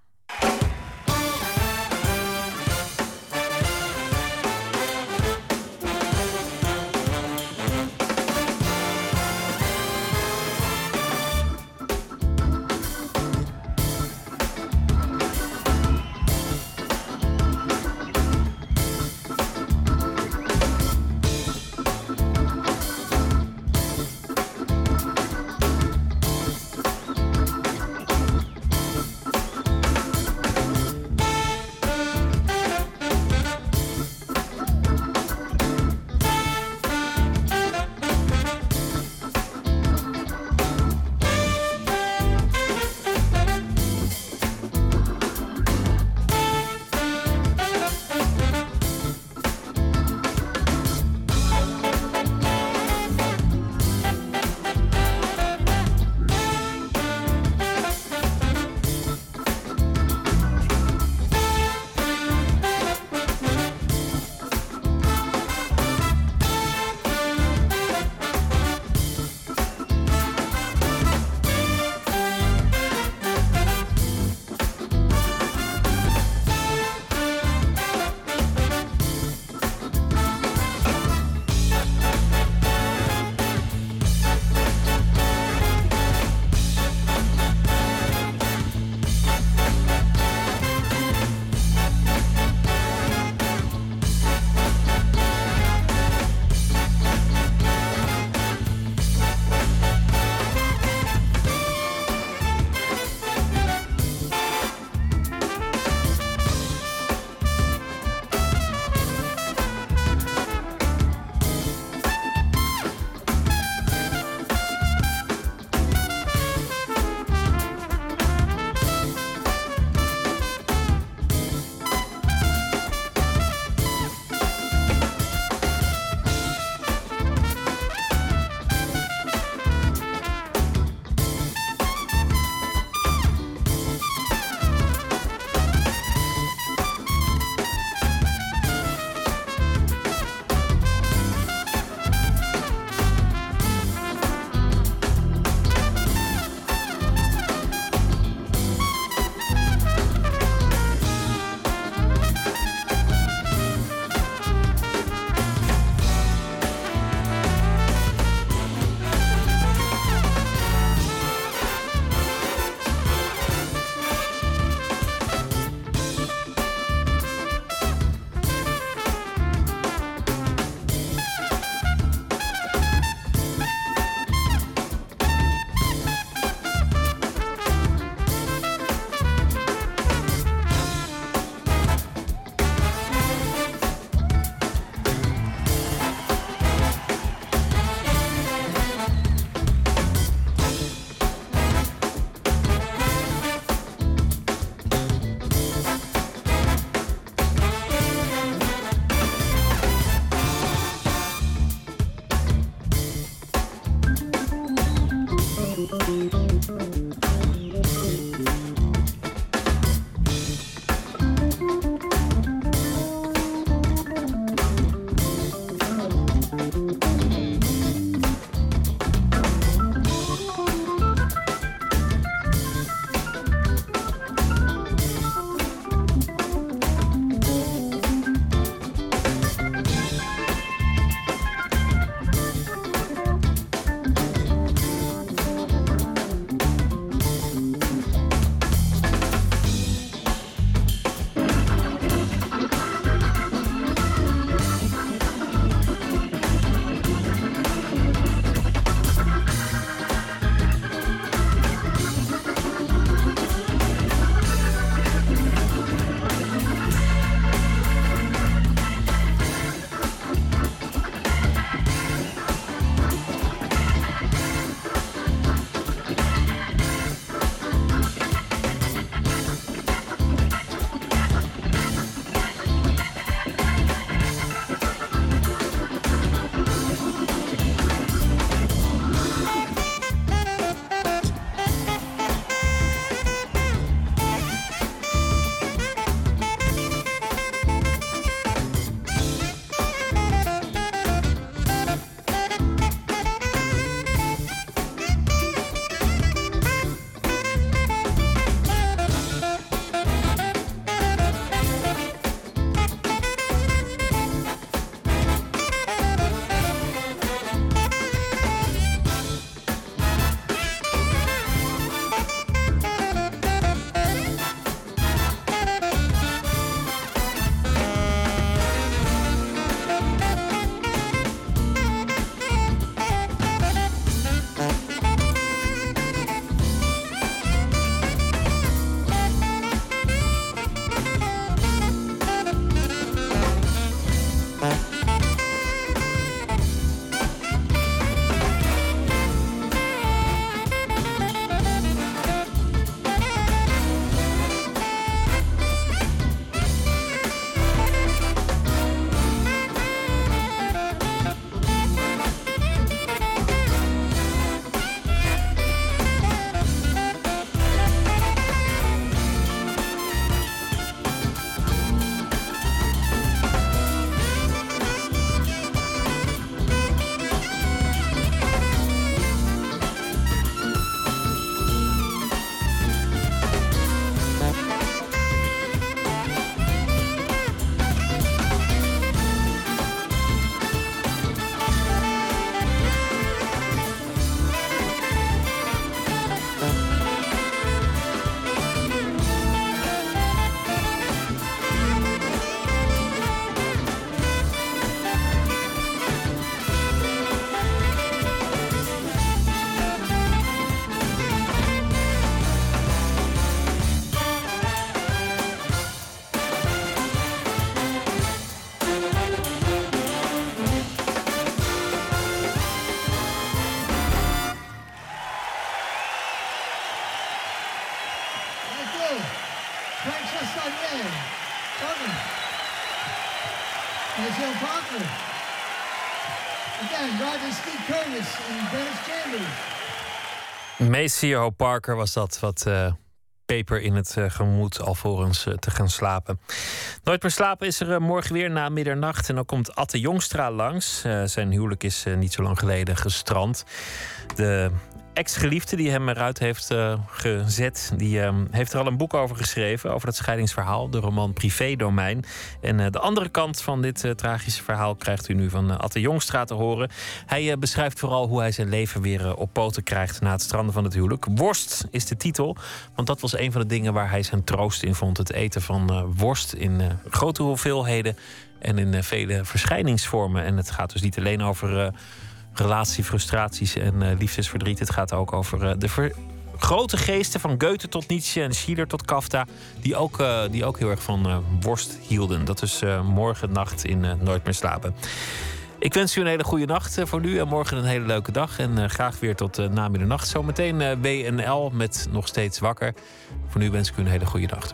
F: Again, drivers Steve Curtis and Dennis Chambers.
D: Maceo Parker was dat, wat uh, peper in het uh, gemoed alvorens uh, te gaan slapen. Nooit meer slapen is er uh, morgen weer na middernacht. En dan komt Atte Jongstra langs. Uh, zijn huwelijk is uh, niet zo lang geleden gestrand. De ex-geliefde die hem eruit heeft uh, gezet, die uh, heeft er al een boek over geschreven, over dat scheidingsverhaal, de roman Privédomein. En uh, de andere kant van dit uh, tragische verhaal krijgt u nu van uh, Atte Jongstra te horen. Hij uh, beschrijft vooral hoe hij zijn leven weer uh, op poten krijgt na het stranden van het huwelijk. Worst is de titel, want dat was een van de dingen waar hij zijn troost in vond. Het eten van uh, worst in uh, grote hoeveelheden en in uh, vele verschijningsvormen. En het gaat dus niet alleen over Uh, relatiefrustraties en uh, liefdesverdriet. Het gaat ook over uh, de ver- grote geesten van Goethe tot Nietzsche en Schiller tot Kafka, die ook, uh, die ook heel erg van uh, worst hielden. Dat is uh, morgen nacht in uh, Nooit meer slapen. Ik wens u een hele goede nacht uh, voor nu en morgen een hele leuke dag. En uh, graag weer tot uh, na middernacht. Zometeen uh, W N L met Nog Steeds Wakker. Voor nu wens ik u een hele goede nacht.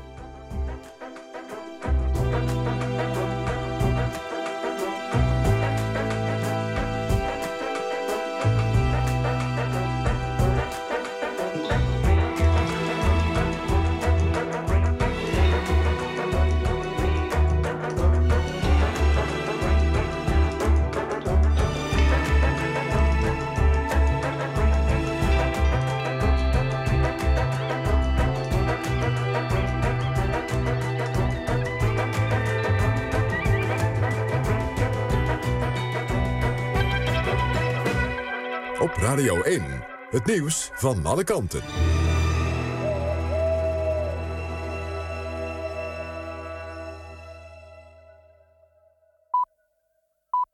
B: Radio één, het nieuws van alle kanten.